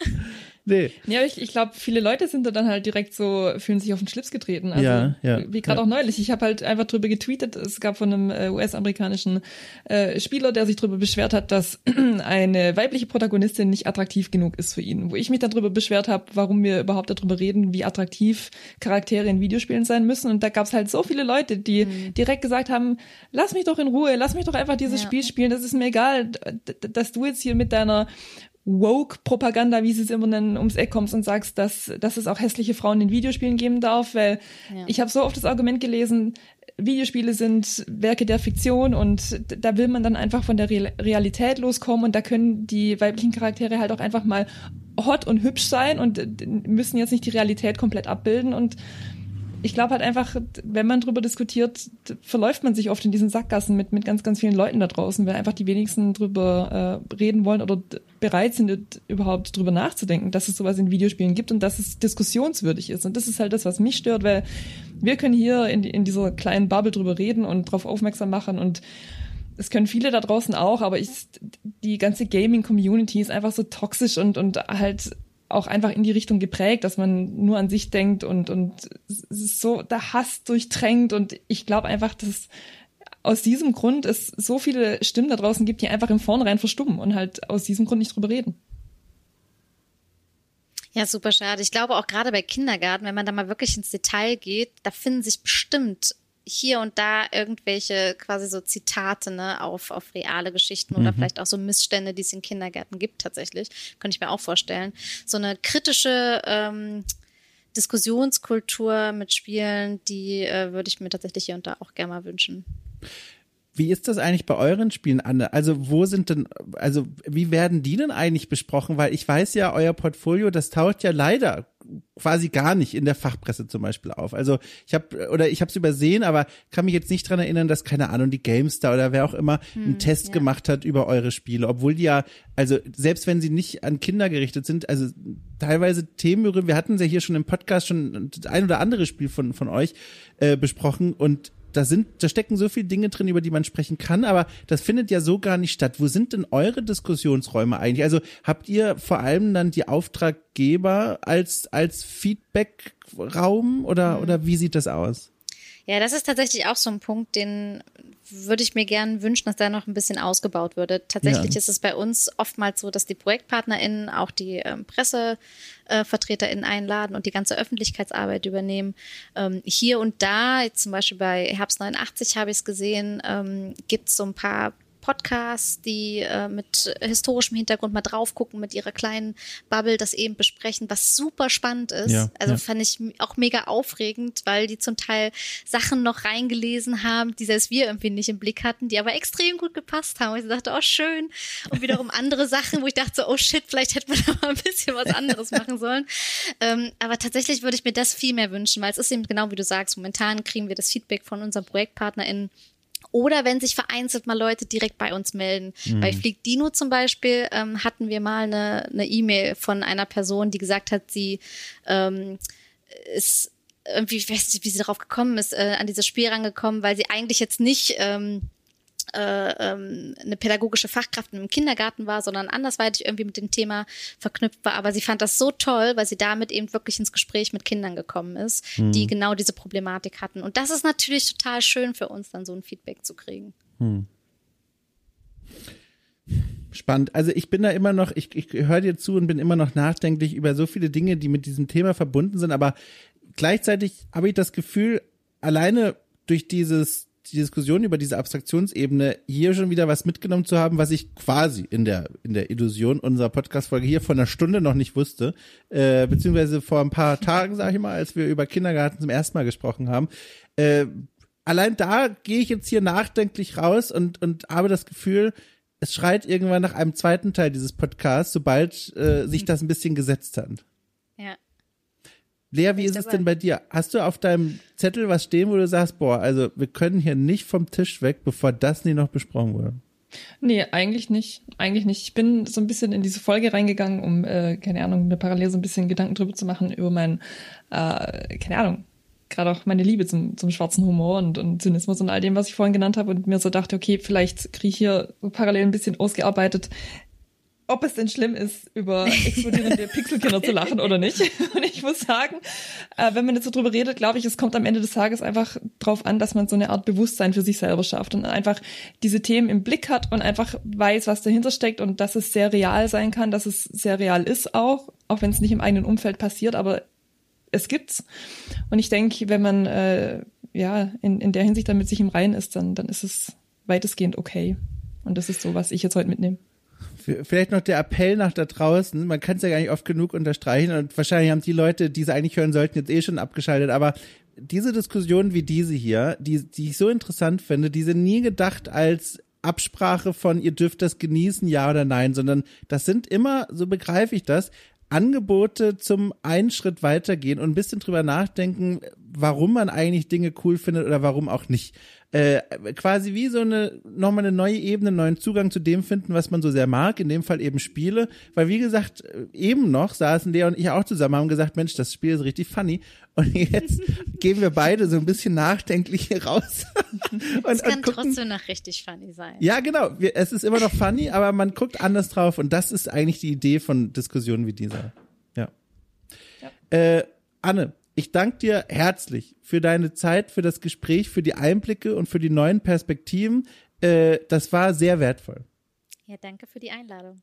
Nee. Ja, ich, ich glaube, viele Leute sind da dann halt direkt so, fühlen sich auf den Schlips getreten. Also, ja, ja, wie gerade ja. auch neulich. Ich habe halt einfach drüber getweetet. Es gab von einem äh, U S-amerikanischen äh, Spieler, der sich drüber beschwert hat, dass eine weibliche Protagonistin nicht attraktiv genug ist für ihn. Wo ich mich dann drüber beschwert habe, warum wir überhaupt darüber reden, wie attraktiv Charaktere in Videospielen sein müssen. Und da gab es halt so viele Leute, die mhm. direkt gesagt haben, lass mich doch in Ruhe, lass mich doch einfach dieses ja. Spiel spielen. Das ist mir egal, dass du jetzt hier mit deiner Woke-Propaganda, wie sie es immer nennen, ums Eck kommst und sagst, dass, dass es auch hässliche Frauen in Videospielen geben darf, weil ja. ich habe so oft das Argument gelesen, Videospiele sind Werke der Fiktion und da will man dann einfach von der Re- Realität loskommen und da können die weiblichen Charaktere halt auch einfach mal hot und hübsch sein und müssen jetzt nicht die Realität komplett abbilden und ich glaube halt einfach, wenn man drüber diskutiert, verläuft man sich oft in diesen Sackgassen mit, mit ganz, ganz vielen Leuten da draußen, weil einfach die wenigsten drüber äh, reden wollen oder d- bereit sind, überhaupt drüber nachzudenken, dass es sowas in Videospielen gibt und dass es diskussionswürdig ist. Und das ist halt das, was mich stört, weil wir können hier in, in dieser kleinen Bubble drüber reden und drauf aufmerksam machen und es können viele da draußen auch, aber ich, die ganze Gaming-Community ist einfach so toxisch und, und halt auch einfach in die Richtung geprägt, dass man nur an sich denkt und und es ist so der Hass durchtränkt und ich glaube einfach, dass aus diesem Grund es so viele Stimmen da draußen gibt, die einfach im Vornherein verstummen und halt aus diesem Grund nicht drüber reden. Ja, super schade. Ich glaube auch gerade bei Kindergarten, wenn man da mal wirklich ins Detail geht, da finden sich bestimmt hier und da irgendwelche quasi so Zitate ne, auf, auf reale Geschichten oder mhm. vielleicht auch so Missstände, die es in Kindergärten gibt tatsächlich. Könnte ich mir auch vorstellen. So eine kritische ähm, Diskussionskultur mit Spielen, die äh, würde ich mir tatsächlich hier und da auch gerne mal wünschen. Wie ist das eigentlich bei euren Spielen, Anne? Also wo sind denn, also wie werden die denn eigentlich besprochen? Weil ich weiß ja, euer Portfolio, das taucht ja leider quasi gar nicht in der Fachpresse zum Beispiel auf. Also ich habe oder ich habe es übersehen, aber kann mich jetzt nicht dran erinnern, dass, keine Ahnung, die GameStar oder wer auch immer hm, einen Test ja. gemacht hat über eure Spiele, obwohl die ja, also selbst wenn sie nicht an Kinder gerichtet sind, also teilweise Themen, wir hatten ja hier schon im Podcast schon ein oder andere Spiel von von euch äh, besprochen und da sind, da stecken so viele Dinge drin, über die man sprechen kann, aber das findet ja so gar nicht statt. Wo sind denn eure Diskussionsräume eigentlich? Also habt ihr vor allem dann die Auftraggeber als, als Feedback-Raum oder, mhm. oder wie sieht das aus? Ja, das ist tatsächlich auch so ein Punkt, den würde ich mir gerne wünschen, dass da noch ein bisschen ausgebaut würde. Tatsächlich ja. ist es bei uns oftmals so, dass die ProjektpartnerInnen auch die ähm, PressevertreterInnen äh, einladen und die ganze Öffentlichkeitsarbeit übernehmen. Ähm, hier und da, jetzt zum Beispiel bei Herbst neunundachtzig habe ich es gesehen, ähm, gibt es so ein paar Podcasts, die äh, mit historischem Hintergrund mal drauf gucken, mit ihrer kleinen Bubble das eben besprechen, was super spannend ist. Ja, also ja. fand ich auch mega aufregend, weil die zum Teil Sachen noch reingelesen haben, die selbst wir irgendwie nicht im Blick hatten, die aber extrem gut gepasst haben. Und ich dachte, oh schön. Und wiederum andere Sachen, wo ich dachte so, oh shit, vielleicht hätte man da mal ein bisschen was anderes machen sollen. Ähm, aber tatsächlich würde ich mir das viel mehr wünschen, weil es ist eben genau wie du sagst, momentan kriegen wir das Feedback von unseren ProjektpartnerInnen. Oder wenn sich vereinzelt mal Leute direkt bei uns melden. Mhm. Bei Flieg Dino zum Beispiel ähm, hatten wir mal eine eine E-Mail von einer Person, die gesagt hat, sie ähm, ist irgendwie, ich weiß nicht, wie sie darauf gekommen ist, äh, an dieses Spiel rangekommen, weil sie eigentlich jetzt nicht ähm, äh, ähm, eine pädagogische Fachkraft im Kindergarten war, sondern andersweitig irgendwie mit dem Thema verknüpft war. Aber sie fand das so toll, weil sie damit eben wirklich ins Gespräch mit Kindern gekommen ist, hm. die genau diese Problematik hatten. Und das ist natürlich total schön für uns, dann so ein Feedback zu kriegen. Hm. Spannend. Also ich bin da immer noch, ich, ich höre dir zu und bin immer noch nachdenklich über so viele Dinge, die mit diesem Thema verbunden sind. Aber gleichzeitig habe ich das Gefühl, alleine durch dieses die Diskussion über diese Abstraktionsebene hier schon wieder was mitgenommen zu haben, was ich quasi in der in der Illusion unserer Podcast-Folge hier vor einer Stunde noch nicht wusste, äh, beziehungsweise vor ein paar Tagen, sag ich mal, als wir über Kindergarten zum ersten Mal gesprochen haben. Äh, allein da gehe ich jetzt hier nachdenklich raus und und habe das Gefühl, es schreit irgendwann nach einem zweiten Teil dieses Podcasts, sobald äh, sich das ein bisschen gesetzt hat. Ja. Lea, wie ist es denn bei dir? Hast du auf deinem Zettel was stehen, wo du sagst, boah, also wir können hier nicht vom Tisch weg, bevor das nie noch besprochen wurde? Nee, eigentlich nicht. Eigentlich nicht. Ich bin so ein bisschen in diese Folge reingegangen, um, äh, keine Ahnung, mir parallel so ein bisschen Gedanken drüber zu machen, über mein, äh, keine Ahnung, gerade auch meine Liebe zum, zum schwarzen Humor und, und Zynismus und all dem, was ich vorhin genannt habe, und mir so dachte, okay, vielleicht kriege ich hier parallel ein bisschen ausgearbeitet, ob es denn schlimm ist, über explodierende Pixelkinder zu lachen oder nicht. Und ich muss sagen, äh, wenn man jetzt so drüber redet, glaube ich, es kommt am Ende des Tages einfach drauf an, dass man so eine Art Bewusstsein für sich selber schafft und einfach diese Themen im Blick hat und einfach weiß, was dahinter steckt und dass es sehr real sein kann, dass es sehr real ist auch, auch wenn es nicht im eigenen Umfeld passiert, aber es gibt's. Und ich denke, wenn man äh, ja in, in der Hinsicht dann mit sich im Reinen ist, dann, dann ist es weitestgehend okay. Und das ist so, was ich jetzt heute mitnehme. Vielleicht noch der Appell nach da draußen, man kann es ja gar nicht oft genug unterstreichen und wahrscheinlich haben die Leute, die es eigentlich hören sollten, jetzt eh schon abgeschaltet, aber diese Diskussionen wie diese hier, die, die ich so interessant finde, die sind nie gedacht als Absprache von ihr dürft das genießen, ja oder nein, sondern das sind immer, so begreife ich das, Angebote zum einen Schritt weitergehen und ein bisschen drüber nachdenken, warum man eigentlich Dinge cool findet oder warum auch nicht. Äh, quasi wie so eine, nochmal eine neue Ebene, einen neuen Zugang zu dem finden, was man so sehr mag, in dem Fall eben Spiele, weil wie gesagt, eben noch saßen Lea und ich auch zusammen, haben gesagt, Mensch, das Spiel ist richtig funny und jetzt gehen wir beide so ein bisschen nachdenklich hier raus. und, es kann und gucken, trotzdem noch richtig funny sein. Ja, genau, wir, es ist immer noch funny, aber man guckt anders drauf und das ist eigentlich die Idee von Diskussionen wie dieser. Ja. ja. Äh, Anne, ich danke dir herzlich für deine Zeit, für das Gespräch, für die Einblicke und für die neuen Perspektiven. Äh, das war sehr wertvoll. Ja, danke für die Einladung.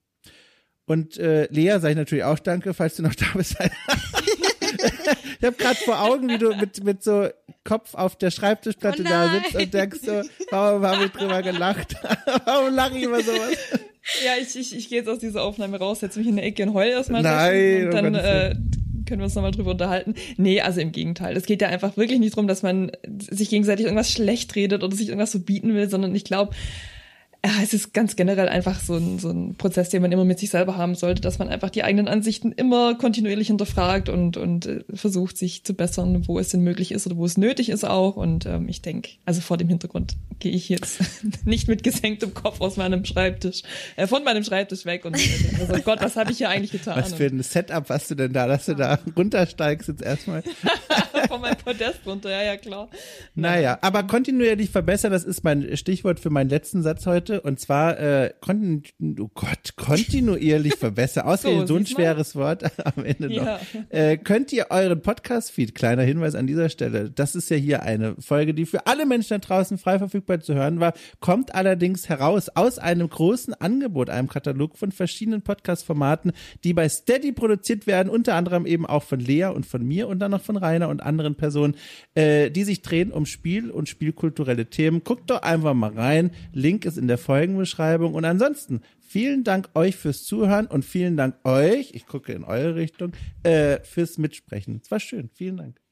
Und äh, Lea, sage ich natürlich auch danke, falls du noch da bist. Ich habe gerade vor Augen, wie du mit mit so Kopf auf der Schreibtischplatte oh da sitzt und denkst so, warum habe ich drüber gelacht? Warum lache ich über sowas? Ja, ich, ich, ich gehe jetzt aus dieser Aufnahme raus, setze mich in der Ecke und heule erstmal. Nein, und dann äh, können wir uns nochmal drüber unterhalten. Nee, also im Gegenteil. Es geht ja einfach wirklich nicht darum, dass man sich gegenseitig irgendwas schlecht redet oder sich irgendwas so bieten will, sondern ich glaube, ja, es ist ganz generell einfach so ein, so ein Prozess, den man immer mit sich selber haben sollte, dass man einfach die eigenen Ansichten immer kontinuierlich hinterfragt und, und äh, versucht, sich zu bessern, wo es denn möglich ist oder wo es nötig ist auch. Und ähm, ich denke, also vor dem Hintergrund gehe ich jetzt nicht mit gesenktem Kopf aus meinem Schreibtisch, äh, von meinem Schreibtisch weg und äh, also Gott, was habe ich hier eigentlich getan? Was für ein Setup hast du denn da, dass du da runtersteigst jetzt erstmal? Von meinem Podest runter, ja, ja, klar. Naja, aber kontinuierlich verbessern, das ist mein Stichwort für meinen letzten Satz heute. Und zwar, äh, kontinu oh Gott, kontinuierlich verbessern. Außerdem so, so ein schweres Wort am Ende noch. Ja. Äh, könnt ihr euren Podcast-Feed, kleiner Hinweis an dieser Stelle, das ist ja hier eine Folge, die für alle Menschen da draußen frei verfügbar zu hören war, kommt allerdings heraus aus einem großen Angebot, einem Katalog von verschiedenen Podcast-Formaten, die bei Steady produziert werden, unter anderem eben auch von Lea und von mir und dann noch von Rainer und anderen Personen, äh, die sich drehen um Spiel und spielkulturelle Themen. Guckt doch einfach mal rein. Link ist in der Folgenbeschreibung. Und ansonsten vielen Dank euch fürs Zuhören und vielen Dank euch, ich gucke in eure Richtung, äh, fürs Mitsprechen. Es war schön. Vielen Dank.